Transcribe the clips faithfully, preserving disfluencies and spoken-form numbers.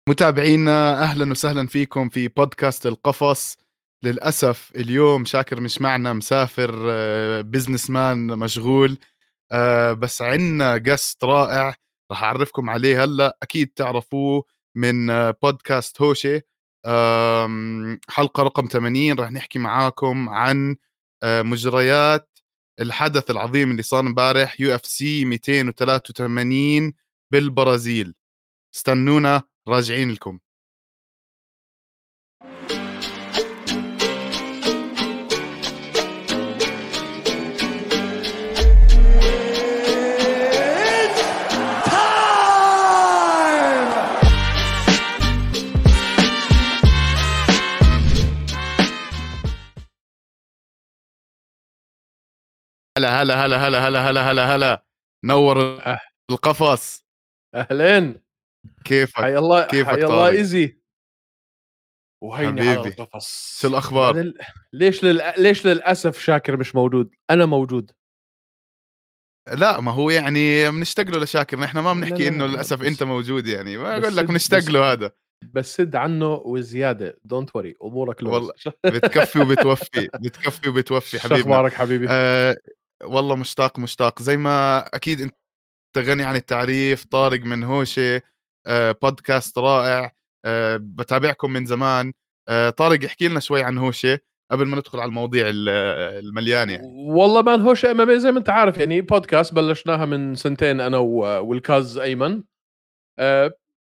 متابعينا أهلا وسهلا فيكم في بودكاست القفص. للأسف اليوم شاكر مش معنا، مسافر، بزنس مان مشغول. آه، بس عنا قست رائع راح أعرفكم عليه هلأ، أكيد تعرفوه من آه، بودكاست هوشي. آم، حلقة رقم ثمانين راح نحكي معاكم عن آه، مجريات الحدث العظيم اللي صار امبارح، يو اف سي مئتين وثلاثة وثمانين بالبرازيل. استنونا راجعين لكم. هلا هلا هلا هلا هلا هلا هلا هلا نور أه. القفص. أهلين. كيفك؟ حي الله كيفك حي الله طارق إيزي. وهيني على حبيبي؟ شو القفص. الأخبار؟ وبعدين ليش لل... ليش للأسف شاكر مش موجود؟ أنا موجود. لا ما هو يعني بنشتاق له لشاكر، نحن ما لا بنحكي لا انه لا للاسف انت بس موجود، يعني ما اقول بس لك سد بنشتاق بس له هذا. بس سد عنه وزيادة. دونت وري، أمورك والله لوز. بتكفي وبتوفي، بتكفي وبتوفي شو حبيبنا. أخبارك حبيبي؟ أه والله مشتاق مشتاق زي ما اكيد انت غني عن التعريف. طارق من هوشة، أه بودكاست رائع. أه بتابعكم من زمان. أه طارق احكي لنا شوي عن هوشة قبل ما ندخل على المواضيع ال- المليانة يعني. والله ما هوش ام ام زي ما انت عارف، يعني بودكاست بلشناها من سنتين انا و- والكاز ايمن. أه،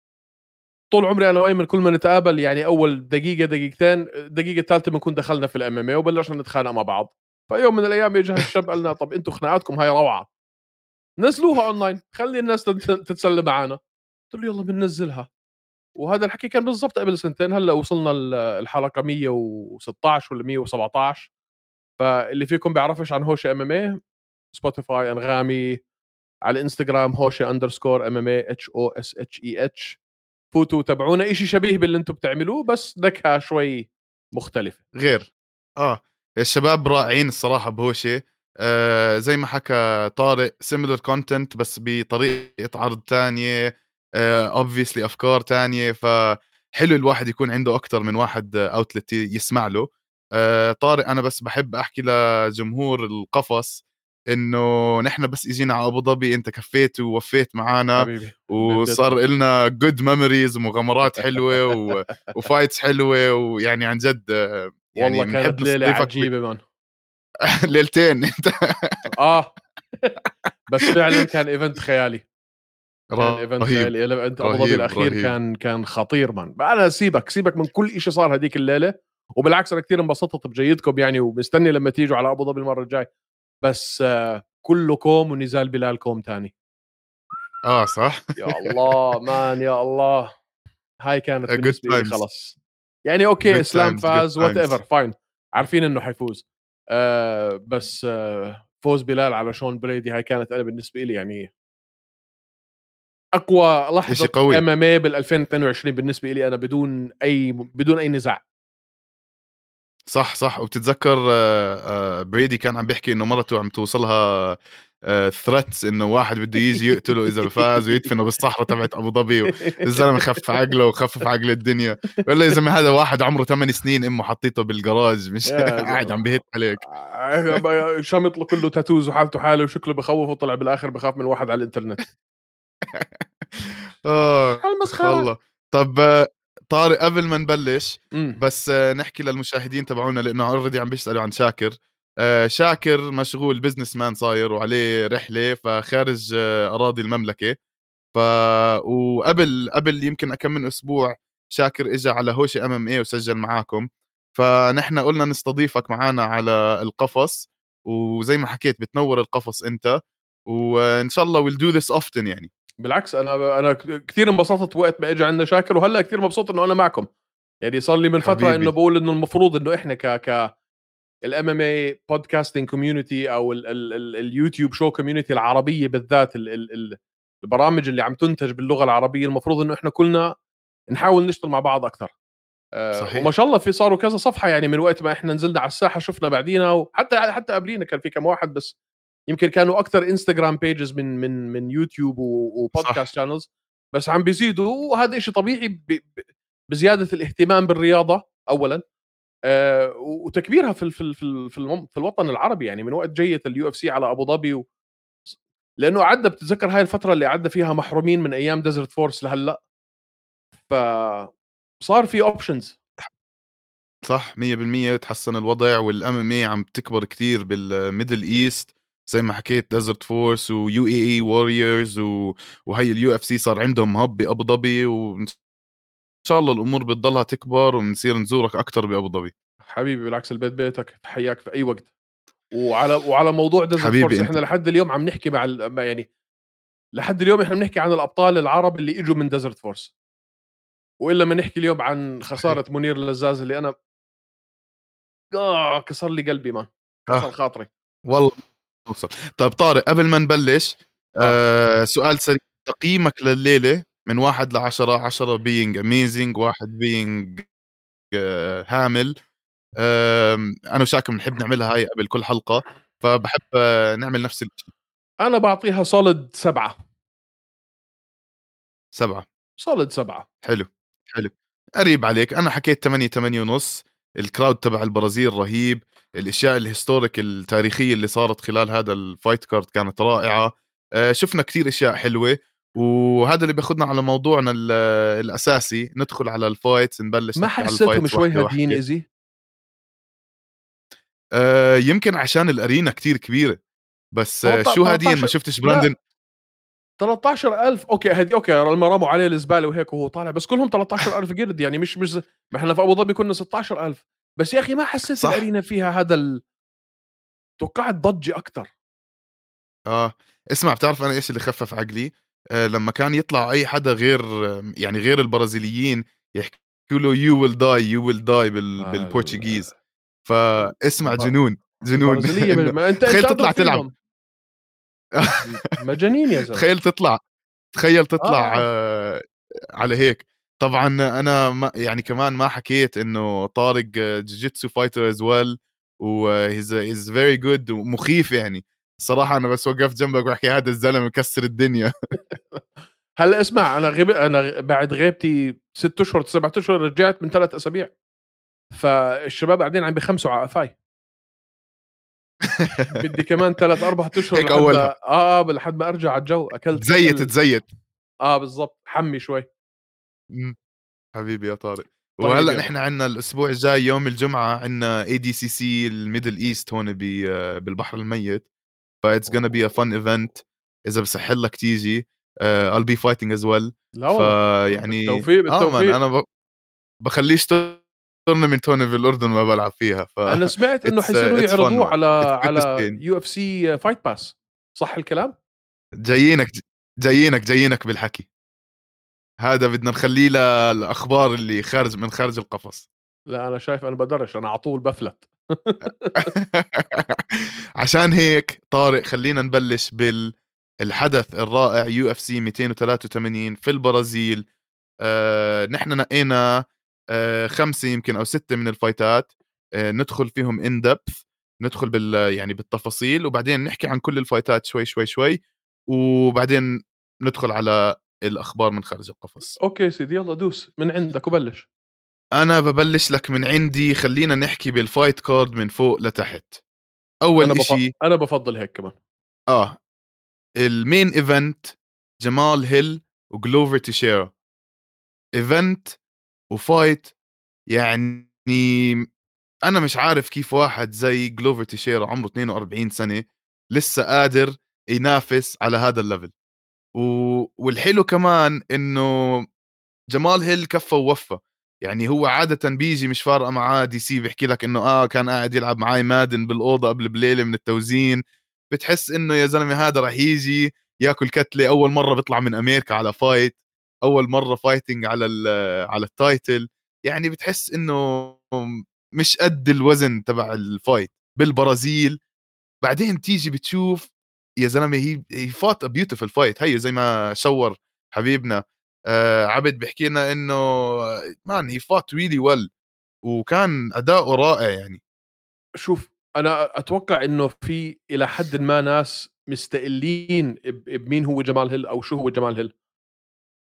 طول عمري انا وايمن كل ما نتقابل يعني اول دقيقه دقيقتين، الدقيقه الثالثه بنكون دخلنا في الام ام اي وبلشنا نتخانق مع بعض. فيوم من الايام اجى هالشاب قال لنا طب انتوا خناقاتكم هاي روعه، نزلوها اونلاين خلي الناس تت- تتسلى معنا. قلت له يلا بننزلها. وهذا الحكي كان بالضبط قبل سنتين. هلا وصلنا ال- الحلقه مية وستطعش ولا مية وسبعطعش. فاللي فيكم بيعرفش عن هوشه ام ام اي، سبوتيفاي، انغامي، على الانستغرام هوشه اندرسكور ام ام اي اتش او اس اتش اي اتش. فوتوا تابعونا، إشي شبيه باللي انتم بتعملوه بس نكهة شوي مختلفة. غير. اه الشباب رائعين الصراحة بهوشة. آه زي ما حكى طارق، similar content بس بطريقة عرض تانية. آه obviously أفكار تانية، فحلو الواحد يكون عنده أكتر من واحد اوتلت يسمع له. آه طارق أنا بس بحب أحكي لجمهور القفص إنه نحن بس إجينا على أبو ظبي أنت كفيت ووفيت معانا، حبيبي وصار بندتكم. لنا good memories ومغامرات حلوة و... وفايتس حلوة، ويعني عن جد يعني والله بنحب كانت ليلة نستضيفك ب... عجيبة مان. ليلتين انت. اه. بس فعلا كان ايفنت خيالي. كان ايفنت رهيب خيالي. ايفنت ابو ظبي رهيب الاخير رهيب. كان كان خطير مان. انا سيبك سيبك من كل إشي صار هذيك الليلة. وبالعكس انا كثير انبسطت بجيدكم يعني، ومستني لما تيجوا على ابو ظبي المرة الجاي. بس آه كله كوم ونزال بلال كوم تاني. اه صح. يا الله مان يا الله. هاي كانت good بالنسبة لي times خلص. يعني اوكي good اسلام times good فاز وات ايفر times. فاين. عارفين انه حيفوز. آه بس آه فوز بلال على شون بريدي هاي كانت انا بالنسبة لي يعني اقوى اشي لحظة قوي. ام ام اي بال ألفين واثنين وعشرين بالنسبة لي انا، بدون اي بدون اي نزاع. صح صح. وبتتذكر آه آه بريدي كان عم بيحكي انه مرته عم توصلها ثريتس انه واحد بده يجي يقتله اذا فاز ويدفنه بالصحراء تبعت ابو ظبي. والزلمه خفف عقله وخفف عقل الدنيا. ولا يا زلمه هذا واحد عمره ثمان سنين امه حطيته بالجراج مش يا قاعد عم زلمة. بهت عليك. شمط له كله تاتوز وحالته حاله وشكله بخوف، وطلع بالاخر بخاف من واحد على الانترنت. اخ المسخرة. والله. طب آه، طارق قبل ما نبلش امم بس آه، نحكي للمشاهدين تبعونا لانه اوريدي عم بيسالوا عن شاكر. آه، شاكر مشغول بزنس مان صاير وعليه رحله فخارج آه، اراضي المملكه. ف وقبل قبل يمكن كم من اسبوع شاكر اجى على هوشي ام ام اي وسجل معاكم. فنحن قلنا نستضيفك معنا على القفص، وزي ما حكيت بتنور القفص انت، وان شاء الله we'll do this often يعني. بالعكس انا انا كثير انبسطت وقت ما اجى عندنا شاكر، وهلا كثير مبسوط انه انا معكم. يعني صار لي من فتره انه حبيبي بقول انه المفروض انه احنا ك ك الام ام اي بودكاستنج كوميونتي او ال ال ال اليوتيوب شو كوميونتي العربيه بالذات، ال ال ال البرامج اللي عم تنتج باللغه العربيه، المفروض انه احنا كلنا نحاول نشتغل مع بعض اكثر. أه وما صحيح. شاء الله في صاروا كذا صفحه يعني من وقت ما احنا نزلنا على الساحه شفنا بعدينا، وحتى حتى قبلينا كان في كم واحد، بس يمكن كانوا اكثر انستغرام بيجز من من من يوتيوب صح وبودكاست شانلز. بس عم بيزيدوا، وهذا إشي طبيعي ب ب بزيادة الاهتمام بالرياضة أولًا، آآ وتكبيرها في ال في ال في ال في الم في الوطن العربي. يعني من وقت جَيّت اليو إف سي على أبو ظبي و ص لإنه قعدنا، بتتذكّر هاي الفترة اللي قعدنا فيها محرومين من أيام Desert Force لهلّأ، فصار في options. صح مية بالمية تحسّن الوضع، والإم إم إيه عم تكبر كتير بالMiddle East زي ما حكيت Desert Force ويو إيه إي Warriors و وهي اليو إف سي صار عندهم hub بأبو ظبي، وإن شاء الله الأمور بتضلها تكبر وبنصير نزورك أكتر بأبو ظبي. حبيبي بالعكس، البيت بيتك، تحياك في أي وقت. وعلى وعلى موضوع Desert حبيبي Force، أنت. إحنا لحد اليوم عم نحكي مع ال ما يعني لحد اليوم إحنا بنحكي عن الأبطال العرب اللي إجوا من Desert Force. وإلا ما نحكي اليوم عن صحيح. خسارة منير لزاز اللي أنا آه كسر لي قلبي مان، آه كسر خاطري. والله توصل. طيب طارق، قبل ما نبلش آه آه سؤال سريع، تقييمك لليلة من واحد لعشرة، عشرة being amazing، واحد being آه هامل. آم، أنا وشاكر بنحب نعملها هاي قبل كل حلقة، فبحب آه نعمل نفس الشيء. أنا باعطيها solid سبعة. سبعة. solid سبعة. حلو. حلو. قريب عليك، أنا حكيت ثمانية، ثمانية ونص. الكراود تبع البرازيل رهيب، الأشياء الهيستوريك التاريخية اللي صارت خلال هذا الفايت كارد كانت رائعة. آه، شفنا كتير أشياء حلوة، وهذا اللي بياخدنا على موضوعنا ال- الأساسي، ندخل على الفايتس، نبلش ما نحكي على حسيتهم الفايتس شوي واحدة هاديين واحدة. إيزي؟ آه، يمكن عشان الأرينا كتير كبيرة، بس آه، شو هادين؟ ما تلتاشر شفتش براندن؟ لا ثلاثة عشر ألف أوكي، هدي أوكي لمّا رموا عليه الزبالة وهيك وهو طالع، بس كلهم ثلاثة عشر ألف قرد، يعني مش مش ز ما إحنا في أبو ظبي كنا ستة عشر ألف. بس يا أخي ما حسيت صح. الأرينا فيها هذا ال توقعت ضجة أكتر. آه، اسمع، بتعرف أنا إيش اللي خفّف عقلي؟ آآ لمّا كان يطلع أي حدا غير، يعني غير البرازيليين، يحكوا له you will die you will die بال ما ال بالPortuguese. ال فاسمع، الب جنون، جنون البرازيلية م إنه ما أنت تخيل أنت تطلع أدرى تلعب. فيهم. م مجانين يا زلمة. تخيل تطلع تخيل آه، تطلع آه. آه، على هيك. طبعًا أنا ما يعني كمان ما حكيت إنه طارق jiu-jitsu fighter as well، و he's he's very good ومخيف يعني. الصراحة أنا بس وقفت جنبك باحكي هذا الزلمة مكسر الدنيا. هلأ اسمع، أنا غب أنا غ بعد غيبتي ستة أشهر سبعة أشهر رجعت من ثلاث أسابيع، فالشباب قاعدين عم بيخمسوا على قفاي. بدي كمان ثلاث أربعة أشهر هيك لحد أولها. ما آه، آه، لحد ما أرجع على الجو، أكلت تزيت، أكل. تزيت. آه بالضبط، حمّي شوي. إمم. حبيبي يا طارق. طيب وهلأ يابا. نحن عندنا الأسبوع الجاي يوم الجمعة عندنا إيه دي سي سي الMiddle East هون ب بالبحر الميت. فit's gonna be a fun event. إذا بصح لك تيجي، آآ I'll be fighting as well. لا والله، فيعني بالتوفيق، آه man بالتوفيق. أنا ب باخلّيش tournament هون بالأردن ما بالعب فيها. ف أنا سمعت إنه it's حيصيروا it's fun يعرضوه man. على It's good to على stay. يو إف سي Fight Pass، صح الكلام؟ جايينك ج جايينك جايينك بالحكي. هذا بدنا نخلّيه للأخبار اللي خارج من خارج القفص. لا أنا شايف أنا باقدرش، أنا على طول بافلت. عشان هيك طارق، خلّينا نبلّش بالحدث الرائع يو إف سي مئتين وثلاثة وثمانين في البرازيل. آآ نحن نقينا آآ خمسة يمكن أو ستة من الفايتات، آآ ندخل فيهم in depth، ندخل بال يعني بالتفاصيل، وبعدين نحكي عن كل الفايتات شوي، شوي، شوي، وبعدين ندخل على الأخبار من خارج القفص. أوكي سيدي، يالّا دوس من عندك وبلّش. أنا بابلّش لك من عندي، خلّينا نحكي بالfight card من فوق لتحت. أول أنا بف إشي أنا بافضّل هيك كمان. آه، الmain event جمال هيل وجلوفر تيشيرا. event وfight يعني أنا مش عارف كيف واحد زي جلوفر تيشيرا عمره اثنين وأربعين سنة لسه قادر ينافس على هذا الlevel. و والحلو كمان إنه جمال هيل كفّى ووفّى. يعني هو عادةً بييجي مش فارقة معاه دي سي، بيحكي لك إنه آه كان قاعد يلعب معاي مادن بالأوضة قبل بليلة من التوزين. بتحس إنه يا زلمة هذا راح ييجي ياكل كتلة، أول مرّة بيطلع من أمريكا على fight، أول مرّة fighting على ال على الtitle. يعني بتحس إنه مش قد الوزن تبع الfight بالبرازيل. بعدين تيجي بتشوف يا زلمة he he fought a beautiful fight. هيو زي ما شوّر حبيبنا آآ عبد بيحكي لنا إنه man he fought really well، وكان أداؤه رائع يعني. شوف، أنا أتوقع إنه في إلى حدٍ ما ناس مستقلين ب بمين هو جمال هيل أو شو هو جمال هيل.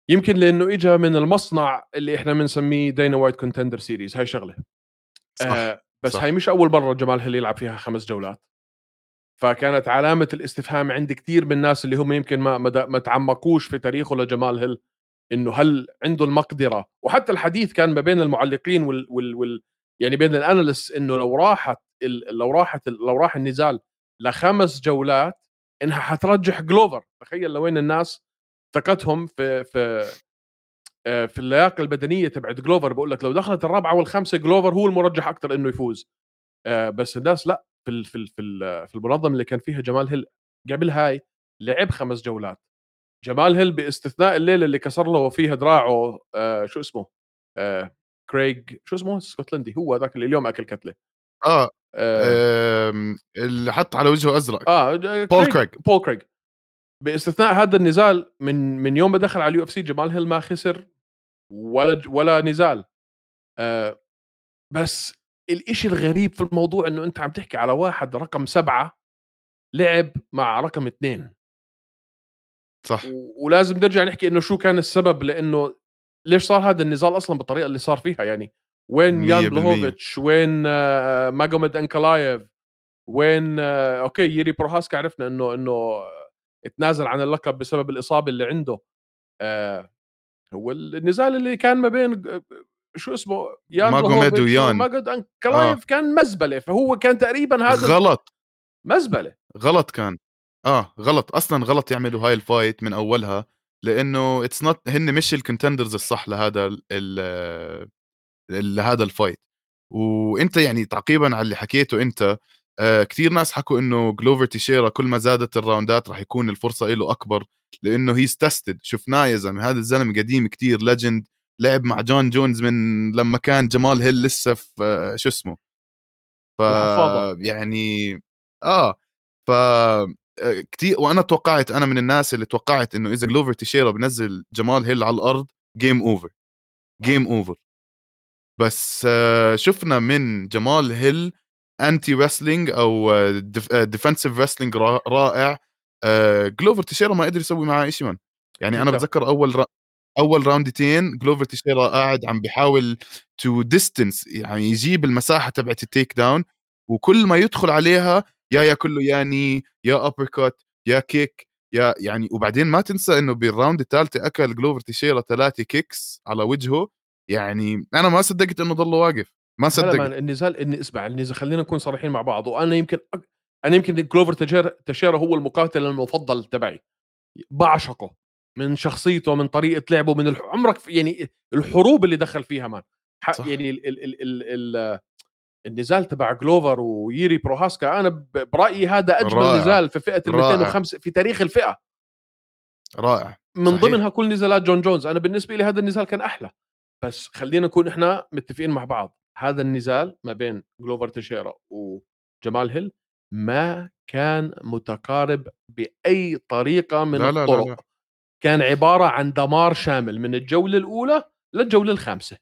يمكن لانه اجى من المصنع اللي احنا بنسميه داينا وايت كونتندر سيريز، هاي شغله. صح آه بس هاي صح مش اول مره جمال هيل يلعب فيها خمس جولات، فكانت علامه الاستفهام عند كثير من الناس اللي هم يمكن ما ما, ما تعمقوش في تاريخه لجمال هيل، انه هل عنده المقدره. وحتى الحديث كان ما بين المعلقين وال, وال, وال يعني بين الاناليست، انه لو راحت ال لو راحت ال لو راح النزال لخمس جولات انها حترجح جلوفر. تخيل لوين الناس ثقتهم في في آه، في اللياقه البدنيه تبعت جلوفر. بقول لك لو دخلت الرابعه والخامسه جلوفر هو المرجح اكثر انه يفوز. آه، بس الناس لا، في ال في ال في, ال في المنظمه اللي كان فيها جمال هيل قبل هاي لعب خمس جولات. جمال هيل باستثناء الليله اللي كسر له فيها دراعه، آه شو اسمه، آه كريغ شو اسمه اسكتلندي، هو ذاك اللي اليوم اكل كتله. اه اه, آم، اللي حط على وجهه ازرق. آه بول كريغ كريغ. بول كريغ. باستثناء هذا النزال، من من يوم ما دخل على اليو اف سي جمال هيل ما خسر ولا ولا نزال. آه بس الإشي الغريب في الموضوع انه انت عم تحكي على واحد رقم سبعة لعب مع رقم اثنين. صح و- ولازم نرجع نحكي انه شو كان السبب، لانه ليش صار هذا النزال اصلا بالطريقه اللي صار فيها. يعني وين يان مية بالمية. بلوهوفيتش، وين آه، ماجوميد انكلايف، وين آه، اوكي ييري بروهاسكا عرفنا انه انه اتنازل عن اللقب بسبب الاصابه اللي عنده. آه، هو النزال اللي كان ما بين آه، شو اسمه يان ماجوميد بلوهوفيتش ويان. وماجوميد اه انكلايف كان مزبله. فهو كان تقريبا هذا غلط مزبله. غلط كان. اه غلط اصلا، غلط يعملوا هاي الفايت من اولها، لانه اتس نوت، هن مش الكونتندرز الصح لهذا ال ال- لهذا الفايت. وانت يعني تعقيبا على اللي حكيته انت، آه كثير ناس حكوا انه جلوفر تيشيرا كل ما زادت الراوندات راح يكون الفرصه له اكبر، لانه هيز تستد. شفناه يا زلمه، هذا الزلمه قديم كتير، ليجند، لعب مع جون جونز من لما كان جمال هيل لسه في آه شو اسمه، ف الحفاضه. يعني اه ف آه، كتير. وانا توقعت، انا من الناس اللي توقعت انه اذا جلوفر تيشيرا بنزل جمال هيل على الارض جيم اوفر، جيم اوفر. بس آه، شفنا من جمال هيل انتي رسلينج او ديفنسيف رسلينج رائع. آه، جلوفر تيشيرا ما قدر يسوي معاه شيء من. يعني انا انت بتذكر اول را... اول راوندتين جلوفر تيشيرا قاعد عم بيحاول تو ديستنس، يعني يجيب المساحه تبعت التيك داون، وكل ما يدخل عليها يا ياكل له ياني يا ابركوت يا كيك يا يعني. وبعدين ما تنسى انه بالراوند الثالثه اكل جلوفر تيشيرا ثلاثه كيكس على وجهه. يعني انا ما صدقت انه ضل واقف، ما لا لا ما صدقت. النزال، اني اسمع النزال، خلينا نكون صريحين مع بعض. وانا يمكن أك... انا يمكن جلوفر تشيرا تشيرا هو المقاتل المفضل تبعي. بعشقه من شخصيته، من طريقه لعبه، من الح... عمرك في... يعني الحروب اللي دخل فيها مان. ح... صح يعني ال... ال... ال... ال... ال... النزال تبع جلوفر وييري بروهاسكا، انا ب... برايي هذا اجمل رائع نزال في فئه ال رائع مئتين وخمسة في تاريخ الفئه. رائع من ضمنها صحيح. كل نزالات جون جونز. انا بالنسبه لي هذا النزال كان احلى. بس خلينا نكون احنا متفقين مع بعض، هذا النزال ما بين جلوفر تشيرا وجمال هيل ما كان متقارب بأي طريقة من لا لا لا لا الطرق. كان عبارة عن دمار شامل من الجولة الأولى للجولة الخامسة.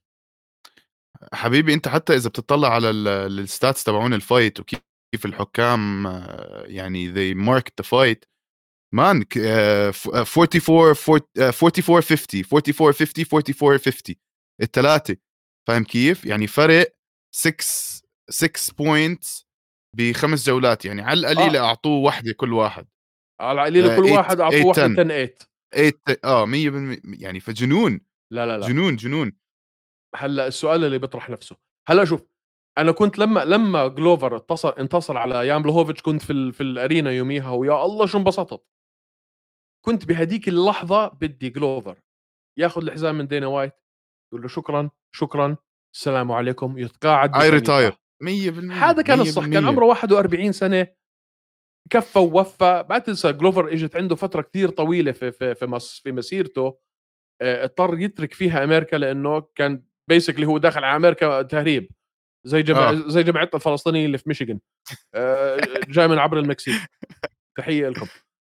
حبيبي، انت حتى اذا بتطلع على الستاتس تبعون الفايت وكيف كيف الحكام آه، يعني they marked the fight مان، ك- آه، ف- آه، أربعة وأربعين فور- آه، أربعة وأربعين خمسين أربعة وأربعين خمسين أربعة وأربعين خمسين الثلاثه. فاهم كيف؟ يعني فرق ستة ستة بوينتس بخمس جولات، يعني على القليله اه اعطوه واحده كل واحد. على قليل آه، كل ثمانية واحد أعطوه ثمانية واحدة عشرة عشرة ثمانية. ثمانية اه مية بالمية. يعني فجنون، لا لا لا جنون جنون. هلا السؤال اللي بيطرح نفسه، هلا شوف، انا كنت لما لما جلوفر اتصل انتصر على يان بلوهوفيتش كنت في ال... في الارينا يوميها، ويا الله شو انبسطت. كنت بهديك اللحظة بدي جلوفر ياخذ الحزام من دينا وايت، يقول له شكرا شكرا السلام عليكم، يتقاعد اي مشان ريتاير يرتاح. مية بالمية هذا كان الصح. كان مية بالمية. عمره واحد وأربعين سنة، كفى ووفى. ما تنسى جلوفر اجت عنده فترة كثير طويلة في في في, مس في مسيرته آه، اضطر يترك فيها امريكا، لانه كان بيسكلي هو داخل على امريكا تهريب، زي جماعة اه زي جماعتنا الفلسطينيين اللي في ميشيغان، آه، جاي من عبر المكسيك. تحية لكم.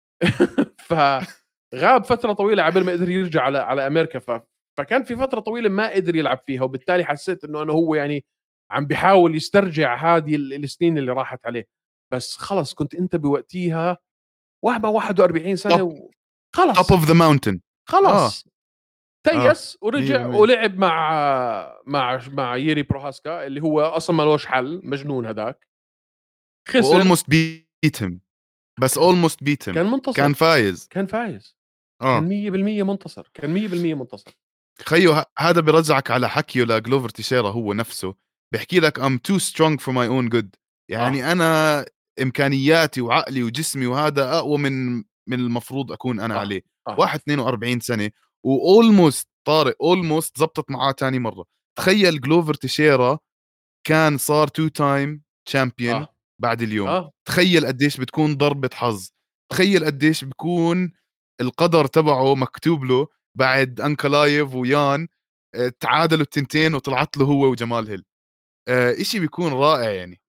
فغاب فتره طويله عبر ما قدر يرجع على على امريكا. ف... فكان في فتره طويله ما قدر يلعب فيها، وبالتالي حسيت انه انه هو يعني عم بيحاول يسترجع هذه ال- السنين اللي راحت عليه. بس خلص كنت انت بوقتيها وهبه واحد وأربعين توب سنه توب وخلص. اوف ذا ماونتن. اه خلص تيس آه. مية ورجع بالمية. ولعب مع مع مع ييري بروهاسكا اللي هو اصلا ما لوش حل، مجنون هذاك. خسر. almost beat him. بس almost beat him. كان منتصر، كان فايز. كان فايز، كان آه. مية بالمية منتصر، كان مية بالمية منتصر. خيو ه- هذا بيرجعك على حكيه لجلوفر تيشيرا هو نفسه، بيحكي لك I'm too strong for my own good. اه يعني أنا إمكانياتي وعقلي وجسمي وهذا أقوى من من المفروض أكون أنا اه عليه. اه واحد اثنين وأربعين سنة وأولموست طارق أولموست زبطت معاه تاني مرة. اه تخيل جلوفر تيشيرا كان صار تو تايم تشامبيون اه بعد اليوم. اه تخيل قديش بتكون ضربة حظ. تخيل قديش بكون القدر تبعه مكتوب له بعد أنكلايف ويان آه، تعادلوا التنتين وطلعت له هو وجمال هيل. آه، إشي بيكون رائع يعني.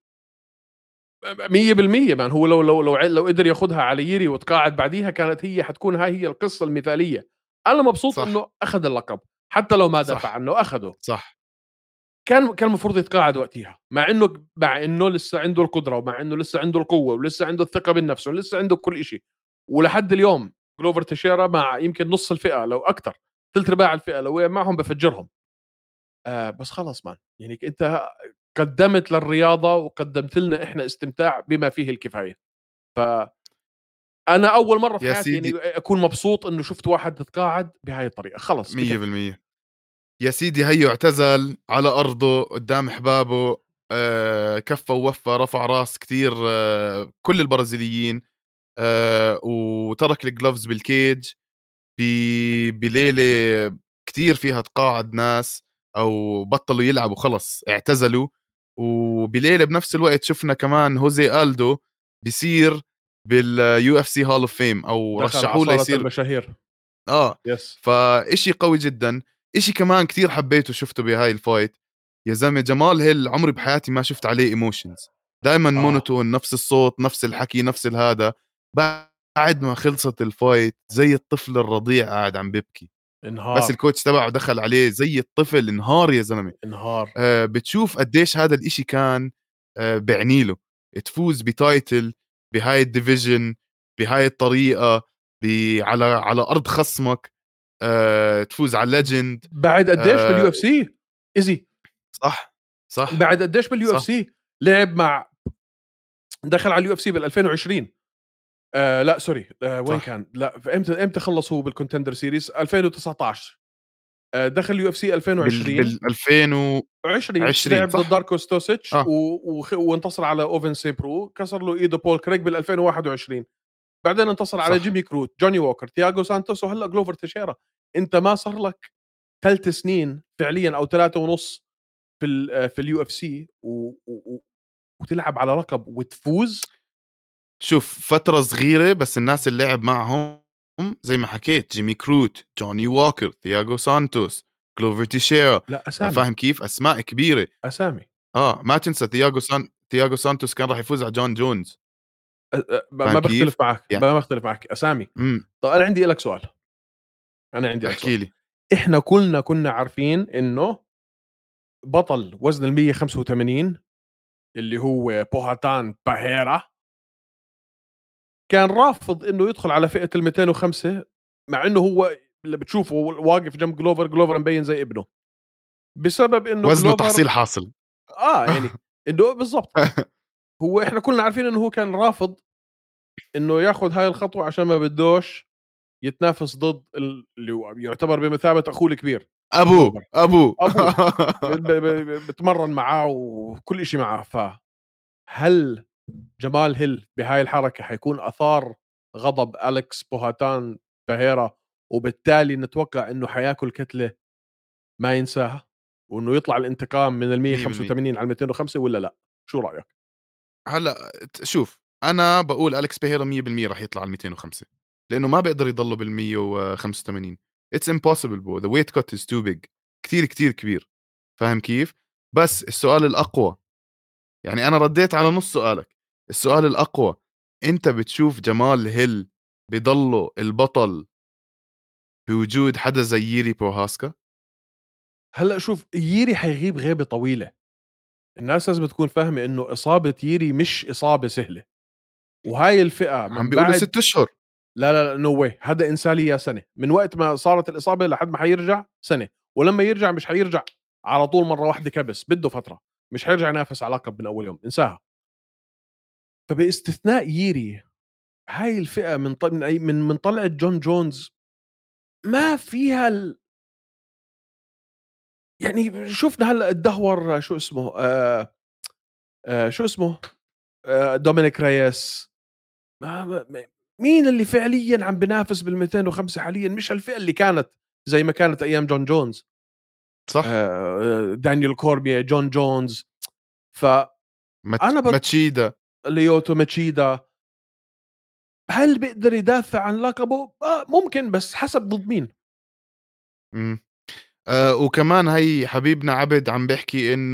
مية بالمية مان. هو لو لو لو ع- لو قدر ياخذها على ييري وتقاعد بعديها كانت هي حتكون هاي هي القصة المثالية. انا مبسوط صح انه اخذ اللقب، حتى لو ما دفع صح عنه اخذه. صح. كان كان المفروض يتقاعد وقتها، مع انه مع انه لسه عنده القدره، ومع انه لسه عنده القوه، ولسه عنده الثقه بالنفس، ولسه عنده كل شيء. ولحد اليوم جلوفر تشيرا مع يمكن نص الفئه لو اكثر، ثلث ارباع الفئه لو وقع معهم بفجرهم. آه بس خلص مان، يعني انت قدمت للرياضه وقدمت لنا احنا استمتاع بما فيه الكفايه. ف انا اول مره في يا حياتي سيدي يعني اكون مبسوط انه شفت واحد تتقاعد بهاي الطريقه. خلص مية بكفي. بالمية. يا سيدي هيو اعتزل على أرضه قدام أحبابه. آه، كفى ووفى، رفع راس كتير آه، كل البرازيليين. آه، وترك الجلوفز بالكيج ب- بليلة كتير فيها تقاعد ناس أو بطلوا يلعبوا خلص اعتزلوا. وبليلة بنفس الوقت شفنا كمان هوزي ألدو بيصير باليو اف سي هول اوف فيم او دخل رشحوه عصاره ليصير. المشاهير. اه. يس. فإشي قوي جدا. إشي كمان كتير حبيته شفته بهاي الفايت يا زلمة، جمال هيل عمري بحياتي ما شفت عليه ايموشنز. دائما اه مونوتون، نفس الصوت نفس الحكي نفس الهذا. بعد ما خلصت الفايت زي الطفل الرضيع قاعد عم ببكي. بس انهار، الكوتش تبعه دخل عليه زي الطفل انهار يا زلمة. انهار. آه بتشوف قديش هذا الإشي كان آه بعني له تفوز بتايتل بهاي الديفيجن بهاي الطريقة ب- على على أرض خصمك. آه تفوز على ليجند. بعد قديش باليو آه اف سي ايزي؟ صح صح بعد قديش باليو اف صح. سي لعب مع، دخل على اليو اف سي بال ألفين وعشرين. آه لا سوري، آه وين صح كان؟ لا امتى امتى خلص هو بالكونتندر سيريز؟ ألفين وتسعطعش. آه دخل اليو اف سي بال ألفين وعشرين. بال ألفين عشرين وعشرين لعب ضد صح. داركو ستوسيتش و... اه وخ... وانتصر على اوفن سيبرو، كسر له ايده بول كريج بال ألفين وواحد وعشرين. بعدين انتصر على صح جيمي كروت، جوني ووكر، تياغو سانتوس، وهلا جلوفر تشيرا. انت ما صار لك ثلاث سنين فعليا او ثلاثة ونص في ال في اليو اف سي و... و... وتلعب على لقب وتفوز. شوف فترة صغيرة بس الناس اللي لعب معهم زي ما حكيت جيمي كروت، جوني ووكر، ثياغو سانتوس، كلوفر تيشيرا. لا آه، اسامي، فاهم كيف؟ أسماء كبيرة. اسامي. اه ما تنسى ثياغو سان ثياغو سانتوس كان راح يفوز على جون جونز. أ- أ- فاهم ما كيف؟ بختلف معك، يعني ما بختلف معك، اسامي. امم طيب انا عندي لك سؤال، انا عندي لك سؤال. احكي لي. احنا كلنا كنا عارفين انه بطل وزن ال مية وخمسة وثمانين اللي هو بوهاتان باهيرا كان رافض انه يدخل على فئه ال مئتين وخمسة، مع انه هو اللي بتشوفه واقف جنب جلوفر، جلوفر مبين زي ابنه، بسبب انه وزنه جلوفر. تحصيل حاصل. اه يعني انه بالضبط. هو احنا كلنا عارفين انه هو كان رافض انه ياخذ هاي الخطوه عشان ما بدوش يتنافس ضد ال- اللي هو يعتبر بمثابه اخوه الكبير ابوه جلوفر، ابوه ابوه. ب- ب- ب- بتمرن معاه وكل شيء معاه. فهل جمال هيل بهاي الحركه حيكون اثار غضب اليكس بوهاتان فهيرا، وبالتالي نتوقع انه حياكل كتله ما ينساها، وانه يطلع الانتقام من ال مية بالمية. مية وخمسة وثمانين على مئتين وخمسة، ولا لا؟ شو رايك؟ هلا ت- شوف انا بقول اليكس بيهيرا مية بالمية راح يطلع على مئتين وخمسة لانه ما بيقدر يضله بال مية وخمسة وثمانين. اتس امبوسيبل بو، ذا ويت كات از تو بيج. كثير كثير كبير. فاهم كيف؟ بس السؤال الاقوى، يعني انا رديت على نص سؤالك. السؤال الاقوى، انت بتشوف جمال هيل بضله البطل بوجود حدا زي ييري بروهاسكا؟ هلا شوف، ييري حيغيب غيبه طويله. الناس لازم تكون فاهمه انه اصابه ييري مش اصابه سهله، وهاي الفئه عم من بيقولوا بعد. ست اشهر. لا لا نو واي، هذا انساليه سنه من وقت ما صارت الاصابه لحد ما حيرجع سنه، ولما يرجع مش حيرجع على طول مره واحده كبس، بده فتره، مش حيرجع ينافس على لقب من اول يوم، انساها. فباستثناء ييري هاي الفئه من طل... من أي- من من طلعه جون جونز ما فيها ال... يعني شفنا هلا الدهور شو اسمه آه آه شو اسمه آه دومينيك ريس. ما ما- مين اللي فعليا عم بينافس بال مئتين وخمسة حاليا؟ مش الفئه اللي كانت زي ما كانت ايام جون جونز. صح. آه دانيال كوربيا، جون جونز. مات... فانا بط... ماتشيدا. ليوتو ماتشيدا، هل بيقدر يدافع عن لقبه؟ آه ممكن، بس حسب ضد مين. مم. آه وكمان هي حبيبنا عبد عم بيحكي انه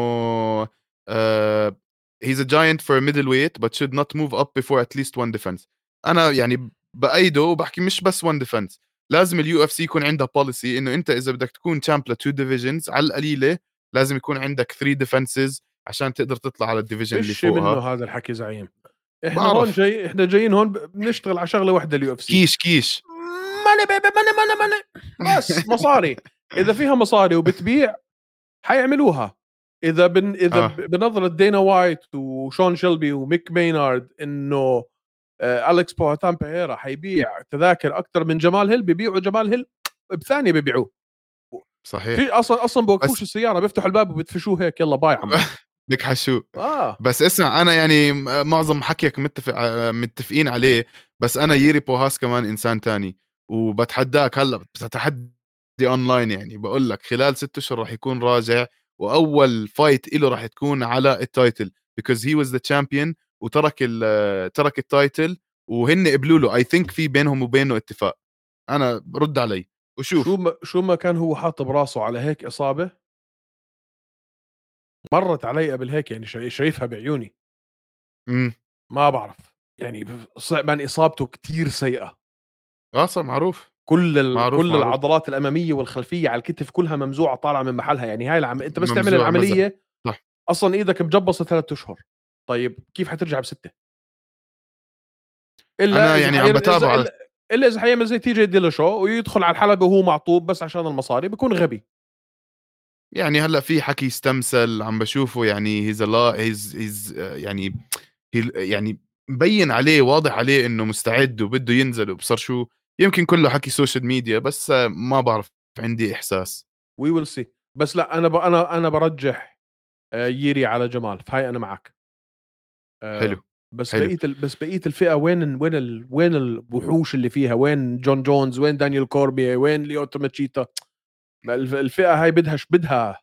آه he's a giant for a middleweight but should not move up before at least one defense. انا يعني بايده وبحكي مش بس one defense، لازم اليو اف سي يكون عندها بوليسي انه انت اذا بدك تكون تشامب لتو ديفيجنز على القليله لازم يكون عندك ثري ديفنسز عشان تقدر تطلع على الديفيجن اللي فيش منه فوقها. هذا الحكي زعيم. احنا هون بعرف. جاي احنا جايين هون بنشتغل على شغله واحده، اليو اف سي كيش كيش. ماني بيبي ماني ماني ماني، بس مصاري. اذا فيها مصاري وبتبيع حيعملوها. اذا بن اذا اه بنظره دينا وايت وشون شيلبي وميك مينارد انه آه اليكس بوهاتان بيرا حيبيع تذاكر اكثر من جمال هيل، بيبيعوا جمال هيل بثانيه بيبيعوه. في صحيح. اصلا اصلا بوقفوش بس السياره، بيفتحوا الباب وبتفشوه هيك، يلا باي عمو. بكحشوا. اه بس اسمع انا يعني م- معظم حكيك متفق ع- متفقين عليه، بس انا ييري بوهاس كمان انسان تاني، وبتحداك هلا بتحدي اونلاين، يعني بقول لك خلال ست اشهر راح يكون راجع، واول فايت له راح تكون على التايتل because he was the champion، وترك ال ترك التايتل وهن قبلوا له. اي ثينك في بينهم وبينه اتفاق. انا برد علي شو وشوف. ما شو ما كان هو حاط براسه على هيك اصابه، مرت علي قبل هيك، يعني شاي- شايفها بعيوني. امم ما بعرف يعني صعبان، اصابته كتير سيئه. اه معروف. كل ال... معروف كل معروف. العضلات الاماميه والخلفيه على الكتف كلها ممزوعه طالعه من محلها. يعني هاي العم... انت بس تعمل ممزوع مزح. العمليه صح. اصلا ايدك مجبصه ثلاث اشهر. طيب كيف حترجع بسته؟ الا انا اذا يعني عم حير... اذا بتابعه. الا الا اذا حيعمل زي تي جي ديلاشو ويدخل على الحلبه وهو معطوب بس عشان المصاري، بيكون غبي. يعني هلا في حكي استمثل عم بشوفه، يعني هيز لا هيز هيز يعني هي يعني مبين عليه واضح عليه انه مستعد وبده ينزل وبصر شو. يمكن كله حكي سوشيال ميديا بس ما بعرف، عندي احساس. وي ويل سي. بس لا انا ب... انا انا برجح آه، ييري على جمال، فهاي انا معك. حلو. آه، بس حلو. بقيه ال... بس بقيه الفئه وين وين ال... وين الوحوش اللي فيها؟ وين جون جونز؟ وين دانيال كوربي؟ وين ليوتو ماتشيتا؟ الف- الفئه هاي بدها ش- بدها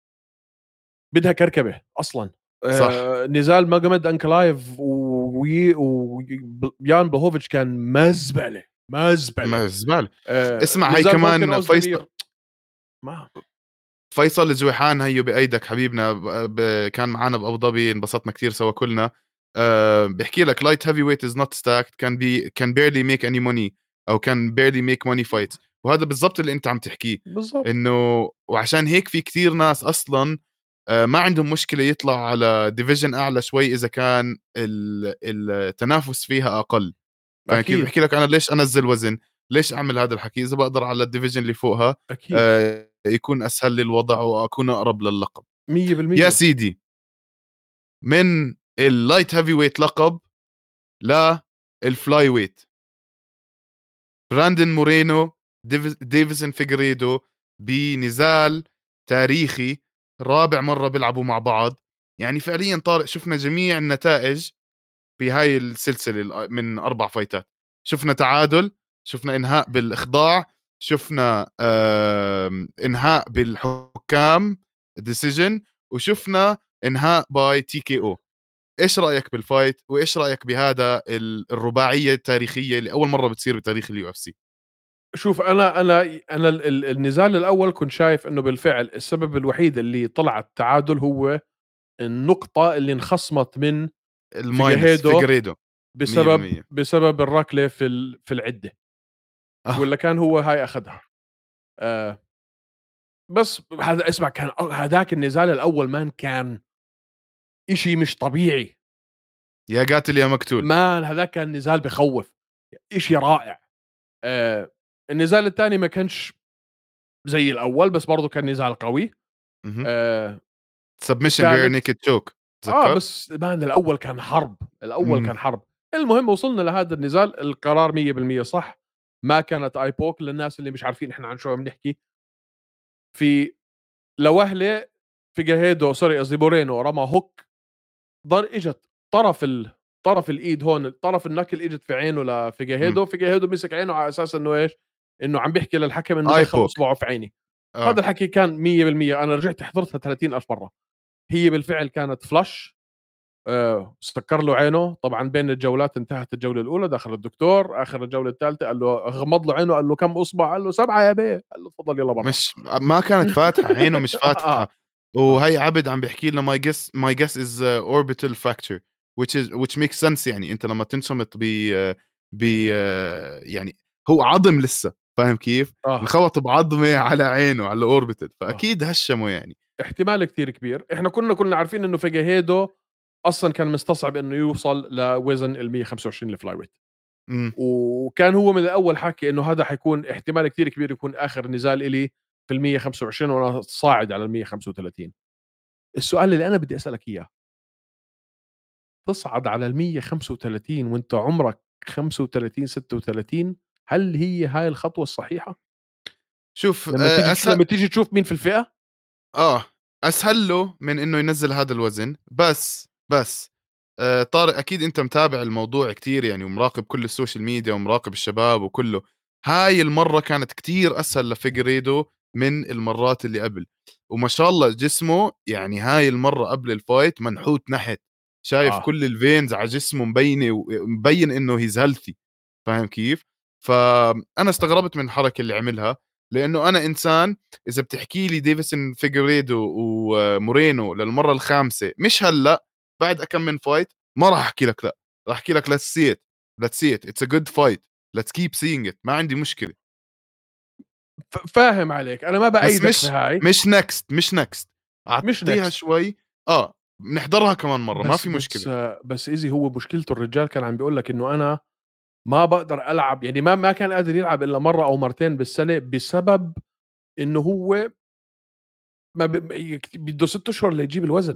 بدها كركبه اصلا. صح. آه نزال ماجوميد انكلايف ويان وبيان بلهوفيتش كان مزبله مزبله. ما زبال. آه اسمع هي نزال فولكن كمان فيصل. اوزدمير ما فيصل الجويحان هيو بايدك حبيبنا، ب... ب... كان معنا بابو ظبي، انبسطنا كثير سوا كلنا. أه بحكي لك لايت هيفي ويت از نوت ستاكد، كان بي كان بيرلي ميك اني موني، او كان بيرلي ميك موني فايتس. وهذا بالضبط اللي انت عم تحكيه. بالضبط. انه وعشان هيك في كثير ناس اصلا أه ما عندهم مشكله يطلع على ديفيجن اعلى شوي اذا كان ال... التنافس فيها اقل. فكيف اكيد بحكي لك انا ليش انزل وزن، ليش اعمل هذا الحكي اذا بقدر على الديفيجن اللي فوقها اكيد آه، يكون اسهل لي الوضع واكون اقرب للقب. يا مية بالمية. سيدي، من اللايت هيفي ويت لقب للفلاي ويت، براندن مورينو ديفيز ديفيسون فيجريدو، بنزال تاريخي، رابع مرة بيلعبوا مع بعض. يعني فعليا طارق شفنا جميع النتائج في هاي السلسلة من أربع فايتات. شفنا تعادل، شفنا إنهاء بالإخضاع، شفنا آه إنهاء بالحكام ديسيجن، وشفنا إنهاء باي تي كي أو. إيش رأيك بالفايت، وإيش رأيك بهذا ال- الرباعية التاريخية اللي أول مرة بتصير بتاريخ اليو اف سي؟ شوف انا انا انا ال- ال- النزال الاول كنت شايف انه بالفعل السبب الوحيد اللي طلع التعادل هو النقطه اللي انخصمت من الماينس فيجاهيدو فيجريدو. بسبب مية بالمية. بسبب الركله في ال- في العده، اه ولا كان هو هاي اخذها. آه بس هذا اسمع، كان هذاك النزال الاول مان كان إشي مش طبيعي. يا قاتل يا مقتول. مان هذاك كان نزال بخوف. إشي رائع. آآ النزال التاني ما كانش زي الأول، بس برضه كان نزال قوي. اهم. آآ submission rear التالت naked choke آه، تذكّر؟ بس man الأول كان حرب، الأول إمم. كان حرب. المهم وصلنا لهذا النزال، القرار مية بالمية صح، ما كانت eye poke للناس اللي مش عارفين إحنا عن شو عم نحكي. في لوهلة فيجاهيدو سوري قصدي مورينو رمى hook ضل إجت طرف ال طرف الإيد هون، طرف النكل إجت في عينه إمم. لفيجاهيدو، فيجاهيدو مسك عينه على أساس إنه إيش، إنه عم بيحكي للحكم إنه eye دخّل poke. إصبعه في عيني. هذا آه. الحكي كان مية بالمية أنا رجعت حضرتها ثلاثين ألف مرة. هي بالفعل كانت flush. آآ سكّر له عينه، طبعًا بين الجولات انتهت الجولة الأولى، دخل الدكتور، آخر الجولة الثالثة قال له غمض له عينه، قال له: "كم إصبع؟" قال له: "سبعة يا بيه." قال له: "اتفضل يلّا برّا." مش ما كانت فاتحة، عينه مش آه، فاتحة. آه، وهي عبد عم بيحكي لنا my guess my guess is uh, orbital fracture which is which makes sense. يعني أنت لمّا تنشمط ب ب يعني هو عظم لسه، فاهم كيف؟ آه، انخبط بعظمة على عينه على الorbital آه. فأكيد هشّمه يعني. احتمال كتير كبير. إحنا كُنّا كُنّا عارفين إنه فيجاهيدو أصلًا كان مستصعب إنه يوصل لوزن المية وخمسة وعشرين الflyweight weight. إمم. وكان هو من الأول حاكي إنه هذا حيكون احتمال كتير كبير يكون آخر نزال إلي في المية وخمسة وعشرين وأنا صاعد على المية وخمسة وثلاثين. السؤال اللي أنا بدي أسألك إياه، تصعد على المية وخمسة وثلاثين وأنت عمرك خمسة وثلاثين، ستة وثلاثين، هل هي هاي الخطوة الصحيحة؟ شوف لمّا آآ تيجي أسه لمّا تيجي تشوف مين في الفئة؟ آه، أسهل له من إنه ينزّل هذا الوزن. بس بس آآ طارق أكيد أنت متابع الموضوع كتير يعني ومراقب كل السوشيال ميديا ومراقب الشباب وكلّه. هاي المرّة كانت كتير أسهل لفيجريدو من المرّات اللي قبل. وما شاء الله جسمه يعني هاي المرّة قبل الfight منحوت نحت، شايف آه، كل الveins على جسمه مبينة ومبين إنه he's healthy، فاهم كيف؟ فأنا استغربت من الحركة اللي عملها، لإنه أنا إنسان إذا بتحكي لي ديفيسون فيجريدو ومورينو للمرة الخامسة مش هلأ بعد أكم من فايت ما راح أحكي لك لأ، راح أحكي لك let's see it let's see it it's a good fight let's keep seeing it ما عندي مشكلة. ف فاهم عليك، أنا ما بس بأيدك في مش هاي، مش next مش next مش أعطيها next. شوي. آه بنحضرها كمان مرة ما بس في بس مشكلة. بس إيزي هو مشكلته الرجال كان عم بيقول لك إنه أنا ما باقدر ألعب، يعني ما ما كان قادر يلعب إلا مرّة أو مرتين بالسنة بسبب إنه هو ما ب يك بده ستة أشهر ليجيب الوزن.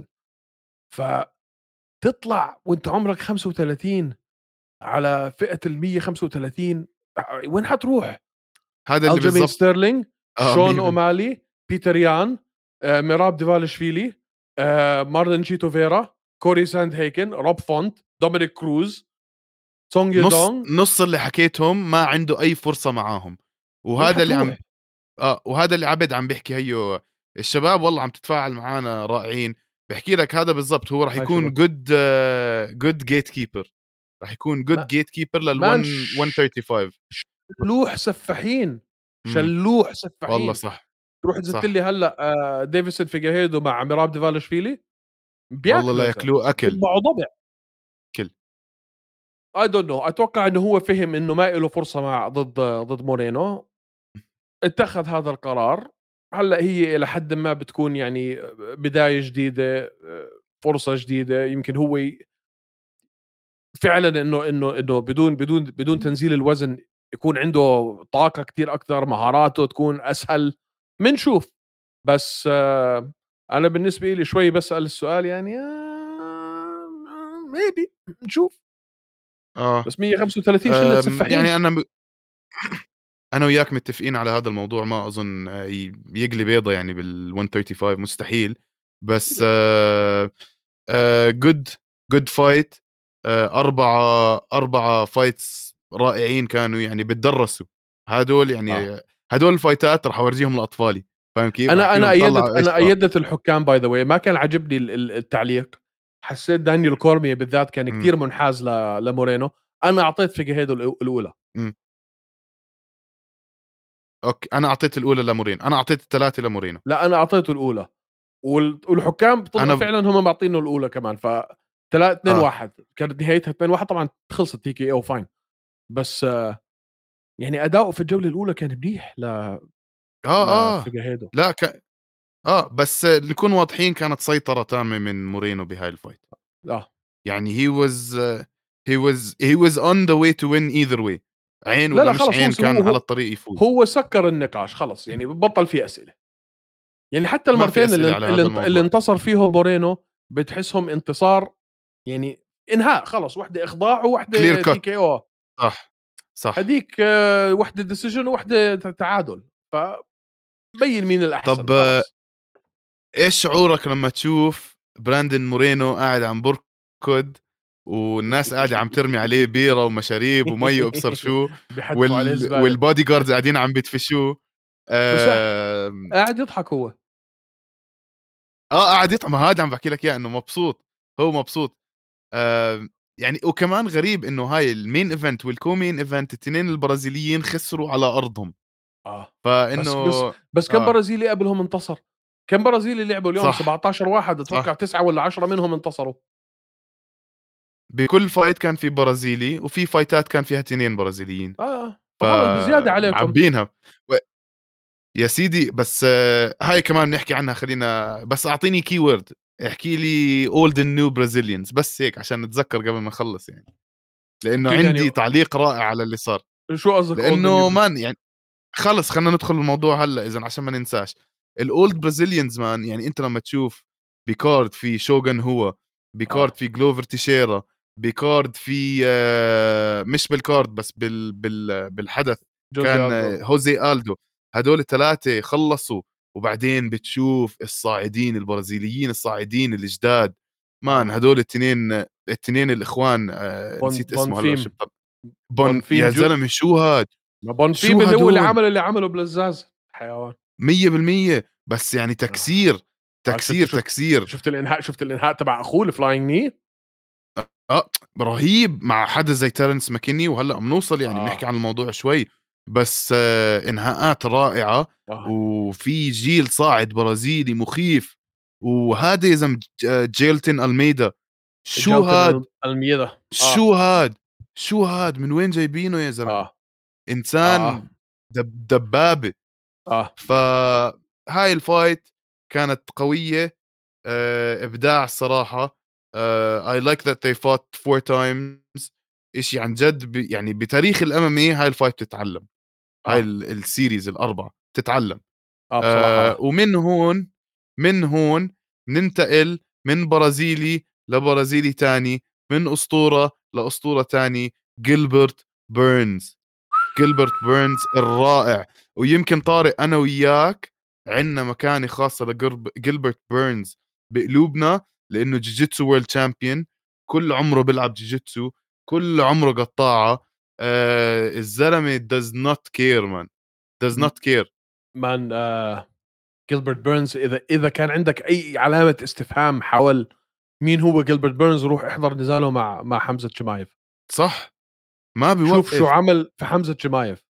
فتطلع وأنت عمرك خمسة وثلاثين على فئة المية وخمسة وثلاثين ع وين حتروح؟ هذا اللي ألجيمين بالضبط. ستيرلينج، آه شون مية بالمية. أومالي، بيتر يان، آآ ميراب ديفالشفيلي، آآ مارلين شيتوفيرا، كوري ساندهيكن، روب فونت، دومينيك كروز، سونج نص يودونغ. نص اللي حكيتهم ما عنده أي فرصة معاهم. وين وهذا اللي عم حتروح؟ آه، وهذا اللي عبد عم بيحكي هيو الشباب والله عم تتفاعل معانا رائعين. بيحكي لك هذا بالضبط هو راح هاي يكون شباب. good uh, good gatekeeper راح يكون good ما gatekeeper مان لل1 ش مية وخمسة وثلاثين. شلوح سفاحين، إمم. شلوح والله سفاحين. صح. تروح تزت صح. لي هلأ آآ ديفيسون فيجاهيدو مع ميراب ديفالشفيلي، والله بياكلوا لا يا زلمة، ياكلوه أكل. بيطبعوا ضبع. كل. I don't know، أتوقع إنه هو فهم إنه ما إله فرصة مع ضد ضد مورينو، اتخذ هذا القرار. هلأ هي إلى حدٍ ما بتكون يعني بداية جديدة، آآ فرصة جديدة، يمكن هو ي فعلًا إنه إنه إنه بدون بدون بدون تنزيل الوزن يكون عنده طاقة كتير أكتر، مهاراته تكون أسهل، بنشوف. بس آه، أنا بالنسبة إلي شوي باسأل السؤال يعني آآ maybe نشوف. آه. بس مية وخمسة وثلاثين شلة آمم، سفاحين. يعني أنا م أنا وياك متفقين على هذا الموضوع ما أظن آه، ي يقلي بيضة يعني بال135 مستحيل. بس آآ آآ good good fight. آآ أربعة أربعة fights رائعين كانوا يعني بتدرّسوا. هادول آه. يعني هادول الفايتات راح أورجيهم لأطفالي، فاهم كيف؟ راح أنا أحكي أنا لهم أيّدت طلّعوا إيش أنا صار. أيّدت الحكام by the way، ما كان عاجبني ال ال التعليق. حسّيت دانيال كورميا بالذات كان إمم. كتير منحاز ل لمورينو. أنا أعطيت فيجاهيدو الأو الأولى. إمم. أوكي، أنا أعطيت الأولى لمورينو، أنا أعطيت الثلاثة لمورينو. لأ أنا أعطيته الأولى، وال والحكام طلعوا أنا ب فعلًا هم معطينه الأولى كمان. ف تلا اتنين آه. واحد كانت نهايتها اتنين واحد طبعًا خلصت تي كي أو fine. بس آه، يعني أداؤه في الجولة الأولى كان منيح ل آه، آه. لفيجاهيدو. لأ ك آه، بس نكون واضحين كانت سيطرة تامة من مورينو بهاي الfight. آه. يعني he was he was he was on the way to win either way. عين لا ولا لا مش خلص، هو عين كان هو على هو الطريق يفوز. هو سكر النقاش خلص، يعني بطل فيه اسئله. يعني حتى ما في المرتين اللي اسئله على اللي, هذا انت- اللي الموضوع. انتصر فيهم مورينو بتحسهم انتصار، يعني انهاء خلص، واحده اخضاع كلير وواحده تي كات. كي او. صح صح. هديك آه، واحده ديسيجن وواحده تعادل، فبين مين الاحسن طب آه، خلص. ايش شعورك لما تشوف براندن مورينو قاعد عم بركض والناس قاعده عم ترمي عليه بيره ومشاريب ومي وابصر شو، بحدفوا عليه وال... زباله. والبودي جاردز قاعدين عم بيدفشوه. بس آه... قاعد يضحك هو. اه قاعد يطعم، هذا عم بحكي لك اياه انه مبسوط. هو مبسوط. آه... يعني وكمان غريب انه هاي المين ايفنت والكومين ايفنت الاثنين البرازيليين خسروا على ارضهم. اه فانه بس بس بس كم اه برازيلي قبلهم انتصر؟ كم برازيلي لعبوا اليوم؟ صح سبعتاشر واحد، اتوقع صح. تسعة ولا عشرة منهم انتصروا. بكل فايت كان في برازيلي، وفي فايتات كان فيها اثنين برازيليين. اه فخلص بزياده عليكم. فمعبينها و... يا سيدي بس آه، هاي كمان نحكي عنها. خلينا بس اعطيني كي وورد، احكي لي اولد نيو برازيليانز بس هيك عشان نتذكر قبل ما نخلص يعني، لانه كيف يعني؟ عندي تعليق رائع على اللي صار. شو قصدك اولد نيو؟ لانه مان يعني خلص خلينا ندخل الموضوع هلا اذا عشان ما ننساش. الاولد برازيليانز مان، يعني انت لما تشوف بيكارد في شوغن، هو بيكارد اه في جلوفر تيشيرا، بيكارد في آه، مش بالكارد بس بال بال بالحدث جوزي كان الدو. آه، هوزي ألدو. هدول الثلاثة خلصوا، وبعدين بتشوف الصاعدين البرازيليين الصاعدين الجداد. مان اه هدول الاثنين الاثنين الاخوان آه، بون نسيت اسمه هلا شو بونفيم. بط- بون بونفيم يا جو. زلمه شو هاد. ما شو بونفيم اللي هو اللي هدول. عمل اللي عمله بلزاز حيوان. مية بالمية. بس يعني آه. تكسير آه شفت تكسير شفت تكسير. شفت الانهاء، شفت الانهاء تبع اخوه الفلاينج ني. اه رهيب مع حدا زي تيرنس ماكيني. وهلا بنوصل يعني بنحكي اه عن الموضوع شوي. بس آه انهاءات رائعة. اه وفي جيل صاعد برازيلي مخيف. وهذا يا زلمه ج- آه، جيلتن الميدا. شو جالتن هاد. الميدا. اه شو هاد. شو هاد من وين جايبينه يا زلمه. اه اه انسان دب دبابة. اه فهاي الفايت كانت قوية. آه، ابداع الصراحه. اي لايك ذات they fought four times. اشي عن جد ب... يعني بتاريخ الام هاي الفايت بتتعلم. هاي اه ال- السيريز الاربعه تتعلم. اه بصراحة آه اه. ومن هون من هون ننتقل من برازيلي لبرازيلي تاني، من اسطوره لاسطوره تاني. جيلبرت بيرنز. جيلبرت بيرنز الرائع. ويمكن طارق انا وياك عندنا مكانه خاصه لجيلبرت بيرنز بقلوبنا، لانه جيجيتسو وورلد تشامبيون. كل عمره بيلعب جيجيتسو، كل عمره قطاعه. آه الزلمه does not care man. does م- not care. مان آه جيلبرت بيرنز، اذا اذا كان عندك اي علامة استفهام حول مين هو جيلبرت بيرنز، روح احضر نزاله مع مع حمزة شمايف. صح. ما شوف شو بيوقف. عمل في حمزة شمايف.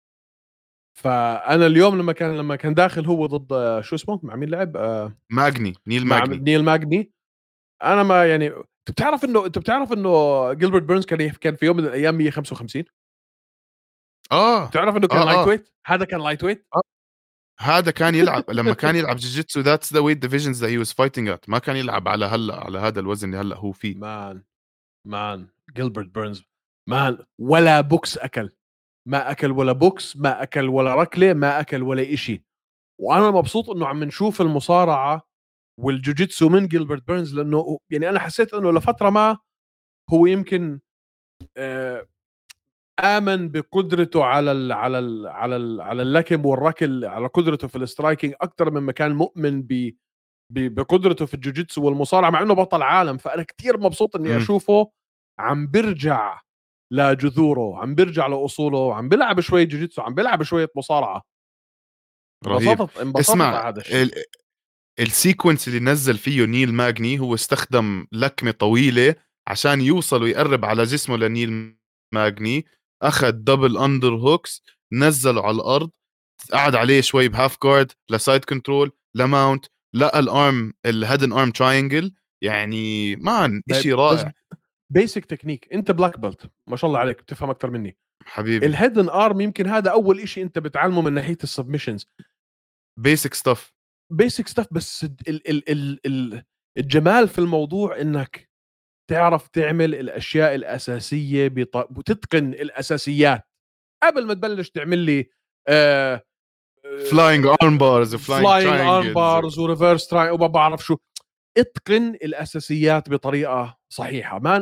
فانا اليوم لما كان لما كان داخل هو ضد آه، شو اسمه، مع مين لعب؟ آه ماجني نيل مع ماجني. نيل ماجني. انا ما يعني، انت بتعرف انه انت بتعرف انه جيلبرت بيرنز كان كان في يوم من الايام مية وخمسة وخمسين. اه بتعرف انه كان اه لايت اه, ويت، هذا كان لايت ويت. آه. هذا كان يلعب لما كان يلعب جيجيتسو. ذاتس ذا ويت ديفيجنز ذات هي واز فايتنج ات. ما كان يلعب على هلا على هذا الوزن اللي هلا هو فيه. مان مان جيلبرت بيرنز مان، ولا بوكس اكل، ما اكل ولا بوكس، ما اكل ولا ركله، ما اكل ولا إشي. وانا مبسوط انه عم نشوف المصارعه والجوجيتسو من جيلبرت بيرنز، لانه يعني انا حسيت انه لفتره ما هو يمكن آه، آمن بقدرته على ال على ال على ال على اللكم والركل، على قدرته في الاسترايكينج اكثر مما كان مؤمن ب ب- بقدرته في الجوجيتسو والمصارعه، مع انه بطل عالم. فانا كثير مبسوط اني امم اشوفه عم برجع لجذوره، عم برجع لاصوله، عم بيلعب شويه جوجيتسو، عم بيلعب شويه مصارعه. رهيب. انبسطت انبسطت اسمع على هذا الشيء. ال- السيكونس اللي نزل فيه نيل ماجني، هو استخدم لكمة طويلة عشان يوصل ويقرب على جسمه لنيل ماجني. أخذ دبل أندر هوكس، نزله على الأرض، قعد عليه شوي بهاف جارد لسايد كنترول لماونت، لقى الارم الهيدن ارم تراينجل. يعني مان اشي بس رائع. بيسك تكنيك، انت بلاك بيلت ما شاء الله عليك، بتفهم اكثر مني. حبيبي. الهيدن ارم يمكن هذا اول إشي انت بتعلمه من ناحيه السبمشنز، بيسك ستاف. بيسك ستاف. بس ال ال ال ال الجمال في الموضوع انك تعرف تعمل الاشياء الاساسيه بط... وتتقن الاساسيات. قبل ما تبلش تعمل لي آه فلاينج ارم بارز وفلاينج فلاينج ارم تراينجلز. بارز وريفرس تراي وما بعرف شو. اتقن الاساسيات بطريقه صحيحه. مان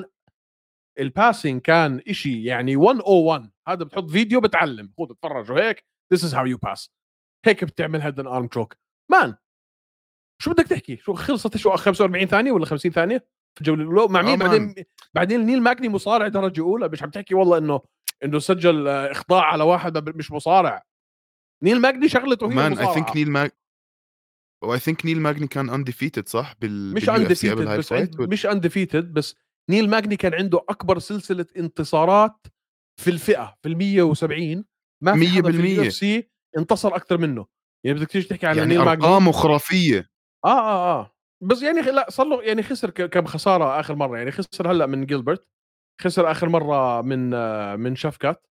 الباسنج كان إشي يعني مية وواحد. هذا بتحط فيديو بتعلم، خذ اتفرج وهيك this is how you pass. هيك بتعمل هيد ان ارم تروك. مان شو بدك تحكي؟ شو خلصت شو خمسة وأربعين ثانيه ولا خمسين ثانيه في الجوله الاولى مع اه مين؟ مان بعدين بعدين نيل ماجني مصارع درجه اولى، مش عم تحكي والله انه انه سجل آه، اخضاع على واحد مش مصارع. نيل ماجني شغلته هي مان اي ثينك المصارعه. نيل ماج واي ثينك نيل ماجني كان انديفيتد صح بال مش باليو اف سي قبل انديفيتد هاي بس الفايت. عند مش انديفيتد بس نيل ماجني كان عنده اكبر سلسله انتصارات في الفئه في ال مية وسبعين. ما في حدا في اليو اف مية بالمية سي انتصر اكثر منه. يعني بدك تيجي تحكي عن يعني نيل ماجني. ارقامه خرافيه. اه اه اه بس يعني خ- لا صار له يعني خسر ك- كم خساره اخر مره. يعني خسر هلا من جيلبرت، خسر اخر مره من آه من شافكات،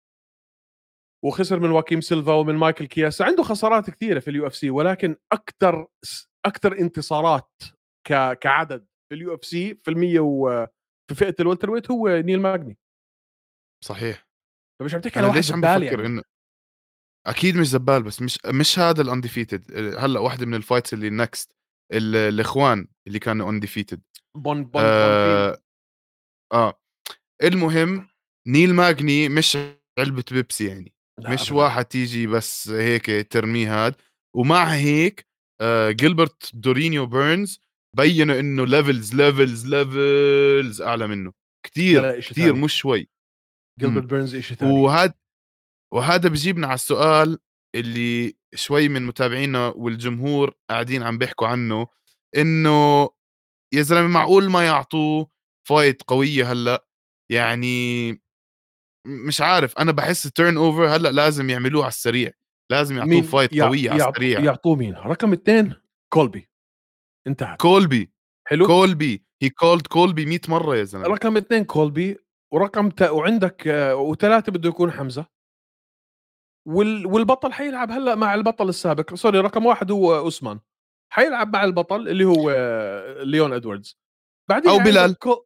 وخسر من واكيم سيلفا ومن مايكل كياس. عنده خسارات كثيره في اليو اف سي، ولكن اكثر اكثر انتصارات ك كعدد في اليو اف سي في المية و في فئه الولتر ويت هو نيل ماجني. صحيح. فمش عم تحكي على انا واحد ليش عم زبال بفكر يعني. انه اكيد مش زبال، بس مش مش هذا الانديفيتد. هلا واحده من الفايتس اللي نكست الاخوان اللي كانوا انديفيتد. بون بون بون فين. آه, اه المهم نيل ماجني مش علبة بيبسي يعني، لا مش ابدا. واحد تيجي بس هيك ترميه هاد. ومع هيك آه جيلبرت دورينيو بيرنز بينوا انه ليفلز ليفلز ليفلز اعلى منه لا كتير لا شيء كتير ثاني. مش شوي. جيلبرت امم بيرنز شيء ثاني. وهذا وهذا بجيبنا على السؤال اللي شوي من متابعينا والجمهور قاعدين عم بيحكوا عنه، انه يا زلمه معقول ما يعطوه فايت قويه هلا؟ يعني مش عارف، انا بحس التيرن اوفر هلا لازم يعملوه على السريع، لازم يعطوه مين فايت يع... قويه على يعطوا السريع. يعطوه مين رقم اثنين؟ كولبي. انتهت. كولبي حلو. كولبي هي كولد كولبي مية مره يا زلمه. رقم اثنين كولبي، ورقم ت... وعندك آه، وثلاثة بده يكون حمزة. وال... والبطل حيلعب هلا مع البطل السابق. سوري رقم واحد هو أوسمان، حيلعب مع البطل اللي هو آه، ليون ادواردز. بعدين او عندك بلال كو...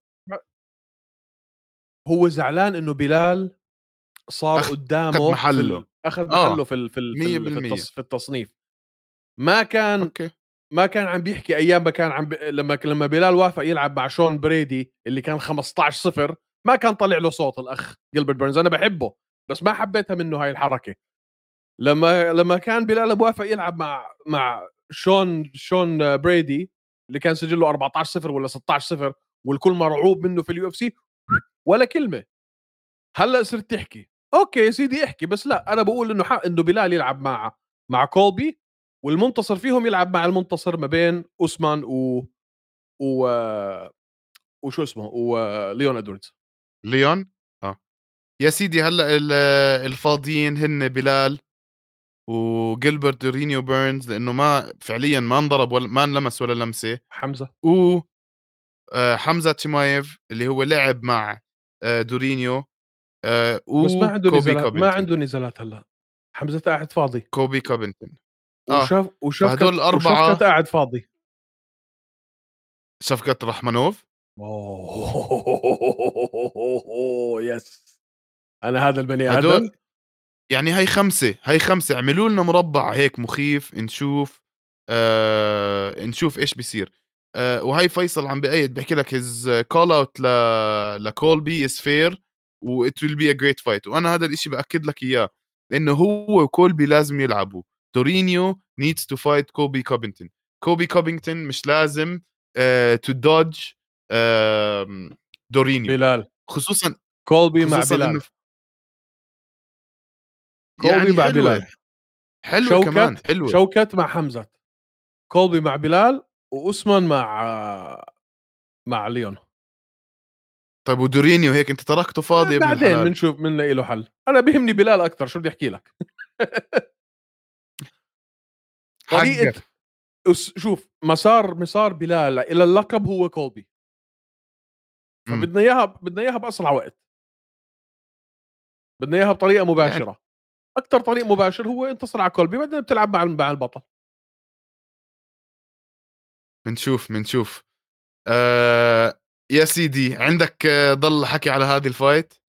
هو زعلان انه بلال صار اخذ قدامه في محله. ال... اخذ محله اه في ال... في ال... في ال... في, مية بالمية. التص... في التصنيف. ما كان اوكي. ما كان عم بيحكي ايام ما كان عم ب... لما لما بلال وافق يلعب مع شون بريدي اللي كان خمسطعش صفر، ما كان طلع له صوت الاخ جيلبرت بيرنز. انا بحبه بس ما حبيتها منه هاي الحركه. لما لما كان بلال موافق يلعب مع مع شون شون بريدي اللي كان سجله أربعطعش صفر ولا ستطعش صفر والكل مرعوب منه في اليو اف سي، ولا كلمه. هلا صرت تحكي اوكي يا سيدي احكي. بس لا انا بقول انه حق انه بلال يلعب مع مع كولبي، والمنتصر فيهم يلعب مع المنتصر ما بين اوسمان و و وشو اسمه وليون ادواردز. ليون. اه يا سيدي هلا ال- الفاضيين هن بلال وجيلبرت دورينيو بيرنز، لانه ما فعليا ما انضرب ولا ما انلمس ولا لمسه. حمزه. و آه، حمزة تشمايف اللي هو لعب مع آه، دورينيو. آه، بس ما عنده وكوبي نزالات، ما كوفينغتون. عنده نزالات هلا. حمزه قاعد فاضي. كوبي كوفينغتون. اه وشاف فهدول وشافكت وشافكت الأربعة. قاعد فاضي. شفقة رحمنوف. اوه يس. انا هذا البني هدول ادم. يعني هاي خمسة هاي خمسة اعملوا لنا مربع هيك مخيف نشوف. آه نشوف ايش بيصير. آه وهي فيصل عم بأيد بحكي لك his call out ل لكولبي is fair و it will be a great fight. وانا هذا الاشي باكد لك اياه، لانه هو وكولبي لازم يلعبوا. دورينيو needs to fight كوبي كوبينغتون. كوبي كوبينغتون مش لازم آه to dodge آه دورينيو. بلال. خصوصا كولبي مع خصوصا انه بلال. كولبي يعني مع حلوة. بلال. حلوة كمان شوكت حلوة. شوكت مع حمزه. كولبي مع بلال. وأسمان مع مع ليون. طيب ودورينيو هيك انت تركته فاضي يا ابن بعدين الحلال. بنشوف بنلاقي له حل. انا بيهمني بلال اكثر. شو بدي احكي لك. طريقه حقك. أس- شوف مسار مسار بلال الى اللقب هو كولبي. امم فبدنا اياها بدنا اياها باسرع وقت. بدنا اياها بطريقه يعني مباشره. اكثر طريق مباشر هو انتصر على كولبي بعدين بتلعب مع مع البطل. بنشوف بنشوف. آه يا سيدي عندك آه ضل حكي على هذه الفايت.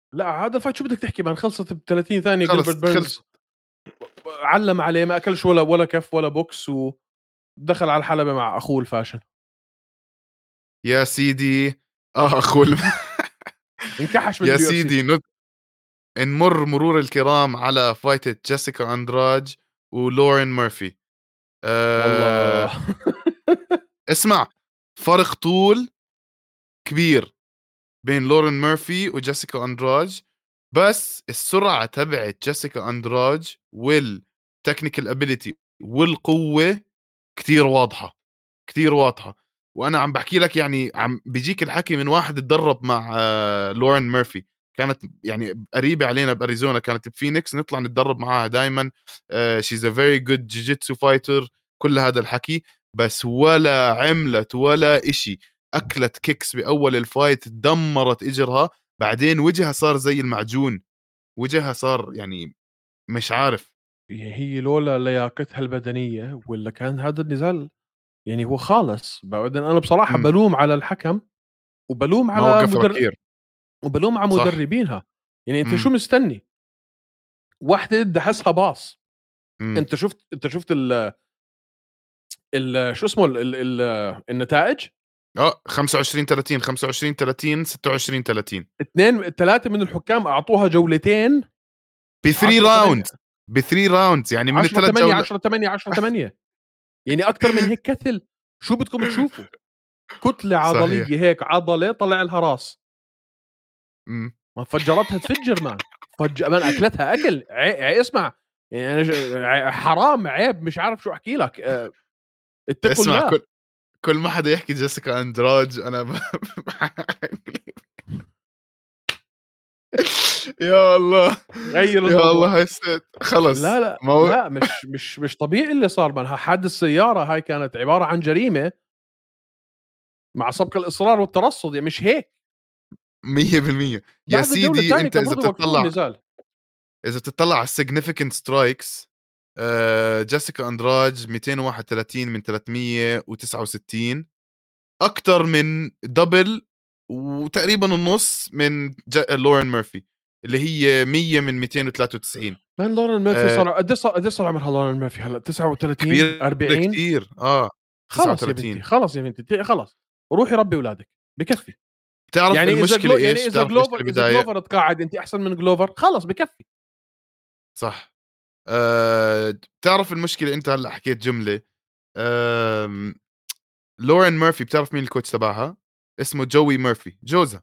لا هذا الفايت شو بدك تحكي مان، خلصت ب ثلاثين ثانيه. خلص جيلبرت بيرنز خلص علم عليه، ما اكلش ولا ولا كف ولا بوكس، ودخل على الحلبه مع اخوه الفاشل. يا سيدي. اه اخو الم- انكحش من يا اليو اف سي. سيدي ند... نمر مرور الكرام على فايتة جيسيكا أندراج ولورين مورفي. والله أه... اسمع، فرق طول كبير بين لورين مورفي وجيسيكا أندراج، بس السرعة تبعت جيسيكا أندراج والتكنيكال ابيليتي والقوة كتير واضحة، كتير واضحة. وانا عم بحكي لك يعني عم بيجيك الحكي من واحد اتدرب مع آه، لورين ميرفي، كانت يعني قريبة علينا بأريزونا، كانت بفينيكس نطلع نتدرب معاها دايما. شيز ا فيري جود جيجيتسو فايتر، كل هذا الحكي. بس ولا عملت ولا اشي، اكلت كيكس باول الفايت دمرت اجرها، بعدين وجهها صار زي المعجون، وجهها صار يعني مش عارف. هي لولا لياقتها البدنيه ولا كان هذا النزال يعني هو خالص. بعدين انا بصراحه مم. بلوم على الحكم، وبلوم ما على وقفها مدر... بكير. وبلوم على صح. مدربينها. يعني انت امم شو مستني؟ واحده دحسها باص. امم انت شفت انت شفت ال... ال... شو اسمه ال... ال... ال... النتائج. اه خمسة وعشرين ثلاثين خمسة وعشرين ثلاثين ستة وعشرين ثلاثين اثنين ثلاثه من الحكام اعطوها جولتين. ب ثلاثة عشرة ثمانية، راوندز، ب ثلاثة راوندز يعني من عشرة الثلاث ثمانية، جولات. عشرة ثمانية، عشرة ثمانية. يعني اكثر من هيك كتل شو بدكم تشوفوا؟ كتله صحيح. عضليه هيك، عضله طلع لها راس، امم ما فجرتها تفجر مان. فج مان اكلتها اكل عي... عي... اسمع، يعني انا ج... ع- حرام، عيب، مش عارف شو احكي لك. أه... اتقوا اسمع، الله. كل كل ما حدا يحكي جيسيكا اندراج انا ب... يا الله، غير يا الموضوع. الله هسه خلص لا لا ما هو لا، مش مش مش طبيعي اللي صار مان. حادث سياره هاي كانت عباره عن جريمه مع سبق الاصرار والترصد، يعني مش هيك. مية بالمية. يا بعد الجوله سيدي الثانيه انت كان اذا المفروض يوقفون بتطلع، النزال. اذا بتطلع على السيجنيفيكانت سترايكس، جيسيكا اندراج مئتين وواحد وثلاثين من ثلاثمية وتسعة وستين، اكثر من دبل وتقريبا النص من ج... لورين ميرفي اللي هي مية من مئتين وثلاثة وتسعين. مان لورين ميرفي آه صار قد ايش؟ صار قد ايش صار عمرها لورين ميرفي هلا؟ تسعة وثلاثين، كبير أربعين. كتير اه. خلص يا بنتي، تسعة وثلاثين. خلص يا بنتي، خلص. روحي ربي اولادك، بكفي. بتعرف يعني اذا المشكلة جلو يعني ايش؟ اذا بتعرف ايش جلوفر اللي اذا بداية؟ جلوفر تقاعد انت احسن من جلوفر، خلص بكفي. صح. آه بتعرف المشكلة، انت هلا حكيت جملة. آه لورين ميرفي، بتعرف مين الكوتش تبعها؟ اسمه جوي ميرفي، جوزها.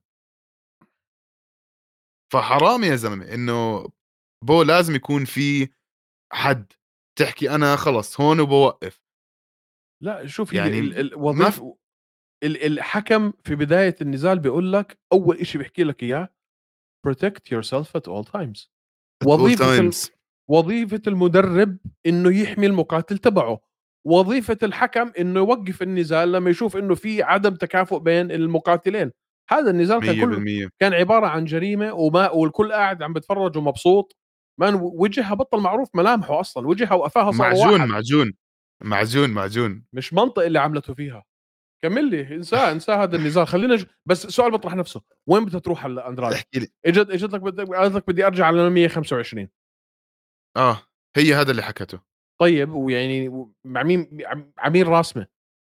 فحرام يا زلمة انه بو لازم يكون في حد تحكي انا خلص هون وبوقف. لا شوف، هي ال- يعني ال- ما في وظيفه ال- الحكم في بدايه النزال بيقول لك اول شيء بيحكي لك اياه: protect yourself at all times. at all وظيفه ال... times. وظيفه المدرب انه يحمي المقاتل تبعه. وظيفه الحكم انه يوقف النزال لما يشوف انه في عدم تكافؤ بين المقاتلين. هذا النزال كان كله مية بالمية. كان عباره عن جريمه، وما والكل قاعد عم بتفرج ومبسوط. مان وجهها بطل معروف ملامحه اصلا، وجهها وقفاها صاروا معجون واحد. معجون معجون معجون. مش منطق اللي عملته فيها. كمل لي، انساه انساه هذا النزال. خلينا ج... بس السؤال بيطرح نفسه: وين بدها تروح هلا اندراج؟ احكي لي. اجت اجت لك بدك قالت لك بدي ارجع على مية وخمسة وعشرين. اه هي هذا اللي حكته. طيب ويعني مع مين؟ مع مين راسمه؟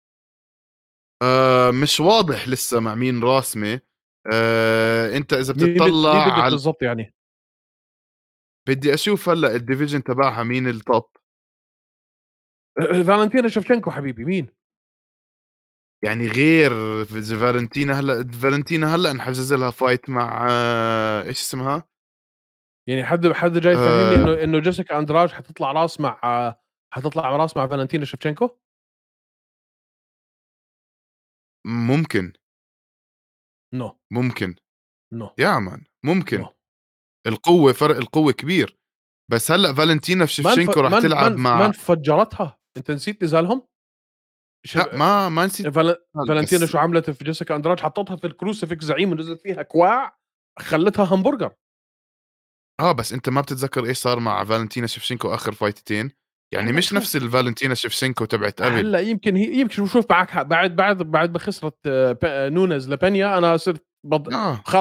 آه مش واضح لسه مع مين راسمه. آه انت اذا مين بد... مين بتطلع بدك على، بالضبط يعني؟ بدي اشوف هلا الديفيجن تبعها مين التوب. فالنتينا شفشنكو حبيبي، مين؟ يعني غير في فالنتينا، هلا فالنتينا هلا انحجز لها فايت مع آه ايش اسمها؟ يعني حد حد جاي يفهمني آه انه انه جيسيكا اندراج حتطلع راس مع حتطلع راس مع فالنتينا شفشنكو؟ ممكن. نو. ممكن. نو. يا مان نو. ممكن. القوة، فرق القوة كبير. بس هلا فالنتينا في من ف... شفشنكو راح من تلعب من من مع، فجرتها؟ انت نسيت نزالهم؟ شف... لا ما ما نسيت. فال... فالنتينا بس شو عملت في جيسيكا اندراج؟ حطتها في الكروسيفيك زعيم ونزلت فيها كواع، خلتها همبرجر. اه بس انت ما بتتذكر ايش صار مع فالنتينا شفشنكو اخر فايتتين؟ يعني هلا مش شوف، نفس الفالنتينا شفشنكو تبعت قبل. هلا يمكن هي يمكن شوف معك حق. بعد بعد بعد ما خسرت آه، ب- آه، نونز لبنيا انا صرت بض... اه خلص.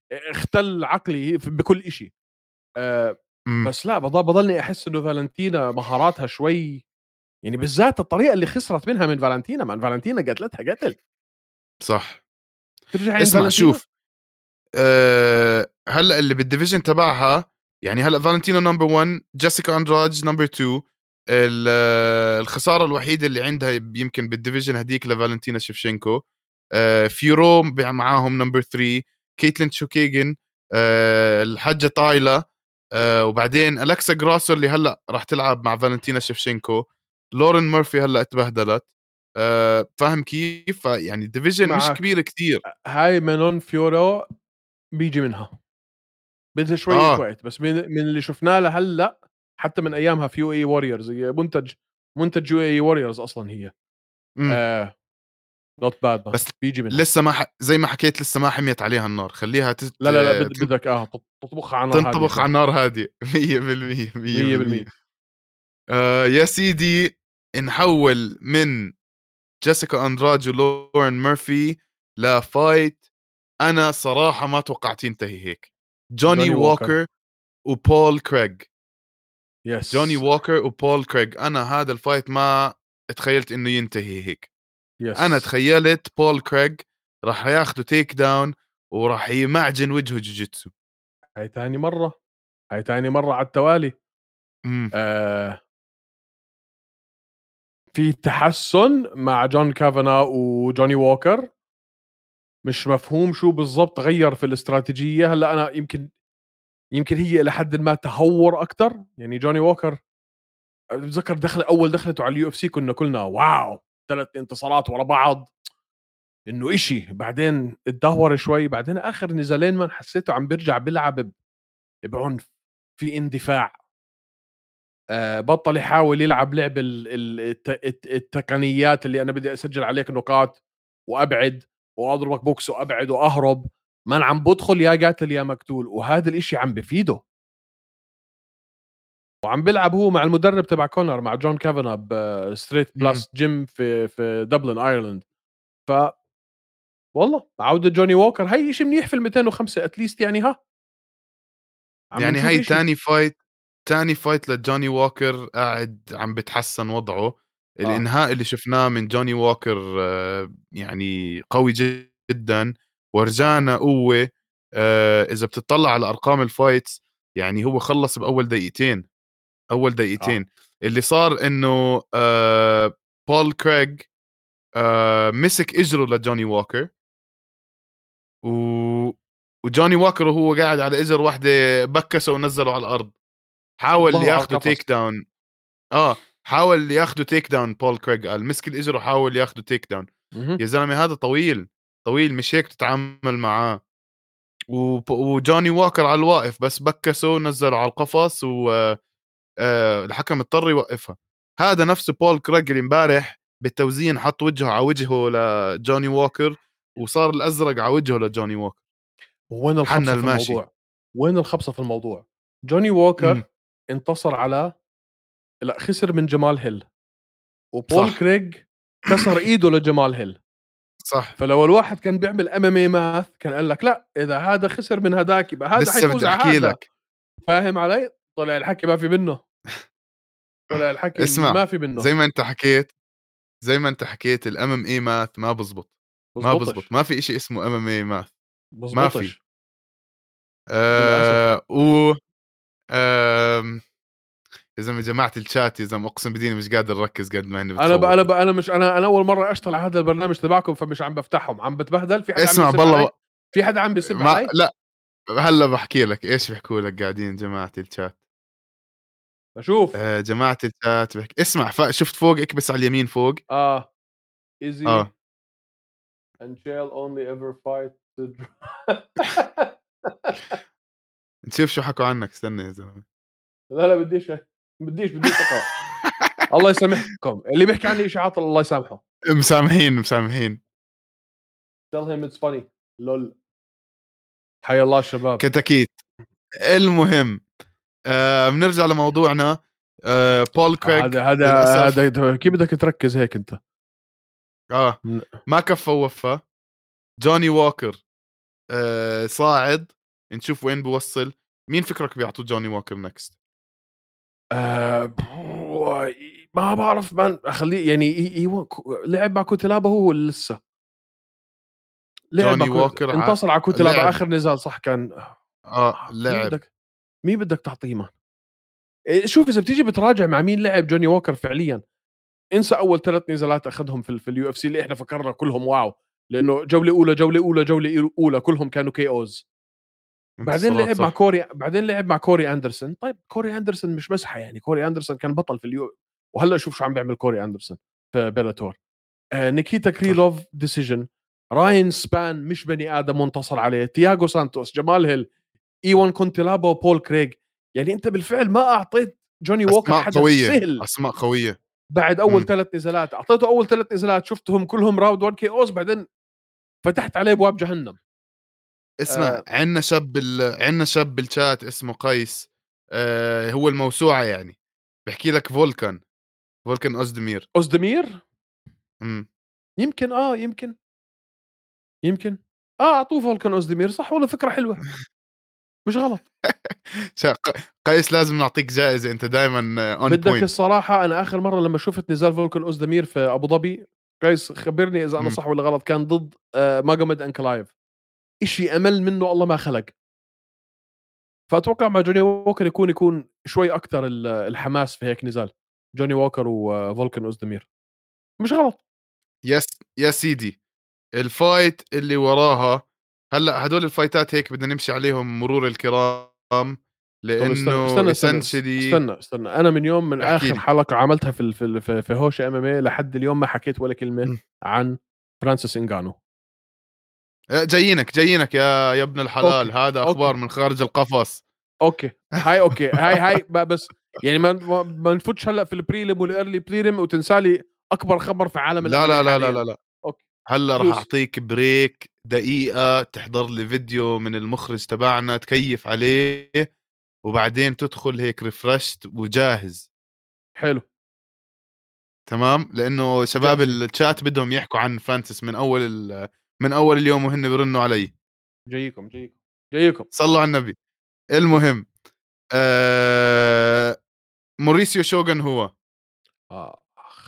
اختل عقلي بكل إشي. أه امم بس لا بضل بضلني احس انه فالنتينا مهاراتها شوي، يعني بالذات الطريقه اللي خسرت منها من فالنتينا، من فالنتينا قتلتها قتل. صح. ترجع عند اسمع فالنتينا. شوف، أه هلا اللي بالديفيجن تبعها، يعني هلا فالنتينا نمبر واحد، جيسيكا اندراج نمبر اثنين. الخساره الوحيده اللي عندها يمكن بالديفيجن هديك لفالنتينا شيفشينكو. أه فيورو معاهم نمبر ثلاثة، كيتلين شوكيجن، أه الحاجه تايلا، أه وبعدين الكسا جراسو اللي هلا راح تلعب مع فالنتينا شيفشينكو. لورين مورفي هلا اتبهدلت. أه فاهم كيف؟ يعني الديفيجن مش معك. كبير كتير. هاي مانون فيورو بيجي منها، بدها شويه اه وقت، بس من, من اللي شفناه لهلا، حتى من ايامها في يو اي ووريرز، هي منتج منتج يو اي ووريرز اصلا هي. امم آه نوت باد مان، بس بيجي منها. لسه ما ح... زي ما حكيت لسه ما حميت عليها النار، خليها تت... لا لا لا بد تن- بدك اه تط- تطبخها على نار هاديه تنطبخ على شوي. النار هادية. مية بالمية مية مية بالمية. بالمية. آه يا سيدي، نحول من جيسيكا أندراج ولورين ميرفي لفايت أنا صراحة ما توقعت ينتهي هيك. جوني جوني ووكر. ووكر وبول كريغ. جوني يس. ووكر وبول كريغ، أنا هذا الفايت ما تخيلت إنه ينتهي هيك. أنا يس. تخيلت بول كريغ راح ياخده تيك داون وراح يمعجن وجهه جوجيتسو. هاي تاني مره، هاي تاني مره على التوالي. امم آه في تحسن مع جون كافانا وجوني ووكر، مش مفهوم شو بالضبط غير في الاستراتيجيه. هلا انا يمكن يمكن هي الى حد ما تهور اكثر. يعني جوني ووكر بتذكر دخل اول دخلته على اليو اف سي كنا كلنا واو، ثلاث انتصارات ورا بعض، انه إشي. بعدين اتدهور شوي، بعدين اخر نزالين من حسيته عم بيرجع بيلعب ب- بعنف، في اندفاع. آه بطل يحاول يلعب لعب ال- ال- الت- الت- التقنيات اللي انا بدي اسجل عليك نقاط وابعد واضربك بوكس وابعد واهرب. من عم بدخل يا قاتل يا مقتول، وهذا الاشي عم بفيده. وعم بيلعب هو مع المدرب تبع كونر، مع جون كافانا بستريت امم بلس جيم في في دبلن ايرلند. ف والله عودة جوني ووكر هي شيء منيح في ال مئتين وخمسة اتليست، يعني ها عم يعني نشوف هاي إشي. تاني فايت، تاني فايت لجوني ووكر قاعد عم بتحسن وضعه. اه الإنهاء اللي شفناه من جوني ووكر آه، يعني قوي جدا، ورجعنا قوة. آه، إذا بتطلع على أرقام الفايتس، يعني هو خلص بأول دقيقتين. أول اه دقيقتين اللي صار إنه آه، بول كريغ آه، مسك إجره لجوني ووكر، و وجوني ووكر وهو قاعد على إجر واحدة بكسه ونزله على الأرض. حاول ظهره على ياخده القفص. تيك داون. اه حاول ياخده تيك داون. بول كريغ قال مسك الاجر وحاول ياخده تيك داون. مهم. يا زلمه هذا طويل، طويل مش هيك تتعامل معاه. وب- وجوني ووكر على الواقف بس بكسه ونزله على القفص، والحكم اضطر يوقفها. هذا نفسه بول كريغ اللي امبارح بالتوزيع حط وجهه على وجهه لجوني ووكر، وصار الازرق على وجهه لجوني ووكر. وين حنا الخبصة في الماشي. الموضوع؟ وين الخبصة في الموضوع؟ جوني ووكر امم انتصر على، لا خسر من جمال هيل، وبول صح. كريغ كسر ايده لجمال هيل. صح. فلو الواحد كان بيعمل ام ام اي ماث كان قال لك لا، اذا هذا خسر من هذاك يبقى هذا لسه حيفوز بدي على احكي هذا. لك. فاهم علي؟ طلع الحكي ما في منه، طلع الحكي اسمع، ما في منه. زي ما انت حكيت، زي ما انت حكيت الام ام اي ماث ما بزبط. ما بزبط، بزبطش. ما في اشي اسمه ام ام اي ماث. ما في. بزبطش للاسف. آه و آه يا زلمه جماعه الشات، يا زلمه اقسم بديني مش قادر اركز قد ما اني انا بقى انا بتصوت. بقى انا مش انا انا اول مره اشتغل على هذا البرنامج تبعكم، فمش عم بفتحهم، عم بتبهدل. في حدا عم اسمع بيسب بالله، علي؟ في حدا عم بيسب ما علي؟ لا، هلا بحكي لك ايش بيحكوا لك قاعدين جماعه الشات. بشوف. آه جماعه الشات بحكي. اسمع، ف... شفت فوق، اكبس على اليمين فوق. اه easy اه and shall only ever fight to نشوف شو حكوا عنك، استنى يا زلمه. لا لا بديش بديش بديش اقرا. الله يسامحكم اللي بيحكي عني اشاعات، الله يسامحه. مسامحين مسامحين. tell him it's funny. لول. حيا الله الشباب. كتاكيت. المهم، آه بنرجع لموضوعنا. آه بول كريغ هذا هذا للاسف هذا كيف بدك تركز هيك انت؟ اه ما كفى ووفى. جوني ووكر آه صاعد، نشوف وين بوصل. مين فكرك بيعطوه جوني ووكر نكست؟ آه ما بعرف من اخليه يعني ي- ي- لعب مع كوتلابا هو ولا لسه لعب مع جوني كو... ووكر ع... انتصر على كوتلابا لعب. اخر نزال صح كان. اه آه، مين لعب. بدك مين بدك تعطيه مان؟ إيه، شوف اذا بتيجي بتراجع مع مين لعب جوني ووكر فعليا، انسى اول ثلاث نزالات اخذهم في, في اليو اف سي اللي احنا فكرنا كلهم واو، لانه جوله اولى جوله اولى جوله اولى كلهم كانوا كي اوز. بعدين انتصارات لعب مع صح. كوري بعدين لعب مع كوري اندرسون. طيب كوري اندرسون مش مسحه يعني، كوري اندرسون كان بطل في اليو، وهلا شوف شو عم بيعمل كوري اندرسون في بيلاتور. آه نيكيتا صح. كريلوف ديسيجن. راين سبان مش بني ادم منتصر عليه. تياغو سانتوس، جمال هيل، ايوان كونتيلابا، وبول كريغ. يعني انت بالفعل ما اعطيت جوني ووكر اسماء حدث قويه، سهل. اسماء قويه. بعد اول امم ثلاث نزالات اعطيته اول ثلاث نزالات شفتهم كلهم راوند واحد كي اوز، بعدين فتحت عليه ابواب جهنم. اسمع، آه عندنا شاب بال... عندنا شاب بالشات اسمه قيس. آه هو الموسوعه يعني. بحكي لك فولكان. فولكان اوزدمير. اوزدمير امم يمكن اه يمكن يمكن اه اعطوه فولكان اوزدمير صح، والله فكره حلوه مش غلط. شا- ق- قيس لازم نعطيك جائزه، انت دائما اون بدك بوينت. الصراحه انا اخر مره لما شفت نزال فولكان اوزدمير في ابو ظبي، كويس خبرني اذا انا صح ولا غلط، كان ضد آه ماجومد انكلايف، اشي امل منه الله ما خلق. فاتوقع مع جوني ووكر يكون يكون شوي اكثر الحماس في هيك نزال، جوني ووكر وفولكان اوزدمير مش غلط. يس يا سيدي. الفايت اللي وراها. هلا هدول الفايتات هيك بدنا نمشي عليهم مرور الكرام. طب استنى لانه استنى استنى essentially. استنى استنى انا من يوم من احكي اخر لي. حلقه عملتها في ال- في ال- في في هوش ام ام اي لحد اليوم ما حكيت ولا كلمه مم. عن فرانسيس انغانو. آه، جايينك جايينك يا يا ابن اوكي الحلال، هذا اوكي اخبار من خارج القفص. اوكي هاي اوكي هاي هاي ب- بس يعني ما ما ما نفوتش هلا في البريلم والايرلي بريلم وتنسى لي اكبر خبر في عالم الام لا ام اي لا لا لا حاليا. لا لا. اوكي هلا راح دوس. اعطيك بريك دقيقة تحضر لي فيديو من المخرج تبعنا تكيف عليه. وبعدين تدخل هيك ريفرشت وجاهز. حلو. تمام، لانه شباب جاهزين. الشات بدهم يحكوا عن فرانسيس من اول ال- من اول اليوم وهن بيرنوا علي. جايكم جايكم جايكم. صلوا على النبي. المهم. آه موريسيو شوغن هو. آه.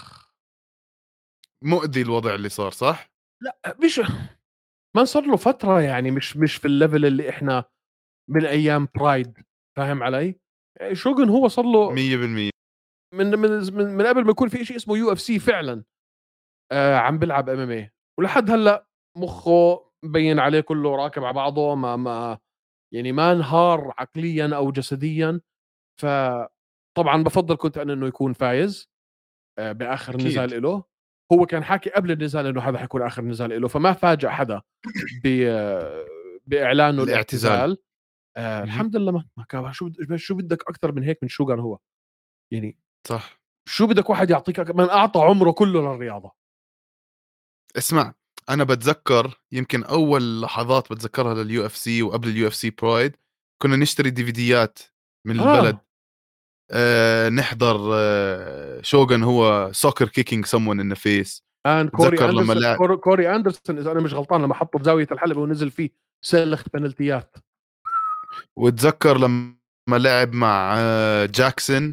مؤذي الوضع اللي صار صح. لا مش ما صار له فتره يعني، مش مش في الليفل اللي احنا من ايام برايد، فاهم علي؟ شوغن هو صار له مية بالمية. من من من, من قبل ما يكون في شيء اسمه يو اف سي فعلا. آه عم بيلعب ام ام اي ولحد هلا مخه مبين عليه كله راكب على بعضه، ما ما يعني ما انهار عقليا او جسديا. فطبعا بفضل كنت انا انه يكون فايز آه باخر اكيد. نزال له. هو كان حاكي قبل النزال انه هذا حيكون اخر نزال له، فما فاجأ حدا ب آه، باعلانه الاعتزال. الاعتزال. آه مهم. الحمد لله. ما ما كان شو بد- شو بدك اكثر من هيك من شوغان هو يعني؟ صح. شو بدك واحد يعطيك أك- من اعطى عمره كله للرياضه. اسمع، انا بتذكر يمكن اول لحظات بتذكرها لليو اف سي وقبل اليو اف سي برايد. كنا نشتري ديفيديات من البلد. اه آه نحضر آه شوغن هو سوكر كيكينج someone in the face. ان كوري بتذكر لما اندرسون لعب. كوري, كوري اندرسون اذا انا مش غلطان لما حطه بزاويه الحلبه ونزل فيه سلخت بنالتيات. وتذكر لما لعب مع آه جاكسون.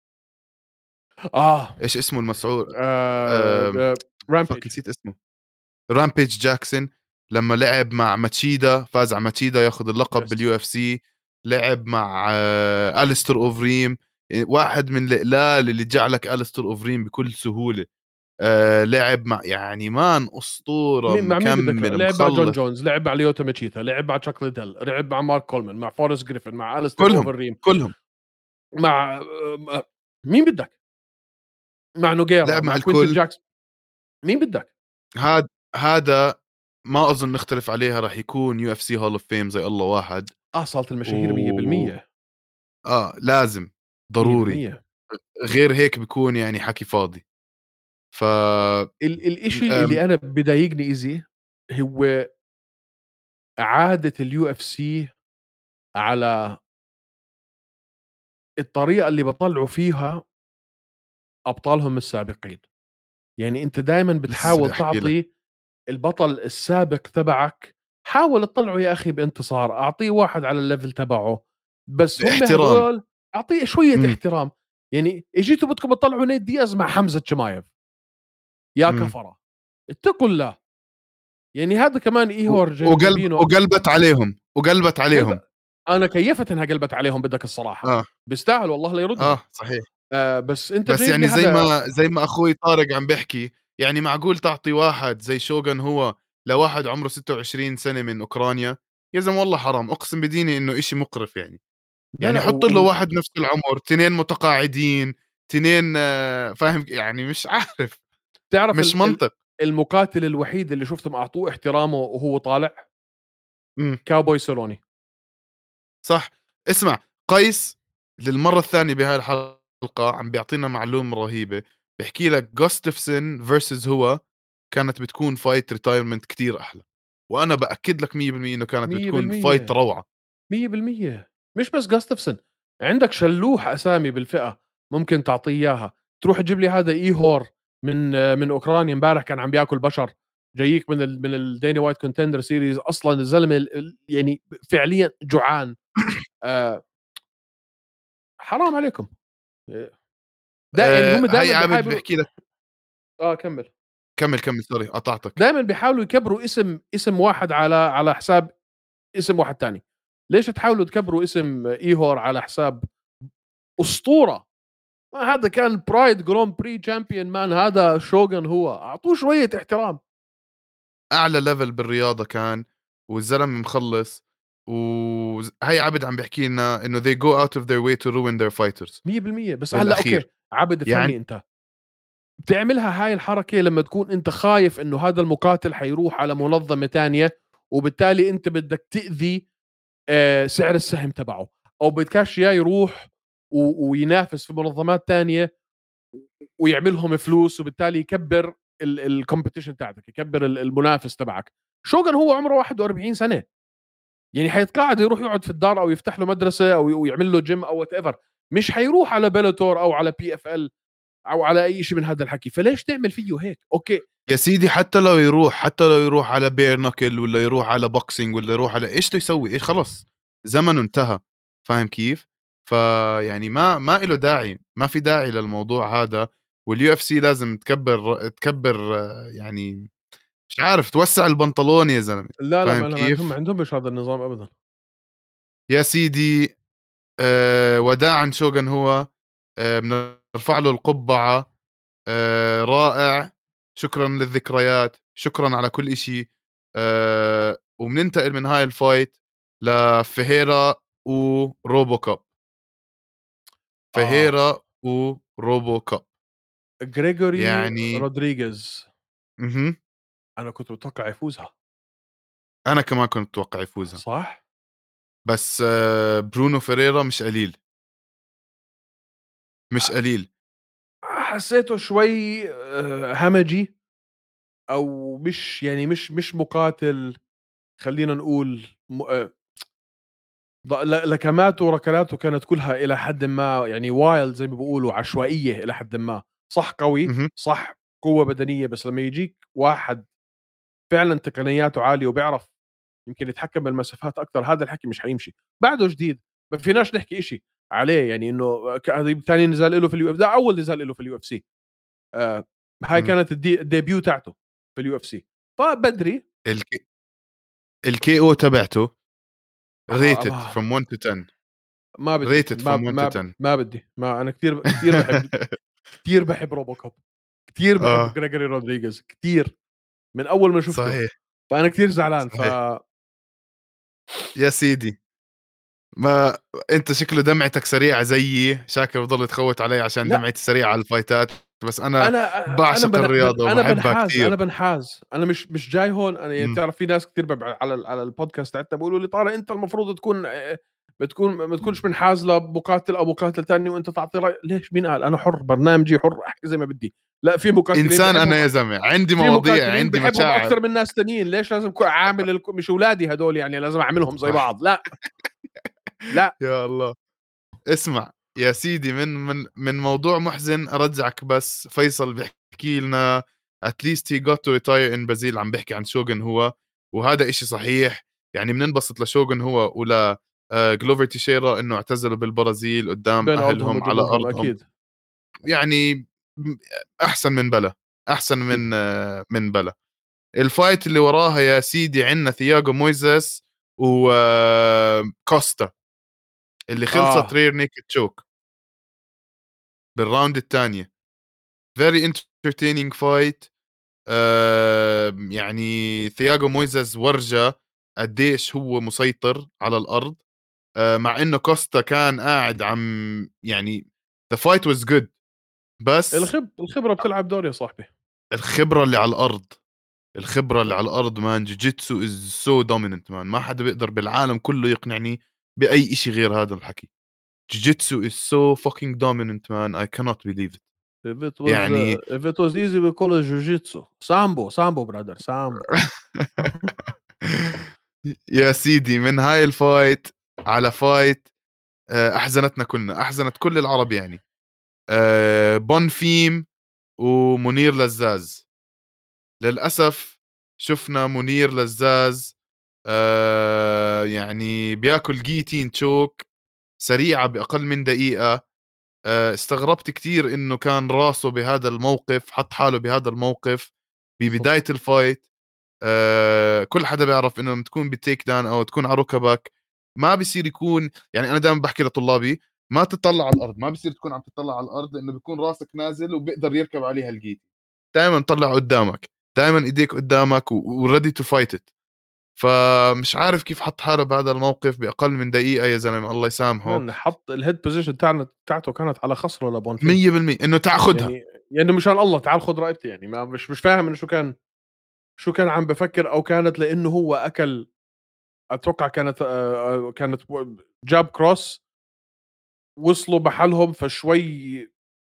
اه, ايش اسمه المسعود؟ آه. آه آه. فك رامبيج. نسيت اسمه. رامبيج جاكسون. لما لعب مع ماتشيدا فاز على ماتشيدا ياخذ اللقب يس. باليو اف سي. لعب مع آه اليستر اوفريم. واحد من القلال اللي جعلك اليستر اوفريم بكل سهوله. آه لعب مع يعني مان اسطوره مين مع مين بدك؟ مكمل لعب مع جون مخلص. جونز، لعب مع ليوتا ماتشيتا، لعب مع تشاك ليدل، لعب مع مارك كولمان، مع فورست جريفن، مع الستر كلهم اوفرريم، كلهم. مع آه، مين بدك؟ مع نوغيرا، لعب مع مع كوينتن الكل. جاكسون. مين بدك؟ هذا هذا ما اظن نختلف عليها، راح يكون يو اف سي هول اوف فيم زي الله واحد. اه صالة المشاهير و مية بالمية. اه لازم. ضروري. مية بالمية. غير هيك بيكون يعني حكي فاضي. ف ال الإشي أم... اللي أنا بضايقني إيزي هو إعادة اليو اف سي على الطريقة اللي بطلعوا فيها أبطالهم السابقين. يعني أنت دائما لسه بدي بتحاول احكي لك. تعطي البطل السابق تبعك حاول تطلعه يا اخي بانتصار، اعطيه واحد على الليفل تبعه، بس هم احترام. هدول اعطيه شويه امم احترام. يعني اجيتوا بدكم تطلعوا نيت دياز مع حمزه شمايف، يا امم كفره، اتقوا الله. يعني هذا كمان ايهور وقلب جايبينه. وقلبت عليهم وقلبت عليهم. قلب، انا كيفت انها قلبت عليهم بدك الصراحه، اه بيستاهل والله لا يردهم. اه صحيح. آه بس انت بس جايب لي يعني زي هذا. ما زي ما اخوي طارق عم بيحكي، يعني معقول تعطي واحد زي شوغن هو لواحد عمره ستة وعشرين سنة من اوكرانيا؟ يا زلمه والله حرام، اقسم بديني انه اشي مقرف يعني. لا يعني لا حط له و... واحد نفس العمر، تنين متقاعدين، تنين آه، فاهم يعني، مش عارف. تعرف مش ال... ال- منطق. المقاتل الوحيد اللي شفتهم اعطوه احترامه وهو طالع امم كاوبوي سولوني. صح. اسمع، قيس للمرة الثانية بهاي الحلقة عم بيعطينا معلومة رهيبة. بحكي لك جوستفسون فيرسز هو كانت بتكون فايت ريتايرمنت كتير أحلى، وأنا بأكد لك مية بالمية إنه كانت بتكون فايت مية بالمية. روعة. مية بالمية. مش بس جاستفسون، عندك شلوح اسامي بالفئه ممكن تعطيه اياها. تروح تجيب لي هذا ايهور من من اوكرانيا، امبارح كان عم بياكل بشر، جاييك من ال من الديني وايت كونتندر سيريز، اصلا الزلمه ال- ال- يعني فعليا جوعان. آه حرام عليكم. دا يعني أه هم هاي دائما عابد بيحاولوا. بحكي لك. اه كمل. كمل كمل، سوري قطعتك. دائما بيحاولوا يكبروا اسم اسم واحد على على حساب اسم واحد تاني. ليش تحاولوا تكبروا اسم ايهور على حساب اسطوره؟ ما هذا كان برايد جرون بري تشامبيون مان، هذا شوغن، هو اعطوه شويه احترام. أعلى ليفل بالرياضة كان، والزلمة مخلص. وهي عبد عم بيحكي لنا إنه they go out of their way to ruin their fighters مية بالمية. بس هلا اوكي بالأخير. عبد افهمني يعني انت، بتعملها هاي الحركه لما تكون انت خايف انه هذا المقاتل حيروح على منظمه تانية، وبالتالي انت بدك تاذي آه، سعر السهم تبعه، او بدكاش اياه يروح و- وينافس في منظمات تانية ويعملهم فلوس، وبالتالي يكبر الكومبيتيشن تاعتك، يكبر ال- المنافس تبعك. شوغن هو عمره واحد وأربعين سنه، يعني حيتقاعد يروح يقعد في الدار او يفتح له مدرسه او يعمل له جيم او وات ايفر. مش حيروح على بيلاتور او على بي اف ال او على اي شيء من هذا الحكي. فليش تعمل فيه هيك؟ اوكي. يا سيدي، حتى لو يروح حتى لو يروح على بير نكل، ولا يروح على بوكسينج، ولا يروح على ايش بده يسوي، ايش خلص زمنه انتهى. فاهم كيف؟ فيعني ما ما له داعي، ما في داعي للموضوع هذا. واليو اف سي لازم تكبر تكبر آه، يعني مش عارف، توسع البنطلون يا زلمه. لا لا فاهم ما ما عندهم ما كيف؟ عندهم مش هذا النظام ابدا. يا سيدي، آه وداعا شوغن هو، آه بنرفع له القبعه. آه رائع. شكرا للذكريات، شكرا على كل إشي. آه وبننتقل من هاي الفايت لفيهيرا وروبو كاب. اه فيهيرا وروبو كاب. جريجوري يعني رودريغيز، مهم. انا كنت متوقع يفوزها. انا كمان كنت اتوقع يفوزها، صح. بس آه برونو فيريرا مش قليل، مش قليل. حسيته شوي آه، همجي، او مش يعني مش مش مقاتل. خلينا نقول م... آه، ض- ل- لكماته وركلاته كانت كلها الى حد ما يعني وايلد، زي ما بيقولوا عشوائيه الى حد ما. صح قوي، مهم. صح قوه بدنيه، بس لما يجيك واحد فعلا تقنياته عاليه وبيعرف يمكن يتحكم بالمسافات اكثر، هذا الحكي مش حيمشي. بعده جديد، ما فيناش نحكي إشي عليه. يعني انه ك- هذا ثاني نزال له في اليو اف، ده اول نزال له في اليو اف سي. آه هاي مم. كانت الدي... الديبيو تاعته في اليو اف سي، فبدري. الكي الكي او تبعته آه rated ما, from one to ten. ما بدي rated ما from one to ما ب... ten. ما بدي ما انا كثير كثير بحب كثير بحب روبو كوب، كثير بحب اه جريجوري رودريغيز كثير من اول ما شفته. صحيح فانا كثير زعلان. ف صحيح. يا سيدي، ما انت شكله دمعتك سريعة زيي، شاكر بضل يتخوت علي عشان لا دمعتي سريعة على الفايتات. بس انا انا انا بعشق بن... بن... الرياضة انا وبحبها بنحاز كثير. انا بنحاز انا مش مش جاي هون. انا يعني مم. بتعرف في ناس كثير ببع... على ال- على البودكاست تاعتنا بيقولوا لي طارق انت المفروض تكون آه، بتكون ما تكونش منحاز لمقاتل او مقاتل ثاني وانت تعطي راي. ليش؟ مين قال؟ انا حر، برنامجي حر، احكي زي ما بدي. لا، في مقاتلين انسان بحبهم، انا يا زلمة، عندي في مواضيع، مقاتلين عندي بحبهم مشاعر. اكثر من ناس تانيين. ليش لازم كو- عامل الك... مش اولادي هدول يعني لازم اعملهم زي صح. بعض؟ لا لا. يا الله. اسمع يا سيدي، من من من موضوع محزن ارجعك. بس فيصل بيحكي لنا at least he got to retire in Brazil. عم بحكي عن شوغن هو، وهذا إشي صحيح. يعني بننبسط لشوغن هو ولا آه جلوفر تيشيرا إنه اعتزلوا بالبرازيل قدام بين ارضهم أهلهم على وجمهورهم أرضهم. اكيد. يعني أحسن من بلا، أحسن من آه من بلا. الفايت اللي وراها يا سيدي عندنا ثياغو مويزيس وكوستا اللي خلصت اه رير نيكد تشوك بالراوند الثانية. very entertaining fight. آه يعني ثياغو مويزيس ورجى قديش هو مسيطر على الأرض. آه مع إنه كوستا كان قاعد عم يعني the fight was good، بس الخب الخبره بتلعب دور يا صاحبي. الخبرة اللي على الأرض، الخبرة اللي على الأرض مان، جوجيتسو is so dominant مان. ما حدا بيقدر بالعالم كله يقنعني بأي إشي غير هذا الحكي. جوجيتسو is so fucking dominant man, I cannot believe it. if it was يعني uh, if it was easy we call it jiu-jitsu. سامبو سامبو برادر سامبو. يا سيدي من هاي الفايت على فايت آه، أحزنتنا كلنا، أحزنت كل العرب يعني. آه، بونفيم ومنير لزاز. للأسف شفنا منير لزاز آه، يعني بياكل جيتين تشوك سريعة بأقل من دقيقة. آه، استغربت كتير إنه كان راسه بهذا الموقف، حط حاله بهذا الموقف ببداية الفايت. آه، كل حدا بيعرف إنه لما تكون بالتيك داون أو تكون على ركبك ما بيصير يكون، يعني أنا دائما بحكي لطلابي ما تطلع على الأرض، ما بيصير تكون عم تطلع على الأرض لأنه بيكون راسك نازل وبيقدر يركب عليها الجيت. دائما طلع قدامك، دائما إيديك قدامك وريدي تو فايت ات. فمش عارف كيف حط حاله بهذا الموقف بأقل من دقيقة يا زلمة، الله يسامحه. من حط الهيد بوزيشن تاعنا تاعته كانت على خصره لبون فيم. مية بالمية إنه تاخدها. يعني يعني مشان الله تعال خذ رقبتي يعني ما مش مش فاهم انه شو كان شو كان عم بفكر او كانت لانه هو اكل. اتوقع كانت آه، آه، كانت جاب كروس وصلوا محلهم فشوي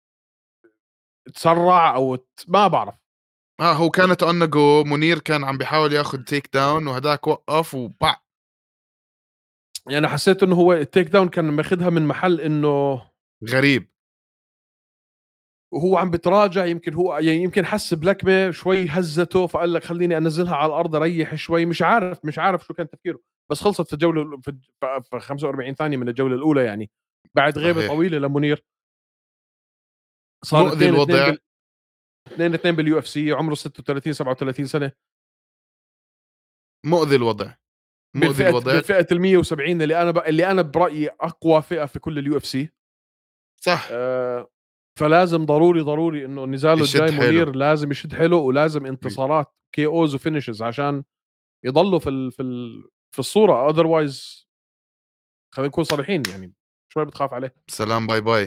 تسرع او ت- ما بعرف. اه هو كانت اون جو، منير كان عم بيحاول ياخذ تيك داون وهداك وقف وبع. يعني حسيت انه هو التيك داون كان ماخذها من محل انه غريب. وهو عم بتراجع. يمكن هو يعني يمكن حس بلكمه شوي هزته فقال لك خليني انزلها على الارض اريح شوي. مش عارف مش عارف شو كان تفكيره. بس خلصت في الجوله في في خمسة وأربعين ثانيه من الجوله الاولى يعني بعد غيبه صحيح. طويله لمنير. صار مؤذي اثنين اثنين الوضع. بال اثنين اثنين باليو اف سي. عمره ستة وثلاثين سبعة وثلاثين سنه مؤذي الوضع. مؤذي بالفئه الوضع. بالفئه ال مية وسبعين اللي انا ب... اللي انا برايي اقوى فئه في كل اليو اف سي. صح. آه فلازم ضروري ضروري انه نزاله يشد الجاي حيله. منير لازم يشد حيله ولازم انتصارات كي اوز وفينيشز عشان يضلوا في ال في ال في الصوره. اذروايز خلينا نكون صريحين يعني شوي بتخاف عليه. سلام باي باي.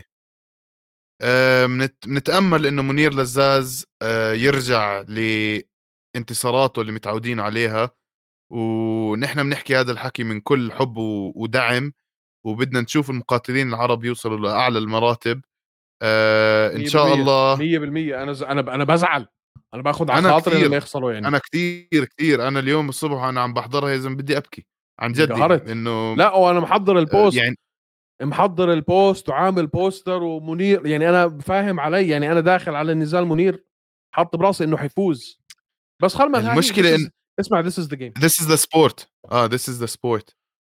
آه منت... نتأمل انه منير لزاز آه يرجع لانتصاراته اللي متعودين عليها، ونحن بنحكي هذا الحكي من كل حب و... ودعم، وبدنا نشوف المقاتلين العرب يوصلوا لأعلى المراتب آه إن شاء مية بالمية الله. مية بالمية انا ز... انا ب... انا بزعل. انا باخذ على أنا خاطري لما كثير يخسروا يعني. أنا كثير كثير أنا اليوم الصبح أنا عم بحضرها يا زلمة بدي أبكي عن جد، يعني انقهرت. إنه لا وانا محضر آه، البوست. يعني محضر البوست وعامل بوستر ومنير يعني انا فاهم علي. يعني انا داخل على النزال منير حط براسي انه حيفوز. بس خلص ها هي this المشكلة is إن اسمع this is the game. this is the sport. آه this is the sport.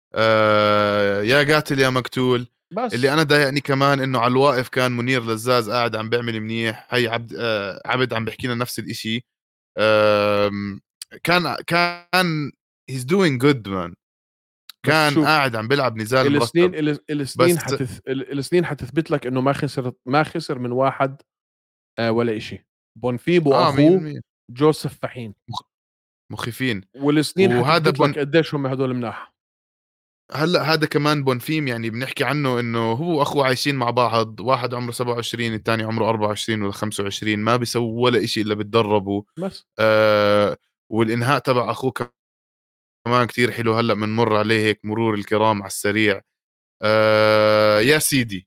آه يا قاتل يا مقتول. اللي بس أنا ضايقني كمان إنه على الواقف كان منير لزاز قاعد عم بيعمل منيح. هي عبد آه عبد عم بيحكي لنا نفس الإشي. آم، كان كان he's doing good man. بس كان شوف قاعد عم بيلعب نزال السنين مرتب. ال- السنين بس حتث... ال- السنين حتثبت لك انه ما خسر ما خسر من واحد آه ولا إشي. بونفيب اه واخوه مية بالمية جوزيف فحين. مخ- مخيفين. والسنين وهذا حتثبت بون لك قديش هم هدول مناح. هلا هذا كمان بونفيم يعني بنحكي عنه انه هو واخوه عايشين مع بعض، واحد عمره سبعة وعشرين الثاني عمره أربعة وعشرين ولا خمسة وعشرين، ما بيسووا ولا إشي الا بتدربوا. بس آه والانهاء تبع اخوه كمان كتير حلو. هلا بنمر عليه هيك مرور الكرام على السريع. آه يا سيدي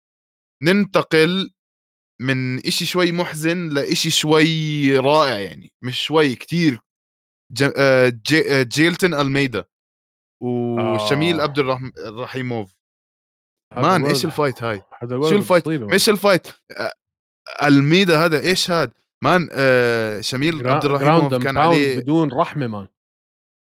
ننتقل من إشي شوي محزن لإشي شوي رائع، يعني مش شوي كتير. ج... آه، جي... آه، جيلتن ألميدا وشميل اه عبد الرحم... الرحيموف. هذا مان ايش الولد الفايت هاي؟ هذا شو الولد الفايت؟ مصيبه مان. مش الفايت آه، ألميدا هذا ايش هاد؟ مان آه شميل عبد جراوند الرحيموف اند كان باوند عليه. بدون رحمه مان.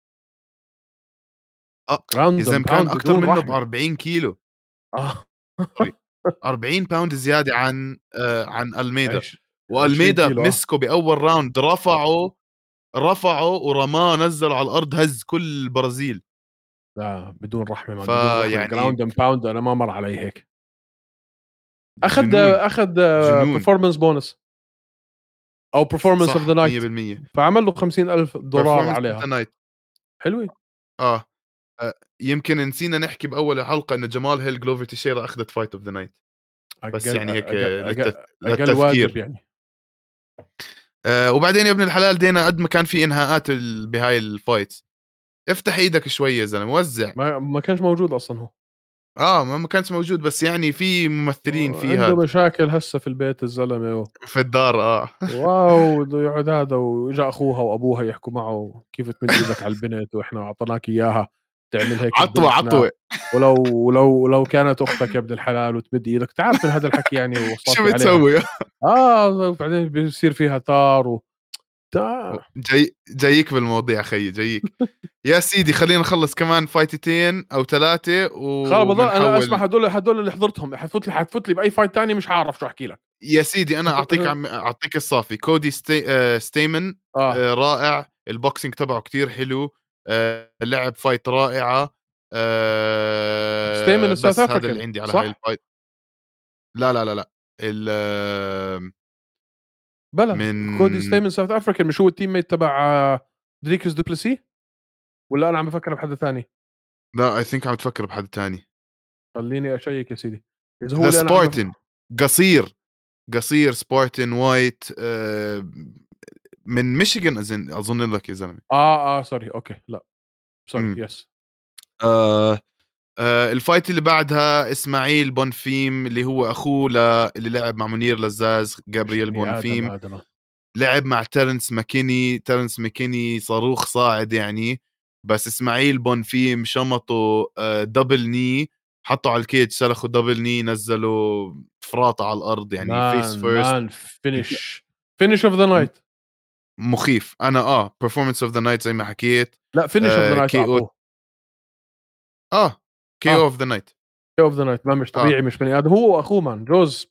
اه يا ground and زلمه كان pound اكتر بدون منه رحمة. بأربعين كيلو. آه. سوري، أربعين باوند زياده عن آه عن الميدا. عش عشرين والميدا كيلو آه. مسكه باول راوند، رفعه رفعه ورماه، نزله على الارض، هز كل البرازيل. لا بدون رحمة man بدون رحمة فيعني ground and pound أنا ما مَر علي هيك. أخد جنون، أخد جنون. performance bonus أو performance of the صح night، مية بالمية. فعمل له خمسين ألف دولار performance of عليها. the night. حلوة. آه. آه، يمكن نسينا نحكي بأول الحلقة إنه جمال هيل جلوفر تيشيرا أخذت fight of the night. بس أقل يعني هيك أقل آه، أقل للت... أقل واجب للتذكير. يعني. آه وبعدين يا ابن الحلال دينا قد ما كان في إنهاءات ال... بهاي الفايتس، افتح إيدك شوي يا زلمة، وزع. ما ما كانش موجود أصلًا هو. آه ما ما كانش موجود، بس يعني في ممثلين آه، في عنده هاد مشاكل هسه في البيت الزلمة و في الدار. آه واو بده يقعد هذا وإجا أخوها وأبوها يحكوا معه كيف تمد إيدك على البنت وإحنا أعطيناك إياها تعمل هيك عطوة ببنتنا، عطوة. ولو ولو لو كانت أختك يا ابن الحلال وتمد إيدك، أنت عارف من هذا الحكي يعني شو وصافي عليها. بتسوي؟ آه وبعدين بيصير فيها ثار و تا جاي جايك بالمواضيع خيي، جايك. يا سيدي خلينا نخلص كمان فايتتين او ثلاثة خلص بضل أنا أسمع وبنحول. هدول هدول اللي حضرتهم، حتفوت لي حتفوت لي بأي فايت تاني مش هاعرف شو أحكي لك. يا سيدي انا اعطيك عم اعطيك الصافي. كودي ستي... آه ستيمن آه آه رائع، البوكسينج تبعه كتير حلو، آه لعب فايت رائعة. ستيمن آه الساوث بس هذا أفريكان اللي عندي على هاي صح؟ الفايت. لا لا لا لا ال آه، بلى كودي من ستيمن ساوث أفريكان مش هو التيم ميت تبع دريكس دوبلسي؟ والّا أنا عم بافكر بحدا تاني؟ لا اي ثينك عم تفكر بحد تاني. خلّيني أشيّك يا سيدي، إذا هو ذا اللي أنا عم بف سبارتن، قصير، قصير سبارتن وايت، آه من ميشيغان أظن أظن لك يا زلمة. آه، آه sorry أوكي لأ sorry إمم. yes. آآ آآ الفايت اللي بعدها إسماعيل بونفيم اللي هو أخوه ل اللي لعب مع منير لزاز، مش جابرييل بني آدم بونفيم. هذا ما لعب مع تيرنس ماكيني، تيرنس ماكيني صاروخ صاعد يعني، بس إسماعيل بونفيم شمطه آآ double knee، حطّه على الcage سلخه double knee، نزّله فراطة على الأرض يعني face man first. man finish finish of the م night. مخيف. أنا آه performance of the night زي ما حكيت. لأ finish of the آآ night كي أو. أعطوه. آه آه كي أو of the night. KO of the night man مش آه طبيعي مش بني آدم هو وأخوه man جوز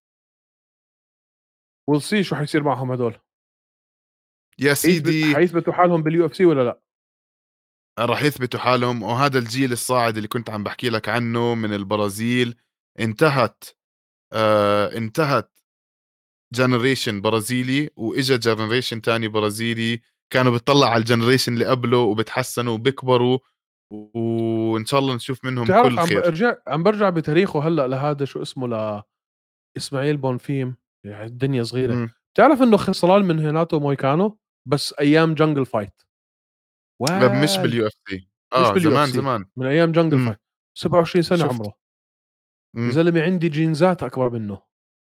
we'll see شو حيصير معهم هدول. يا حيثبت سيدي حيثبتوا حالهم باليو اف سي والّا لأ؟ راح يثبتوا حالهم. وهذا الجيل الصاعد اللي كنت عم باحكي لك عنه من البرازيل انتهت. آه انتهت جنريشن برازيلي، واجا جنريشن تاني برازيلي كانوا بتطلع على الجنريشن اللي قبله وبتحسنوا وبيكبروا، وان شاء الله نشوف منهم بتعرف كل عم خير. بارجع عم بارجع بتاريخه هلأ لهذا شو اسمه لإسماعيل بونفيم، يعني الدنيا صغيرة. مم. بتعرف إنه خسران من هيناتو مويكانو بس أيام jungle fight. مش وال باليو اف سي، مش اه باليو اف زمان سي زمان. من أيام jungle امم fight. سبعة وعشرين سنة شفت. عمره. يا مم. زلمة عندي جينزات أكبر منه.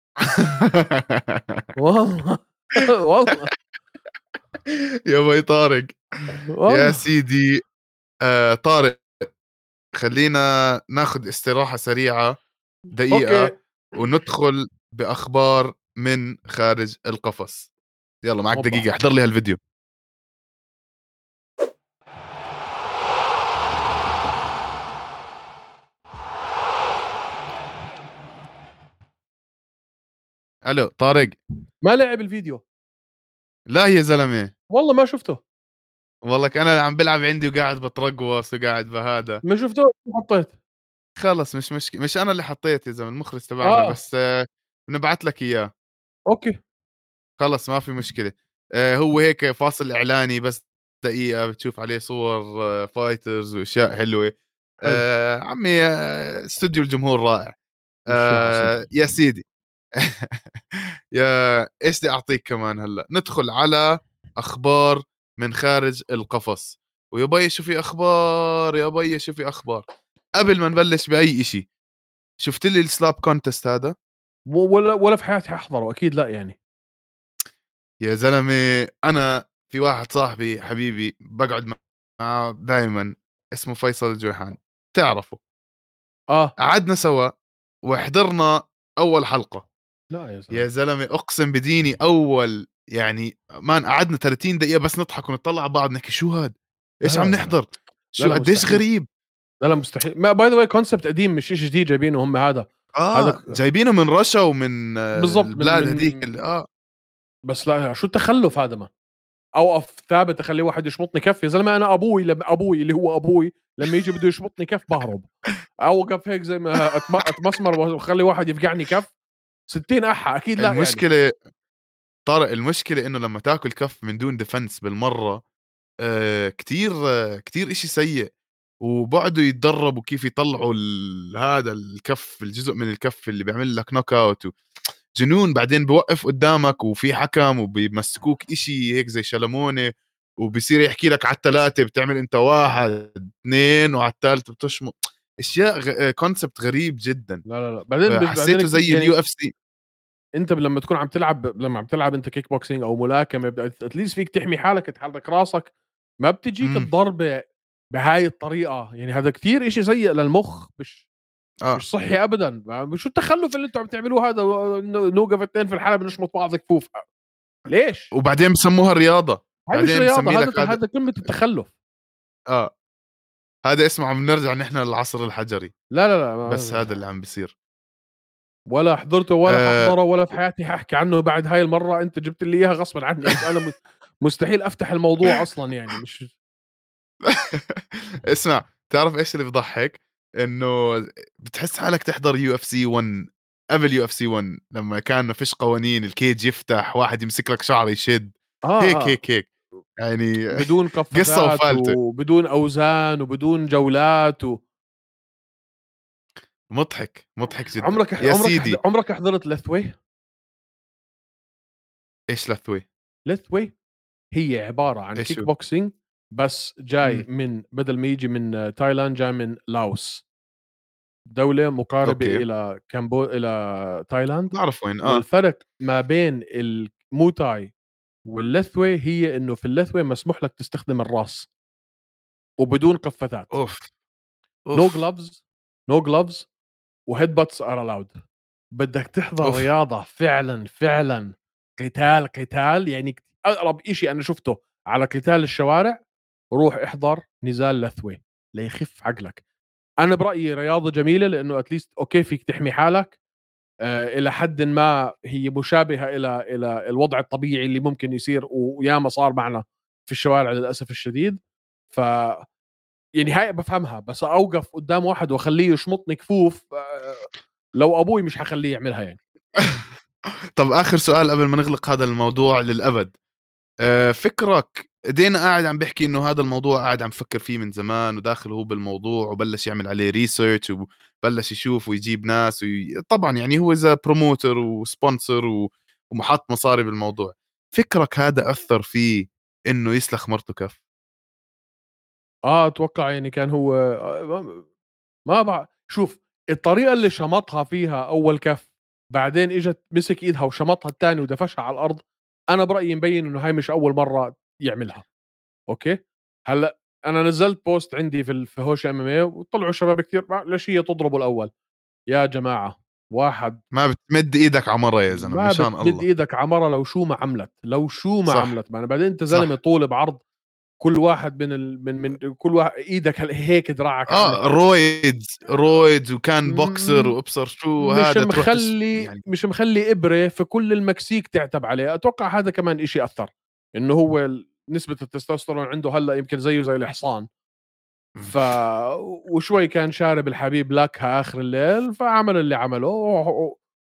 والله والله يا باي طارق. يا والله. سيدي آه طارق، خلّينا ناخُد استراحة سريعة أوكي. دقيقة وندخُل بأخبار من خارج القفص. يالّا معاك هوبا. دقيقة، احضر لي هالفيديو. ألو طارق. ما لعب الفيديو. لا يا زلمة، والله ما شفته. والله أنا عم بالعب عندي وقاعد باترقوص وقاعد بهذا. ما شفتوش حطيت. خلص مش مشك مش أنا اللي حطّيت يا زلمة، المُخرج تبعنا، آه بس بنبعت لك إياه. أوكي. خلص ما في مشكلة. آآ هو هيك فاصل إعلاني بس دقيقة، بتشوف عليه صور fighters وأشياء حلوة. حلو. آآ عمي آه، استوديو الجمهور رائع. مشيها حسن. آآ يا سيدي يا إيش بدي أعطيك كمان هلّأ، ندخل على أخبار من خارج القفص. ويا بيي شو في أخبار، يا بيي شو في أخبار. قبل ما نبلش بأي إشي، شُفت لي الslap contest هذا؟ و ولا ولا في حياتي حاحضره أكيد لأ يعني. يا زلمة أنا في واحد صاحبي حبيبي باقعد معاه دايمًا اسمه فيصل الجويحاني، بتعرفه. آه. قعدنا سوا وحضرنا أول حلقة. لأ يا يا زلمة. زلمة أقسم بديني أول يعني مان قعدنا ثلاثين دقيقة بس نضحك ونطلّع على بعض نحكي شو هاد؟ لا، إيش لا، عم لا، لا. نحضر؟ لا، شو لأ قديش مستحيل. غريب. لا لا مستحيل. ما باي ذا واي كونسبت قديم مش شيء جديد جايبينه هم. هذا هذا اه جايبينه من رشا ومن آه، بالضبط من البلاد هذيك من اه. بس لا شو التخلف هذا؟ ما اوقف ثابت اخلي واحد يشمطني كف يا زلمه. انا ابوي لما ابوي اللي هو ابوي لما يجي بده يشمطني كف بهرب. اوقف هيك زي ما أتم- اتمسمر واخلي واحد يفقعني كف ستين احا اكيد لا يعني. المشكله طارق، المشكله انه لما تاكل كف من دون ديفنس بالمره آه كتير آه كتير اشي سيء. وبعدوا يتدربوا كيف يطلعوا ال- هذا الكف، الجزء من الكف اللي بيعمل لك نوك اوت جنون. بعدين بوقف قدامك وفي حكم وبيمسكوك اشي هيك زي شلمونة، وبصير يحكي لك على الثلاثة بتعمل انت واحد اثنين وعلى الثالثة بتشمط. اشياء غ... كونسبت غريب جدا. لا لا لا بعدين آه، بعدين حسيته كتير زي اليو يعني. اف سي. انت لما تكون عم تلعب لما عم تلعب انت كيك بوكسينج او ملاكمه اتليست فيك تحمي حالك تحرك راسك. ما بتجيك امم الضربه بهاي الطريقه يعني. هذا كثير اشي سيء للمخ. مش اه مش صحي ابدا. شو التخلف اللي انتم عم تعملوه هذا؟ نوقف اثنين في الحلبة نشمط بعض كفوف. ليش؟ وبعدين بسموها الرياضة. هاي مش بعدين رياضه. بسمي هذا لك هذا هذا قمه التخلف. اه هذا اسمه عم نرجع نحن للعصر الحجري. لا لا لا بس هذا ما- اللي عم بيصير. ولا حضرته ولا آه ححضره ولا في حياتي ححكي عنه بعد هاي المره. انت جبت لي اياها غصبا عني. بس انا م- مستحيل افتح الموضوع اصلا يعني. مش اسمع، تعرف ايش اللي بضحك؟ انه بتحس حالك تحضر يو اف سي واحد قبل يو اف سي واحد لما كان ما فيش قوانين، الكيج يفتح واحد يمسك لك شعر يشد اه هيك اه هيك هيك يعني. بدون قصة قفازات وفالتة. وبدون اوزان وبدون جولات و... مضحك مضحك جدا عمرك يا عمرك حد... سيدي. عمرك حضرت لثوي؟ ايش لثوي؟ لثوي هي عباره عن ايش كيك هو؟ بوكسينج بس جاي امم من بدل ما يجي من تايلاند جاي من لاوس. دولة مقاربة اوكي إلى كامبو إلى تايلاند. بعرف وين اه. والفرق ما بين الموتاي واللثوي هي إنه في اللثوي مسموح لك تستخدم الراس وبدون قفازات. اوف نو اوف جلوفز نو جلوفز وهيد باتس ار الاود. بدك تحضر اوف رياضة فعلا فعلا قتال قتال يعني. أقرب إشي أنا شفته على قتال الشوارع روح احضر نزال لثوي ليخف عقلك. أنا برأيي رياضة جميلة لأنه أتليست أوكي فيك تحمي حالك آه، إلى حد ما. هي مشابهة إلى إلى الوضع الطبيعي اللي ممكن يصير وياما صار معنا في الشوارع للأسف الشديد. ف يعني هاي بفهمها. بس أوقف قدام واحد وأخليه يشمطني كفوف آه، لو أبوي مش حخليه يعملها يعني. طب اخر سؤال قبل ما نغلق هذا الموضوع للابد. آه، فكرك دينا قاعد عم بيحكي انه هذا الموضوع قاعد عم فكر فيه من زمان وداخل هو بالموضوع وبلش يعمل عليه ريسيرش وبلش يشوف ويجيب ناس وي... طبعا يعني هو اذا بروموتر وسبونسر و... ومحط مصاري بالموضوع. فكرك هذا اثر فيه انه يسلخ مرته كف؟ آه أتوقع يعني كان هو آه، ما بع شوف الطريقة اللي شمطها فيها أول كف بعدين إجت مسك إيدها وشمطها التاني ودفشها على الأرض. أنا برأيي مبين إنه هاي مش أول مرة يعملها. أوكي. هلا انا نزلت بوست عندي في ال- في هوش ام ام اي وطلعوا شباب كثير "ما- ليش هي تضربه الاول يا جماعه؟ واحد ما بتمد ايدك على مره يا زلمه ما مشان بتمد الله. ايدك عمره لو شو ما عملت لو شو ما صح عملت. معنا بعدين انت زلمه صح. طول بعرض. كل واحد من ال... من من كل واحد ايدك هل- هيك دراعك عامل. اه رويدز رويدز وكان بوكسر م- وابصر شو مش هذا تروح تس مخلي يعني. مش مخلي ابره في كل المكسيك تعتب عليه. اتوقع هذا كمان إشي اثر انه هو ال- نسبه التستوستيرون عنده هلا يمكن زيه زي الحصان. ف وشوي كان شارب الحبيب لكها آخر الليل فعمل اللي عمله و...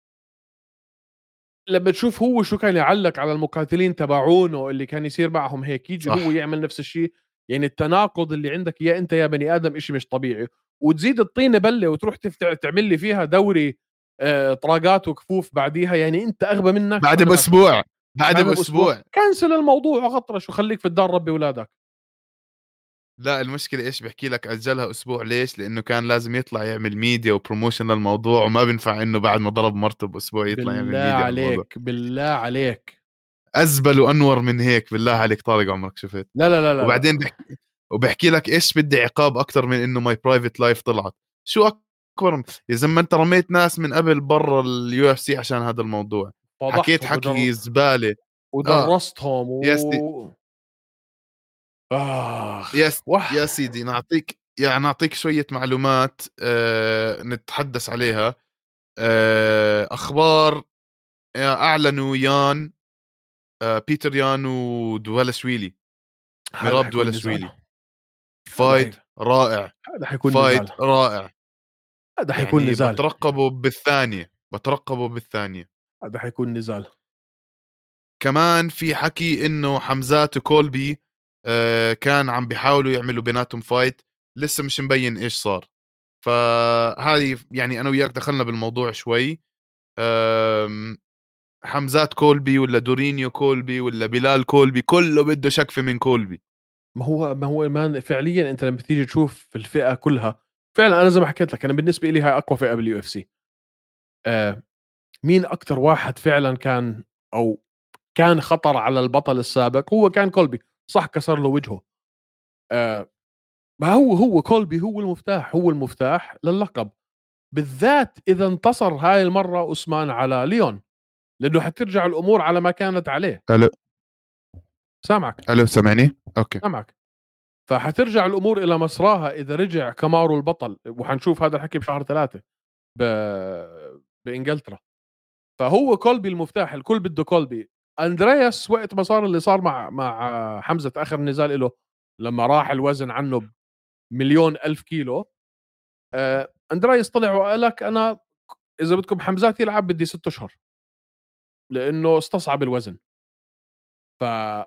لما تشوف هو شو كان يعلق على المقاتلين تبعونه اللي كان يصير معهم هيك يجي هو صح. يعمل نفس الشيء. يعني التناقض اللي عندك يا انت يا بني ادم إشي مش طبيعي. وتزيد الطينه بله وتروح تفتح تعمل لي فيها دوري آه، طراقات وكفوف بعديها. يعني انت اغبى منك بعد وانا اسف. باسبوع بعد بعدها باسبوع باسبوع كنسل الموضوع وغطرش وخليك في الدار ربي اولادك. لا المشكلة ايش بحكي لك، اجلها اسبوع ليش؟ لانه كان لازم يطلع يعمل ميديا وبروموشن للموضوع، وما بينفع انه بعد ما ضرب مرته باسبوع يطلع يعمل بالله ميديا للموضوع. عليك بالله عليك. ازبل وانور من هيك بالله عليك طارق عمرك شفت؟ لا لا لا لا وبعدين لا بحكي وبحكي لك ايش بدي عقاب اكثر من انه ماي برايفت لايف طلعت. شو اكبر م- يا زلمه انت رميت ناس من قبل برا اليو اف سي عشان هذا الموضوع. حكيت فضحتهم وجر... حكي زبالة. اه ودرستهم يا سي و آخ يا س... وح يا سيدي نعطيك يعني أعطيك شوية معلومات أه نتحدث عليها. أه أخبار. آه، أعلنوا يان أه بيتر يان ودولاشويلي، هذا ميراب حيكون نزال. دولاشويلي. هذا حي... فايت رائع، هذا حيكون فايت نزال. رائع. هذا حيكون يعني نزال. بترقبه بالثانية، بترقبه بالثانية. هذا حيكون نزال. كمان في حكي انه حمزات وكولبي آه كان عم بيحاولوا يعملوا بيناتهم فايت، لسه مش مبين ايش صار. فهذه يعني انا وياك دخلنا بالموضوع شوي. آم، حمزات كولبي ولا دورينيو كولبي ولا بلال كولبي، كله بده شكفة من كولبي. ما هو ما هو ما فعليا انت لما تيجي تشوف في الفئه كلها، فعلا انا زي ما حكيت لك، انا بالنسبه لي هاي اقوى فئه باليو اف سي. آه مين اكثر واحد فعلا كان او كان خطر على البطل السابق؟ هو كان كولبي. صح، كسر له وجهه. آه ما هو هو كولبي هو المفتاح، هو المفتاح للقب، بالذات اذا انتصر هاي المره اوسمان على ليون، لانه حترجع الامور على ما كانت عليه. الو سامعك. الو سامعني؟ اوكي. سامعك. فحترجع الامور الى مسراها اذا رجع كامارو البطل، وحنشوف هذا الحكي بشهر ثلاثة ب... بانجلترا. فهو كولبي المفتاح، الكل بده كولبي. اندرياس وقت ما صار اللي صار مع مع حمزه اخر نزال له، لما راح الوزن عنه بمليون الف كيلو، آه اندرياس طلع وقال لك انا اذا بدكم حمزات يلعب بدي ست اشهر، لانه استصعب الوزن. فهل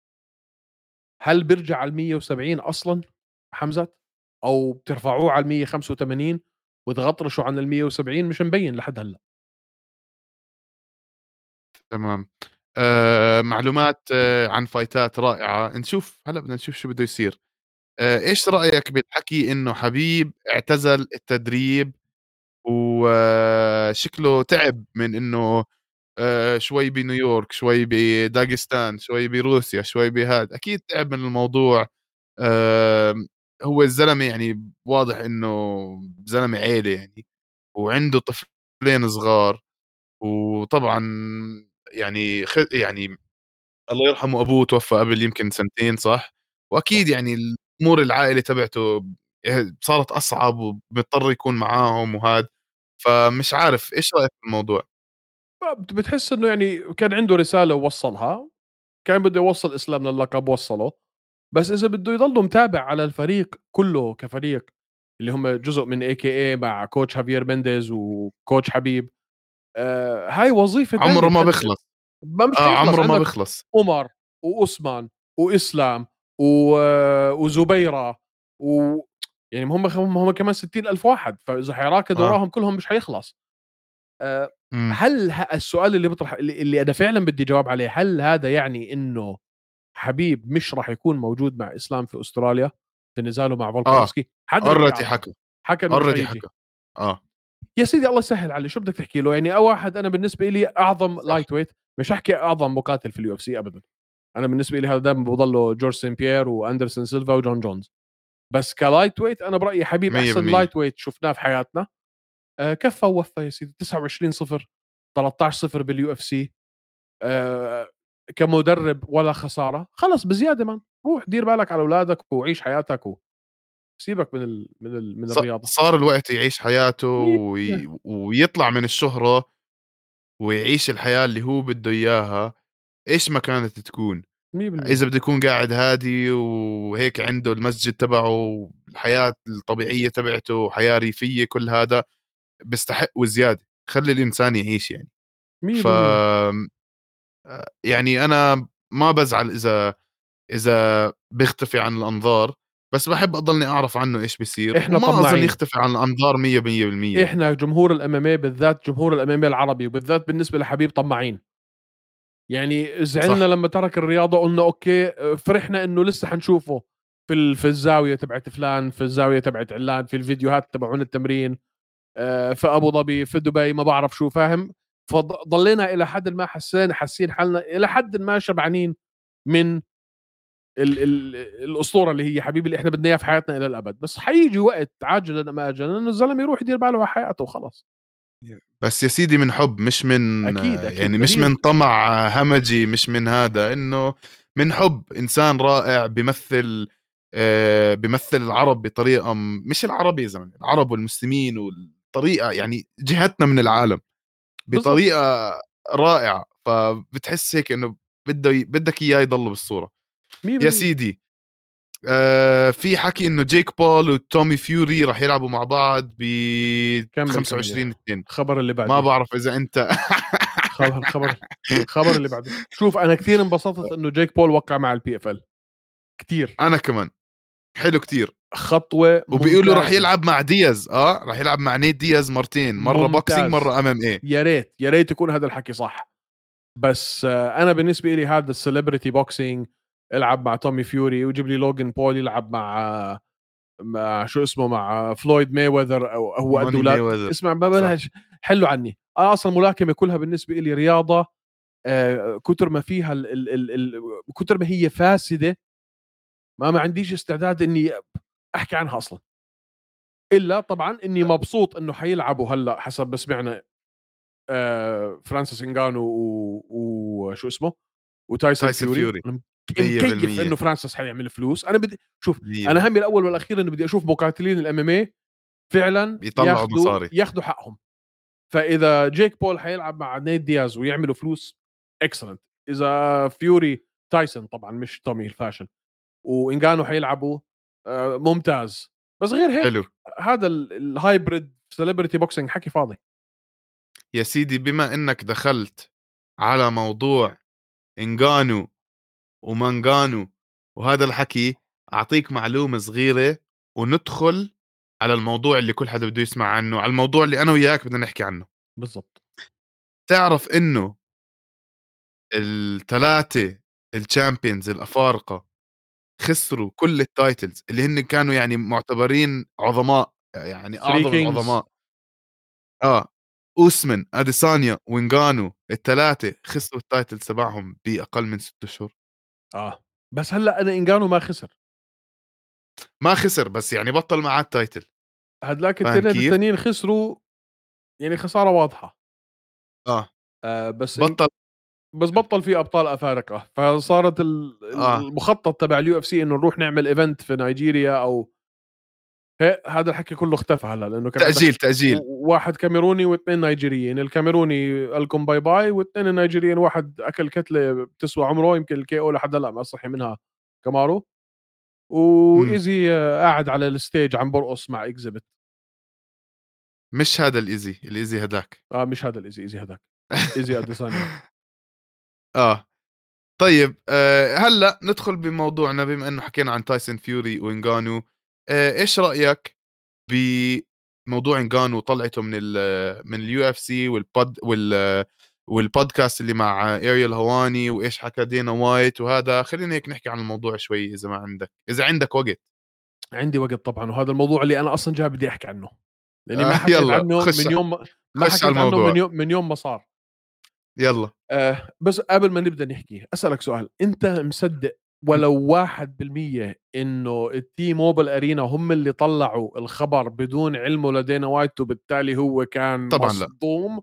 بيرجع على مية وسبعين اصلا حمزه، او بترفعوه على مية وخمسة وثمانين وتغطرشوا عن ال مية وسبعين؟ مش مبين لحد هلا. تمام. آه معلومات آه عن فايتات رائعة. نشوف هلا، بدنا نشوف شو بده يصير. آه ايش رأيك بالحكي انه حبيب اعتزل التدريب وشكله تعب من انه آه شوي بنيويورك، شوي بداغستان، شوي بروسيا، شوي بهذا، اكيد تعب من الموضوع. آه هو الزلمة يعني واضح انه زلمة عيلة يعني، وعنده طفلين صغار. وطبعًا يعني خ يعني الله يرحمه أبوه توفى قبل يمكن سنتين، صح؟ صح وأكيد يعني الأمور العائلة تبعته ه صارت أصعب وبيضطر يكون معاهم وهاد. فمش عارف إيش رأيك في الموضوع؟ بت- بتحس انه يعني كان عنده رساله ووصلها، كان بده يوصل اسلام للقب وصله. بس اذا بده يضل متابع على الفريق كله كفريق، اللي هم جزء من اي كي اي مع كوتش هافير مينديز وكوتش حبيب، آه هاي وظيفه تانية عمره ما تحدد. بيخلص. ما مش آه، حيخلص. عمره ما عندك بيخلص. عمر وأسمان وإسلام و... وزبيرة و يعني هم هم هم كمان ستين ألف واحد، فإذا حيراكض آه. وراهم كلهم مش حيخلص. آآ إمم. هل ه السؤال اللي بيطرح اللي اللي أنا فعلًا بدي جواب عليه، هل هذا يعني إنه حبيب مش راح يكون موجود مع إسلام في أستراليا في نزاله مع آه، فولكانوفسكي؟ حدا بده already يعرفه. حكى، حكى إنه مش already حييجي. حكى. آه. يا سيدي الله يسهل عليه، شو بدك تحكي له؟ يعني واحد أنا بالنسبة لي أعظم صح. لايت ويت، مش هاحكي أعظم مقاتل في اليو اف سي أبدًا. أنا بالنسبة لي هذا دايمًا بيضله جورج سين بيير وأندرسون سيلفا وجون جونز. بس كلايت ويت أنا برأيي حبيب أحسن مية بالمية. لايت ويت شفناه في حياتنا. آآ كفّى ووفّى يا سيدي. تسعة وعشرين صفر، ثلاثة عشر صفر باليو اف سي. آآ كمدرب ولا خسارة. خلص بزيادة مان، روح دير بالك على أولادك وعيش حياتك وسيبك من ال من ال من ص الرياضة. صار الوقت يعيش حياته مية بالمية. وي ويطلع من الشهرة ويعيش الحياة اللي هو بده إياها، إيش ما كانت تكون. مية بالمية. إذا بده يكون قاعد هادي وهيك عنده المسجد تبعه والحياة الطبيعية تبعته، حياة ريفية، كل هذا بيستحق وزيادة. خلّي الإنسان يعيش يعني. ف مية بالمية. آمم، آآ، يعني أنا ما بازعل إذا إذا بيختفي عن الأنظار، بس باحب أضلني أعرف عنه إيش بيصير، إحنا وما أظن طماعين. يختفي عن الأنظار مية بالمية يعني. إحنا جمهور الام ام اي، بالذات جمهور الام ام اي العربي، وبالذات بالنسبة لحبيب طماعين. يعني زعلنا صح. لمّا ترك الرياضة، قُلنا أوكي، فرحنا إنه لسه حنشوفه في ال في الزاوية تبعة فلان، في الزاوية تبعة علان، في الفيديوهات تبعون التمرين، آآ في أبو ظبي، في دبي، ما باعرف شو، فاهم؟ فض ضلينا إلى حدٍ ما حسّينا حاسين حالنا إلى حدٍ ما شبعانين من ال ال الأسطورة اللي هي حبيبي، اللي إحنا بدنا إياه في حياتنا إلى الأبد. بس حييجي وقت عاجلًا أم آجلًا إنه الزلمة يروح يدير باله على حياته وخلص. بس يا سيدي من حُب، مش من أكيد، أكيد، يعني ما مش هي من طمع همجي، مش من هذا، إنه من حُب. إنسان رائع بيمثّل آه بيمثل العرب بطريقه م- مش العرب يا زلمه، العرب والمسلمين والطريقه يعني جهتنا من العالم بالضبط. بطريقه رائعه. فبتحس هيك انه بده ي- بدك اياه يضل بالصوره. مية يا بالمية. سيدي، آه في حكي انه جيك بول وتومي فيوري راح يلعبوا مع بعض ب كمل كمل يا خمسة وعشرين اثنين. الخبر اللي ما بعديه. بعرف اذا انت خبر خبر الخبر اللي بعده. شوف انا كثير انبسطت انه جيك بول وقع مع البي اف ال. كثير. انا كمان حلو كتير. خطوه وبيقولوا راح ممتازه. يلعب مع دياز، اه راح يلعب مع نيت دياز مرتين، مره بوكسينج ممتاز. مره ام ام اي. يا ريت يا ريت يكون هذا الحكي صح. بس آه، انا بالنسبه لي هذا السليبرتي بوكسينج، العب مع تومي فيوري وجيب لي لوجن بول يلعب مع مع شو اسمه مع فلويد مايوذر او هو قد ماني ولا ميوذر. اسمع ما صح. بلاش. حلو عني انا اصلا الملاكمه كلها بالنسبه لي رياضه. آه، كتر ما فيها ال ال ال ال كتر ما هي فاسده، ما ما عنديش استعداد اني احكي عنها اصلا. الا طبعا اني مبسوط انه حيلعبوا هلا حسب ما سمعنا آه، فرانسيس انغانو وشو اسمه وتايسون تايسون فيوري. فيوري. أنا مكيف مية بالمية. انه فرانسيس حيعمل فلوس. انا بدي شوف، انا مية بالمية. همي الاول والاخير انه بدي اشوف مقاتلين الام ام اي فعلا بيطلعوا ياخذوا مصاري. ياخذوا حقهم. فاذا جيك بول حيلعب مع نيت دياز ويعملوا فلوس اكسلنت. اذا فيوري تايسون طبعا مش تومي الفاشل وانغانو حيلعبوا آه، ممتاز. بس غير حلو. هيك هذا الهايبريد سيلبرتي بوكسينج حكي فاضي. يا سيدي، بما انك دخلت على موضوع انغانو ومانغانو وهذا الحكي، اعطيك معلومة صغيرة وندخل على الموضوع اللي كل حدا بده يسمع عنه، على الموضوع اللي انا وياك بدنا نحكي عنه. بالضبط. تعرف انه الثلاثة الشامبيونز الافارقة خسروا كل التايتلز اللي هن كانوا يعني معتبرين عظماء، يعني ثري اعظم كينجز. العظماء. اه اوسمن، اديسانيا، وينغانو، الثلاثة خسروا التايتلز تبعهم باقل من ست شهور. اه بس هلا انا انغانو ما خسر. ما خسر، بس يعني بطل معاه التايتل. هدلاك فاهم التنين كيف؟ التانيين خسروا، يعني خساره واضحه. اه آه بس إن... بطل. بس بطل في ابطال افارقه، فصارت ال- اه المخطط تبع اليو اف سي انه نروح نعمل ايفنت في نيجيريا او هي. هذا الحكي كله اختفى هلا لانه كان عندك تأجيل تأجيل. و- واحد كاميروني واثنين نيجيريين. الكاميروني قالكم باي باي، واثنين النيجيريين واحد اكل كتله بتسوى عمره يمكن الكي او لحد هلا ما صحي منها كمارو. مم. وايزي آه، قاعد على الستيج عم برقص مع اكزيبت. مش هذا الايزي، الايزي هداك. اه مش هذا الايزي، ايزي هذاك. ايزي اديسانيا. اه طيب، آه هلا ندخل بموضوعنا بما انه حكينا عن تايسون فيوري وانغانو. آه ايش رأيك بموضوع انغانو وطلعته من ال من اليو اف سي والبود وال والبودكاست اللي مع اريال هواني، وايش حكى دينا وايت وهذا؟ خلينا هيك نحكي عن الموضوع شوي اذا ما عندك اذا عندك وقت. عندي وقت طبعا، وهذا الموضوع اللي انا اصلا جاي بدي احكي عنه لاني ما آه حكيت يلا عنه خش من يوم ما خش على حكيت عنه من الموضوع. يوم من يوم ما صار. يلا. آه بس قبل ما نبدا نحكي اسالك سؤال، انت مصدق م. ولو واحد بالمية انه التي موبل ارينا هم اللي طلعوا الخبر بدون علمه لدينا وايت وبالتالي هو كان طبعا لا. مصدوم؟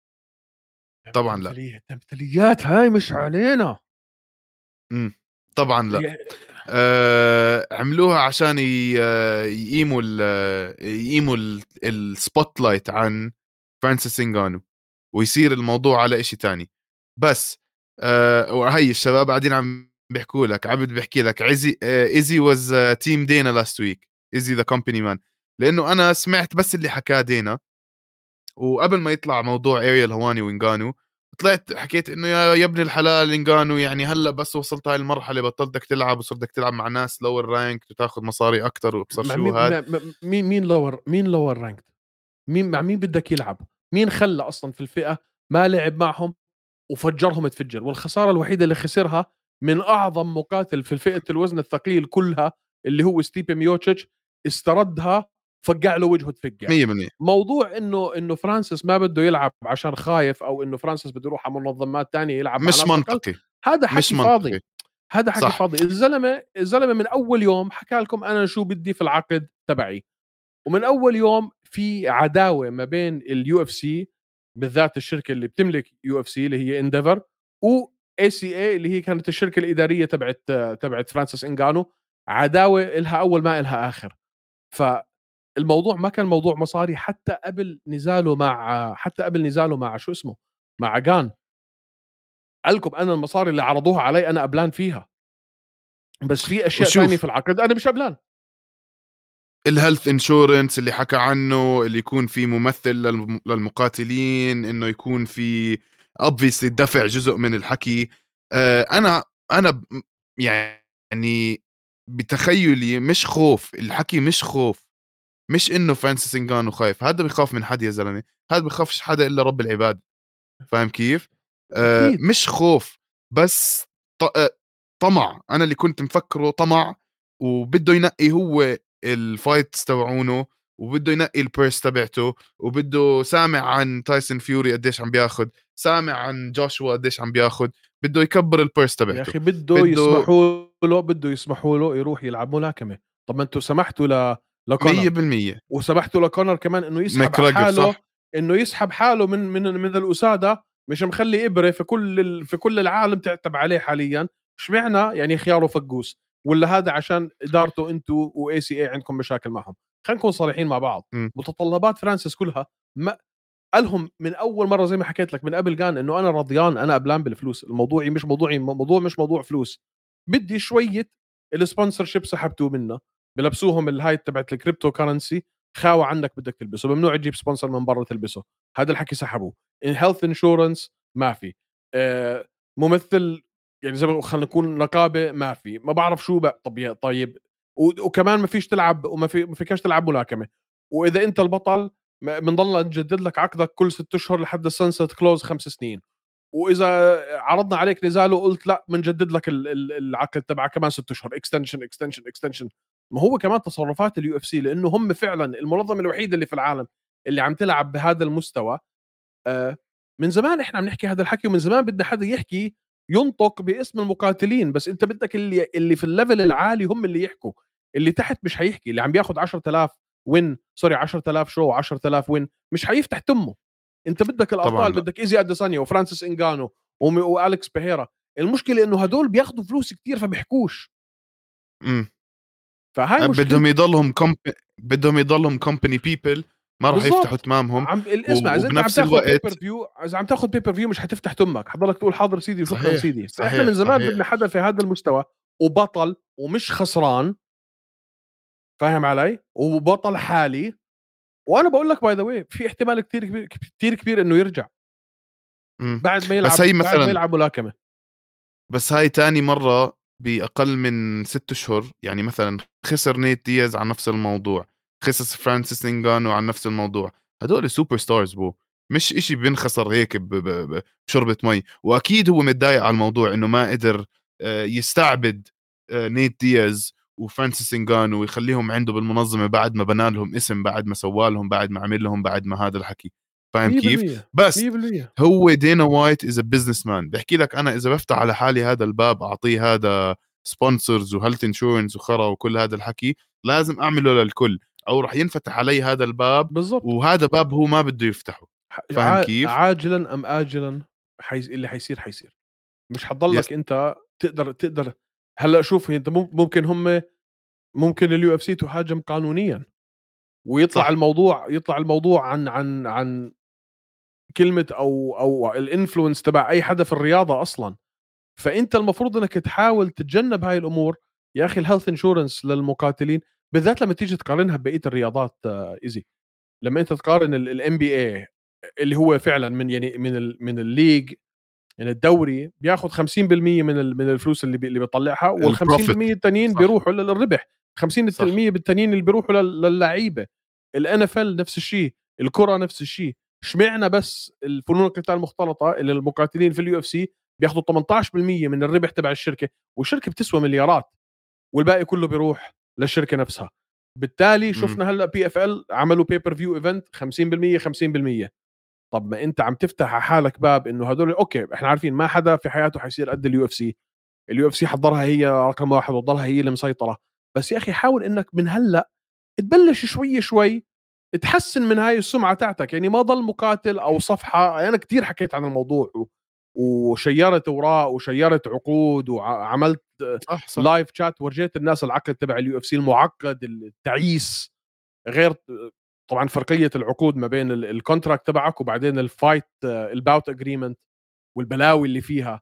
طبعا لا. تمثيليات تمثيليات هاي مش علينا. امم طبعا لا. هي- آه عملوها عشان ي- آه، يقيموا ال يقيموا السبوت لايت عن فرانسيس انغانو، ويصير الموضوع على إشي تاني. بس آه وهي الشباب قاعدين عم بيحكوا لك، عبد بيحكي لك عزي آه ايزي واز تيم دينا لاست ويك، ايزي ذا كومباني مان. لانه انا سمعت بس اللي حكاه دينا، وقبل ما يطلع موضوع اريال هواني وانغانو طلعت حكيت انه يا يا ابن الحلال انغانو، يعني هلا بس وصلت هاي المرحله بطلتك تلعب وصرت بدك تلعب مع ناس لور رانك وتاخذ مصاري اكثر وابصر مع شو مين هاد. مع- مع- مين مين لور مين لور رانك؟ مين مع مين بدك يلعب؟ مين خلى اصلا في الفئه ما لعب معهم وفجرهم تفجر؟ والخساره الوحيده اللي خسرها من اعظم مقاتل في فئه الوزن الثقيل كلها اللي هو ستيبي ميوتشيتش، استردها فقع له وجهه تفقع. مية بالمية. موضوع انه انه فرانسيس ما بده يلعب عشان خايف او انه فرانسيس بده يروح على منظمات تانية يلعب مع مش ناس اقل، منطقي. هذا مش حكي منطقي. فاضي. هذا حكي صح. فاضي. الزلمه الزلمه من اول يوم حكى لكم انا شو بدي في العقد تبعي، ومن اول يوم في عداوه ما بين اليو اف سي بالذات الشركه اللي بتملك يو اف سي اللي هي انديفر، و اي سي اي اللي هي كانت الشركه الاداريه تبعت تبعت فرانسيس انغانو. عداوة إلها أول ما إلها آخر. فالموضوع ما كان موضوع مصاري حتى قبل نزاله مع حتى قبل نزاله مع شو اسمه مع جان قال لكم أنا المصاري اللي عرضوها علي أنا قبلان فيها، بس في أشياء تانية في وشوف العقد أنا مش قبلان. الهيلث انشورنس اللي حكى عنه، اللي يكون في ممثل للم- للمقاتلين، انه يكون في obviously دفع جزء من الحكي. آه، انا انا ب- يعني بتخيلي مش خوف الحكي، مش خوف، مش انه فرانسيس انغانو خايف. هذا بيخاف من حد يا زلمه؟ هذا بيخافش حدا الا رب العباد. فاهم كيف؟ آه، أكيد مش خوف، بس ط- آه، طمع. انا اللي كنت مفكره طمع، وبده ينقي هو الفايتس تبعونه، وبده ينقي البيرس تبعته، وبده سامع عن تايسون فيوري قديش عم بياخد، سامع عن جوشوا قديش عم بياخد، بده يكبر البيرس يا تبعته. أخي بده بده يسمحوا له بده يسمحوا له يروح يلعب ملاكمة. طب ما أنتوا سمحتوا ل لكونر مية بالمية وسمحتوا لكونر كمان انه يسحب على ماكراجر حاله، صح. انه يسحب حاله من من من الاساده، مش مخلي ابره في كل ال... في كل العالم تعتب عليه حاليا. اشمعنى يعني خياره فقوس؟ ولا هذا عشان ادارته انتوا واي سي اي عندكم مشاكل معهم؟ خلينا نكون صريحين مع بعض. م. متطلبات فرانسيس كلها ما قالهم من اول مره زي ما حكيت لك من قبل، كان انه انا رضيان، انا قبلان بالفلوس. الموضوع مش موضوعي، موضوع مش موضوع فلوس. بدي شويه السبونسر شيب سحبتوه منا، بلبسوهم الهاي تبعت الكريبتو كرنسي، خاوة عنك بدك تلبسه، ممنوع تجيب سبونسر من برا تلبسه. هذا الحكي سحبوه. هيلث انشورنس ما في. آه، ممثل يعني زي ما خلينا نقول نقابه ما في، ما بعرف شو بقى. طب طيب و- وكمان ما فيش تلعب، وما في ما فيكاش تلعب ملاكمه. واذا انت البطل بنضل نجدد لك عقدك كل ست اشهر لحد السنسيت كلوز خمس سنين. واذا عرضنا عليك نزال وقلت لا بنجدد لك ال- ال- العقد تبعك كمان ست اشهر، اكستنشن اكستنشن اكستنشن. ما هو كمان تصرفات اليو اف سي، لانه هم فعلا المنظمه الوحيده اللي في العالم اللي عم تلعب بهذا المستوى. آه، من زمان احنا عم نحكي هذا الحكي، ومن زمان بدنا حدا يحكي ينطق باسم المقاتلين. بس انت بدك اللي اللي في الليفل العالي هم اللي يحكوا، اللي تحت مش هيحكي. اللي عم بياخد عشرة آلاف وين سوري عشرة آلاف شو عشرة آلاف وين مش هيفتح تمه. انت بدك طبعا الابطال، لا. بدك ايزي اديسانيا وفرانسيس انغانو وم- والكس بيهيرا. المشكله انه هدول بياخذوا فلوس كتير فبيحكوش. م. فهاي بدهم مشكلتي. يضلهم كومب... بدهم يضلهم كومباني بيبل، ما راح يفتحوا بالضبط. تمامهم. عم اسمع، و- اذا انت عم وبنفس تاخذ بيبر الوقت فيو اذا عم تاخذ بيبر فيو مش حتفتح تمك، حضلك تقول حاضر سيدي وشكرا صحيح سيدي. فاحنا من صحيح زمان بدنا صحيح. حدا في هذا المستوى وبطل ومش خسران، فاهم علي، وبطل حالي. وانا بقول لك باي ذا واي في احتمال كثير كبير كثير كبير انه يرجع مم. بعد ما بس يلعب هي بعد ما مثلا، يلعب ملاكمه. بس هاي تاني مرة بأقل من ست أشهر. يعني مثلا خسر نيت دياز عن نفس الموضوع، خسر فرانسيس نينغانو عن نفس الموضوع. هدول سوبر ستارز بو، مش إشي بينخسر هيك ب- ب- ب- بشربة مي. وأكيد هو متضايق على الموضوع إنه ما قدر آه، يستعبد آه، نيت دياز وفرانسيس نينغانو ويخليهم عنده بالمنظمة، بعد ما بنى لهم اسم، بعد ما سوالهم، بعد ما عمل لهم، بعد ما هذا الحكي. فاهم كيف؟ مية بالمية بس مية بالمية هو دينا وايت از بزنس مان، بحكي لك انا اذا بفتح على حالي هذا الباب، اعطيه هذا سبونسرز وهيلث انشورنس وخرا وكل هذا الحكي، لازم اعمله للكل، او راح ينفتح علي هذا الباب، بالضبط. وهذا باب هو ما بده يفتحه. فاهم ع- كيف؟ عاجلا ام اجلا حيز... اللي حيصير حيصير. مش يس حتضلك انت تقدر تقدر هلا شوف انت مم- ممكن هم ممكن اليو اف سي تهاجم قانونيا، ويطلع صح. الموضوع يطلع الموضوع عن عن عن كلمه او او الانفلونس تبع اي حدا في الرياضه اصلا. فانت المفروض انك تحاول تتجنب هاي الامور. يا اخي الهيلث انشورنس للمقاتلين بالذات لما تيجي تقارنها ببقيه الرياضات، آه، ايزي، لما انت تقارن الام بي اي اللي هو فعلا من يعني من ال من الليج، يعني الدوري بياخذ خمسين بالمية من ال- من الفلوس اللي بي اللي بيطلعها، وال البروفيت. خمسين بالمية التانيين صح بيروحوا للربح. صح. خمسين بالمية بالتانيين اللي بيروحوا لل- للعيبه. الان اف ال نفس الشيء، الكره نفس الشيء. اشمعنا بس الفنون القتال المختلطه اللي المقاتلين في اليو اف سي بياخذوا ثمانية عشر بالمية من الربح تبع الشركه، والشركه بتسوى مليارات، والباقي كله بيروح للشركه نفسها. بالتالي مم. شفنا هلا بي اف ال عملوا بيبر فيو ايفنت خمسين بالمية خمسين بالمية. طب ما انت عم تفتح على حالك باب انه هدول اوكي احنا عارفين ما حدا في حياته حيصير قد اليو اف سي. اليو اف سي حضرها هي رقم واحد وتضلها هي اللي مسيطره. بس يا اخي حاول انك من هلا تبلش شوي شوي تحسن من هاي السمعه تاعتك. يعني ما ضل مقاتل او صفحه. انا كتير حكيت عن الموضوع و- وشيرت اوراق وشيرت عقود وعملت صح صح لايف شات، ورجيت الناس العقد تبع اليو اف سي المعقد التعيس، غير طبعا فرقيه العقود ما بين الكونتراكت تبعك وبعدين الفايت الباوت اجريمنت والبلاوي اللي فيها.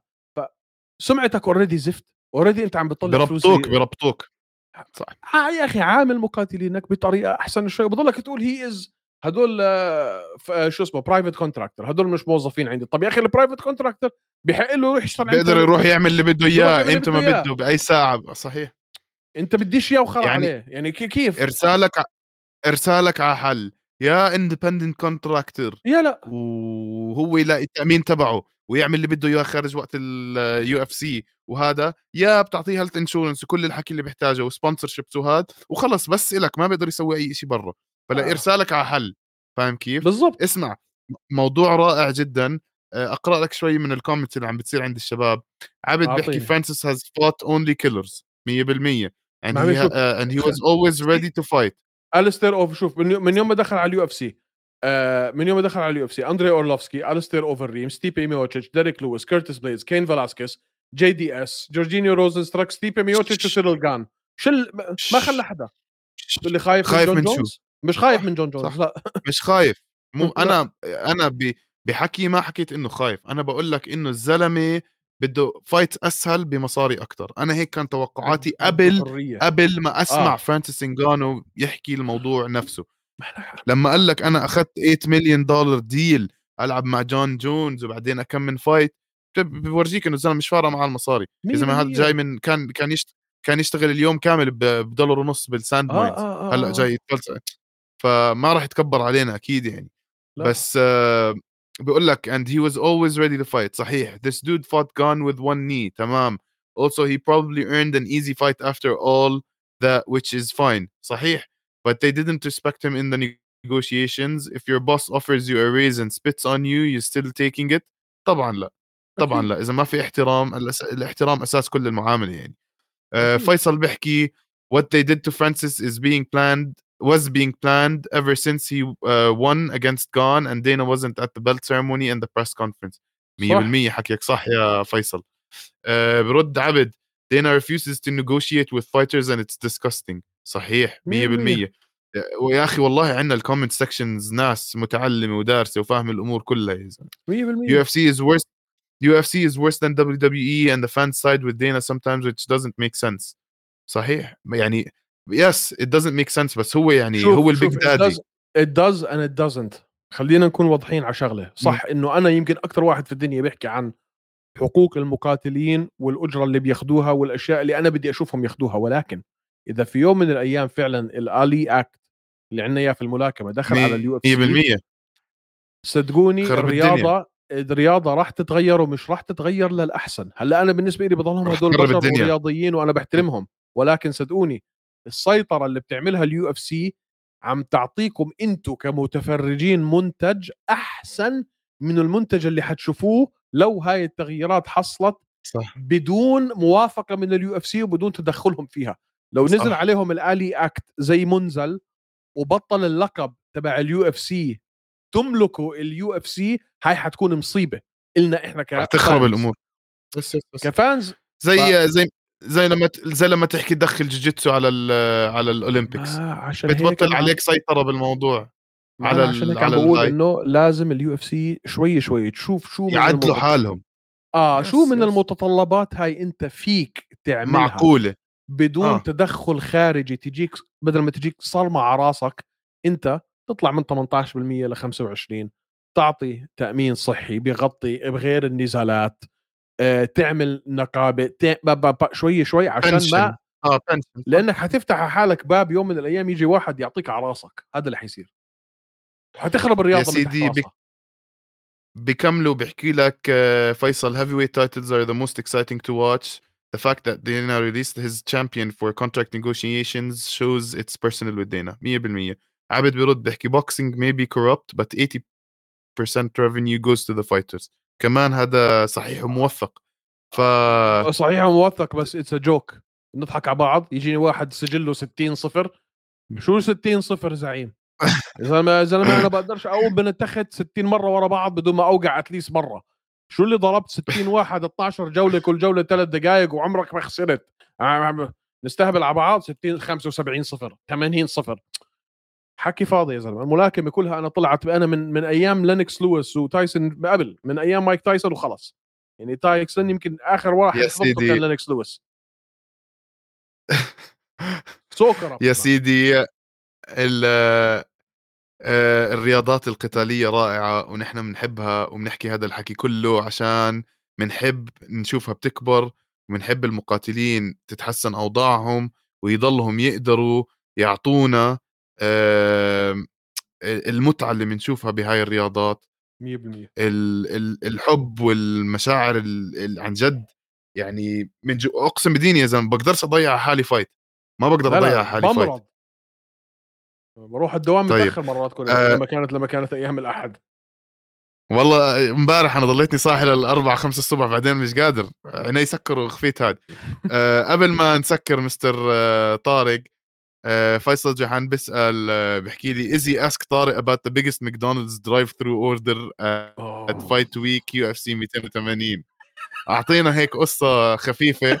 فسمعتك اوريدي زفت، اوريدي انت عم بتطلع فلوس بربطوك بربطوك صح. آه يا اخي عامل مقاتلينك بطريقه احسن شوي، بضلك تقول هي از هدول آه ف- آه، شو اسمه برايفت كونتراكتور، هدول مش موظفين عندي. طب يا اخي البرايفت كونتراكتور بحق له يروح يشتغل عند بيقدر يروح يعمل اللي بده يروح يعمل اياه اللي امتى بده ما اياه. بده باي ساعه. صحيح. انت بديش اياه وخر يعني عليه يعني كي- كيف ارسالك ع- ارسالك على حل يا اندبندنت كونتراكتور يا لا وهو يلاقي التامين تبعه ويعمل اللي بده اياه خارج وقت اليو اف سي، وهذا يا بتعطيه هيلث انشورنس وكل الحكي اللي بيحتاجه وسبونسر شيبس وهذا وخلص بس إلك ما بيقدر يسوي اي شيء برا. فلا آه. ارسالك على حل. فاهم كيف؟ بالضبط. اسمع، موضوع رائع جدا. آه، اقرا لك شوي من الكومنتس اللي عم بتصير عند الشباب. عبد بيحكي اعطيني فرانسيس has fought only killers مية بالمية and ما he عم ha- شوف uh, and he was always ready to fight. الستير اوف شوف من يوم من يوم ما دخل على اليو اف سي آه من يوم ما دخل على اليو اف سي اندري اورلوفسكي، الستير اوفر ريم، ستيبي ميوتشيتش، ديريك لويس، كيرتس بليز، كين فلاسكيس، جي دي اس، جورجينيو روزنستراك، ستيبي ميوتشيتش، وسيرل جان. شل ما خلى حدا. تقول لي خايف من خايف جون من شو؟ جونز؟ مش خايف صح من جون جونز صح لا. مش خايف. مو لا انا انا ب- بحكي ما حكيت انه خايف، انا بقول لك انه الزلمه بده فايت اسهل بمصاري اكتر. انا هيك كان توقعاتي بد- بده قبل حريه. قبل ما اسمع اه فرانسيس انغانو يحكي الموضوع نفسه. ما احنا لما قال لك انا اخذت ثمانية مليون دولار ديل العب مع جون جونز وبعدين اكمل فايت، ب- بورجيك انه الزلمه مش فارقه معاه المصاري. يا زلمه هذا جاي مية بالمية. من كان كان يشت كان يشتغل اليوم كامل ب- بدولار ونص بالساند اه ماينز، اه اه هلا اه جاي يتفلسف. فما راح يتكبر علينا اكيد يعني. لا بس آه بيقول لك and he was always ready to fight. صحيح. this dude fought gone with one knee. تمام. also he probably earned an easy fight after all that, which is fine. صحيح. but they didn't respect him in the negotiations. if your boss offers you a raise and spits on you you still taking it. طبعا لا. طبعا اكيد لا اذا ما في احترام. الأس- الاحترام اساس كل المعامله يعني. آه اكيد فيصل بيحكي what they did to Francis is being planned was being planned ever since he uh, won against Gon and Dana wasn't at the belt ceremony and the press conference. صح مية بالمية حكيك صح يا فيصل. آه برد عبد Dana refuses to negotiate with fighters and it's disgusting. صحيح مية بالمية. مية بالمية. ويا اخي والله عندنا الكومنت سيكشنز ناس متعلمه ودارسه وفاهم الامور كلها يا زلمه. مية بالمية. يو اف سي is worse يو اف سي is worse than دبليو دبليو إي and the fans side with Dana sometimes which doesn't make sense. صحيح يعني yes it doesn't make sense بس هو يعني هو شوف البيج شوف it does دادي. it does and it doesn't. خلينا نكون واضحين على شغله. صح انه انا يمكن اكثر واحد في الدنيا بيحكي عن حقوق المقاتلين والاجره اللي بياخذوها والاشياء اللي انا بدي اشوفهم ياخذوها، ولكن اذا في يوم من الايام فعلا الالي اكت اللي عندنا اياه في الملاكمه دخل على اليو اف سي، مية بالمية صدقوني خرب الدنيا. الرياضه الرياضه راح تتغير ومش راح تتغير للاحسن. هلا انا بالنسبه لي بضلهم راح هدول تخرب بشر الدنيا. ورياضيين وانا بحترمهم، ولكن صدقوني السيطره اللي بتعملها اليو اف سي عم تعطيكم انتم كمتفرجين منتج احسن من المنتج اللي حتشوفوه لو هاي التغييرات حصلت صح بدون موافقه من اليو اف سي وبدون تدخلهم فيها. لو نزل صح. عليهم الالي اكت زي منزل وبطل اللقب تبع اليو اف سي تملكوا اليو اف سي، هاي حتكون مصيبه إلنا احنا راح تخرب كفانز. الامور. بس بس بس كفانز ف زي زي زي لما ت- زي لما تحكي تدخل جوجيتسو على ال على الاولمبيكس ما عشان هيك بتبطل انا عم عليك سيطرة بالموضوع. ما على انا عشان ال هيك عم على بقول الهاي انه لازم اليو اف سي شوي شوي تشوف شو من يعدلوا المت... حالهم. اه شو يس من يس المتطلبات هاي انت فيك تعملها معقولة. بدون اه تدخل خارجي تجيك، بدل ما تجيك صرمة على راسك انت تطلع من ثمانية عشر بالمية ل خمسة وعشرين، تعطي تأمين صحي بيغطي بغير النزالات، آه، تعمل نقابة ت- ب- ب- ب- شوي شوي عشان بنشن. ما، اه بنشن صح. لأنك حتفتح على حالك باب يوم من الأيام يجي واحد يعطيك على راسك. هذا اللي حيصير وحتخرب يا الرياضة من تحت سيدي بك راسها. بكملوا بيحكي لك uh, فيصل heavyweight titles are the most exciting to watch. The fact that Dana released his champion for contract negotiations shows it's personal with Dana. مية بالمية. عبد بيرد بيحكي boxing may be corrupt but eighty percent revenue goes to the fighters. كمان هذا صحيح وموثق. ف صحيح موثق بس اتس جوك، نضحك على بعض. يجيني واحد سجله ستين صفر، شو ستين صفر زعيم؟ يا زلمه يا زلمه انا بقدرش اقوم من التخت ستين مره ورا بعض بدون ما اوقع اتليس مره. شو اللي ضربت ستين واحد اثناشر جوله كل جوله ثلاث دقائق وعمرك ما خسرت؟ نستهبل على بعض. ستين خمسة وسبعين صفر ثمانين صفر، حكي فاضي يا زلمه. الملاكمه كلها انا طلعت انا من من ايام لينكس لويس وتايسون، قبل من ايام مايك تايسون وخلص. يعني تايسون يمكن اخر واحد يا حضرته كان سيدي لينكس لويس. سوكر يا أنا. سيدي ال آه، الرياضات القتالية رائعة ونحن بنحبها وبنحكي هذا الحكي كله عشان بنحب نشوفها بتكبر، وبنحب المقاتلين تتحسن أوضاعهم ويضلهم يقدروا يعطونا آم، المتعة اللي بنشوفها بهاي الرياضات. مية بالمية. ال- ال- الحب والمشاعر ال- ال- عن جد، يعني من جو اقسم بديني يا زلمه بقدرش اضيع حالي فايت، ما بقدر لا لا اضيع حالي فايت. بمرض، بروح الدوام طيب متاخر مرات كل أه لما كانت لما كانت ايام الاحد. والله امبارح انا ضليتني صاحي للأربعة خمسة الصبح، بعدين مش قادر عيني سكروا وخفيت هاد. أه قبل ما نسكر مستر أه طارق، أه فيصل جوحان بيسأل، أه بحكي لي is he ask طارق about the biggest McDonald's drive through order uh, at أوه. fight week يو اف سي مئتين وثمانين. اعطينا هيك قصة خفيفة.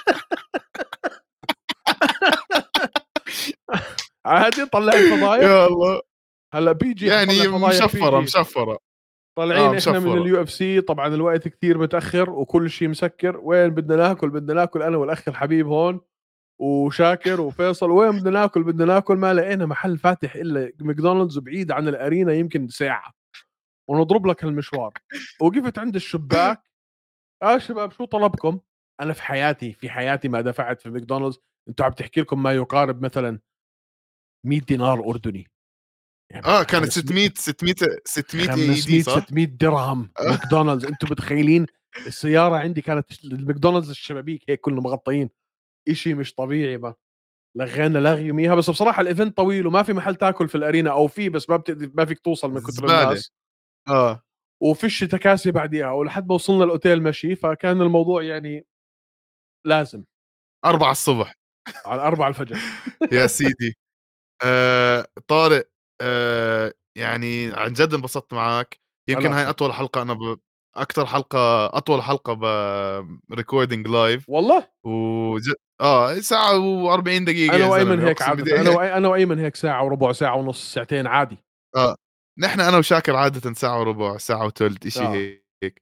عادي نطلع الفضايح. يا الله، هلا بيجي حطلع يعني فضايح مشفرة بيجي. مشفرة. اه طالعين احنا من مشفرة. اليو اف سي، طبعا الوقت كتير متاخر وكل شيء مسكر. وين بدنا ناكل؟ بدنا ناكل انا والاخ الحبيب هون وشاكر وفيصل. وين بدنا ناكل؟ بدنا ناكل. ما لقينا محل فاتح الا ماكدونالدز بعيد عن الارينا يمكن ساعه، ونضرب لك هالمشوار. وقفت عند الشباك، اه شباب شو طلبكم؟ انا في حياتي في حياتي ما دفعت في ماكدونالدز. انتوا عم تحكي لكم ما يقارب مثلا مية دينار اردني، يعني اه كانت خمسمية ستمية ستمية ستمية اي اي دي خمسمية صح؟ ستمية درهم آه. ماكدونالدز. انتم متخيلين؟ السياره عندي كانت الماكدونالدز الشبابيك هيك كلنا مغطيين. اشي مش طبيعي. ما لغينا لغي يوميها. بس بصراحه الايفنت طويل وما في محل تاكل في الارينا، او في بس ما بتقدر، ما فيك توصل من كثر زبالة. الناس. اه وفيش تكاسي بعديها، ولحد ما وصلنا الاوتيل مشي. فكان الموضوع يعني لازم أربعة الصبح. على أربعة الفجر. يا سيدي آه طارق، آه يعني عن جد انبسطت معك. انا يمكن هاي اكثر أطول حلقة أنا ب... أكتر حلقة أطول حلقة ب ريكوردينج لايف. والله. وج... اه ساعة و40 دقيقة انا يا وايمن زلمة هيك أقسم عاده، انا بدي. وأي... انا وايمن هيك ساعه وربع، ساعه ونص، ساعتين عادي. اه نحن أنا وشاكر عادة ساعة وربع ساعة وثلث إشي اه هيك.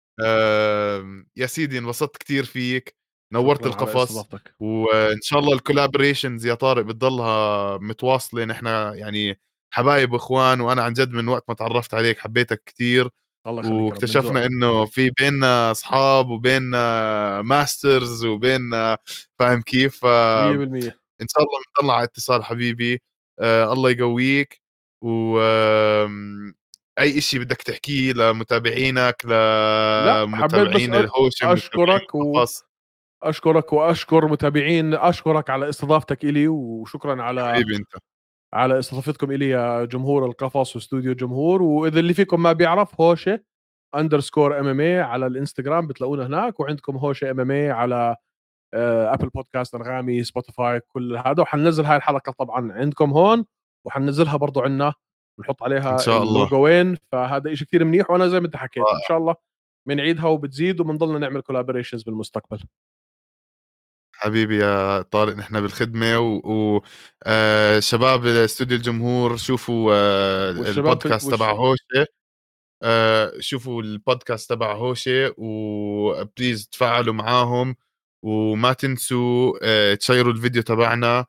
آه يا سيدي انبسطت كتير فيك، نورت شكرا على القفص. استضافتك. وإن شاء الله الكولابوريشنز يا طارق بتضلها متواصلة. نحن يعني حبايب واخوان، وانا عن جد من وقت ما تعرفت عليك حبيتك كتير، الله يخليك يا رب، من واكتشفنا ذوقك. انه في بيننا اصحاب وبيننا ماسترز وبيننا، فاهم كيف؟ فان مية بالمية. شاء الله بنضل على اتصال حبيبي. آه الله يقويك. و آم، اي اشي بدك تحكيه لمتابعينك، لا حبيت بس لمتابعين أ- الهوشم، متابعين اشكرك و القفص. اشكرك واشكر متابعين، اشكرك على استضافتك الي، وشكرا على حبيبي انت. على استضافتكم الي يا جمهور القفص واستوديو جمهور. واذا اللي فيكم ما بيعرف، هوشه اندرسكور ام ام اي على الانستغرام بتلاقونا هناك، وعندكم هوشه ام ام اي على ابل بودكاست، انغامي، سبوتيفاي، كل هذا. وحننزل هاي الحلقه طبعا عندكم هون، وحننزلها برضو عندنا، ونحط ان عليها شاء الله. اللوجوين. فهذا إشي كثير منيح. وانا زي ما انت حكيت ان رائع. شاء الله بنعيدها وبتزيد، وبنضلنا نعمل كولابوريشنز بالمستقبل. حبيبي يا طارق نحن بالخدمة و, و... آه شباب استوديو الجمهور شوفوا آه والشباب في البودكاست تبع وش... هوشة. آه شوفوا البودكاست تبع هوشة وبليز تفاعلوا معاهم، وما تنسوا آه تشيروا الفيديو تبعنا.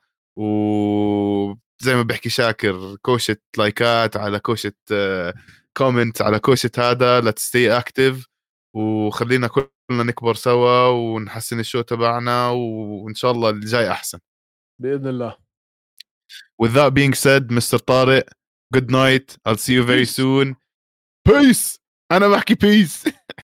وزي ما بحكي شاكر، كوشة لايكات على كوشة آه كومنت على كوشة هذا لتستي اكتف، وخلينا كلنا نكبر سوا ونحسن الشو تبعنا، وإن شاء الله الجاي أحسن. باذن الله. With that being said مستر طارق, good night, I'll see you very بيس. soon. Peace. أنا بحكي peace.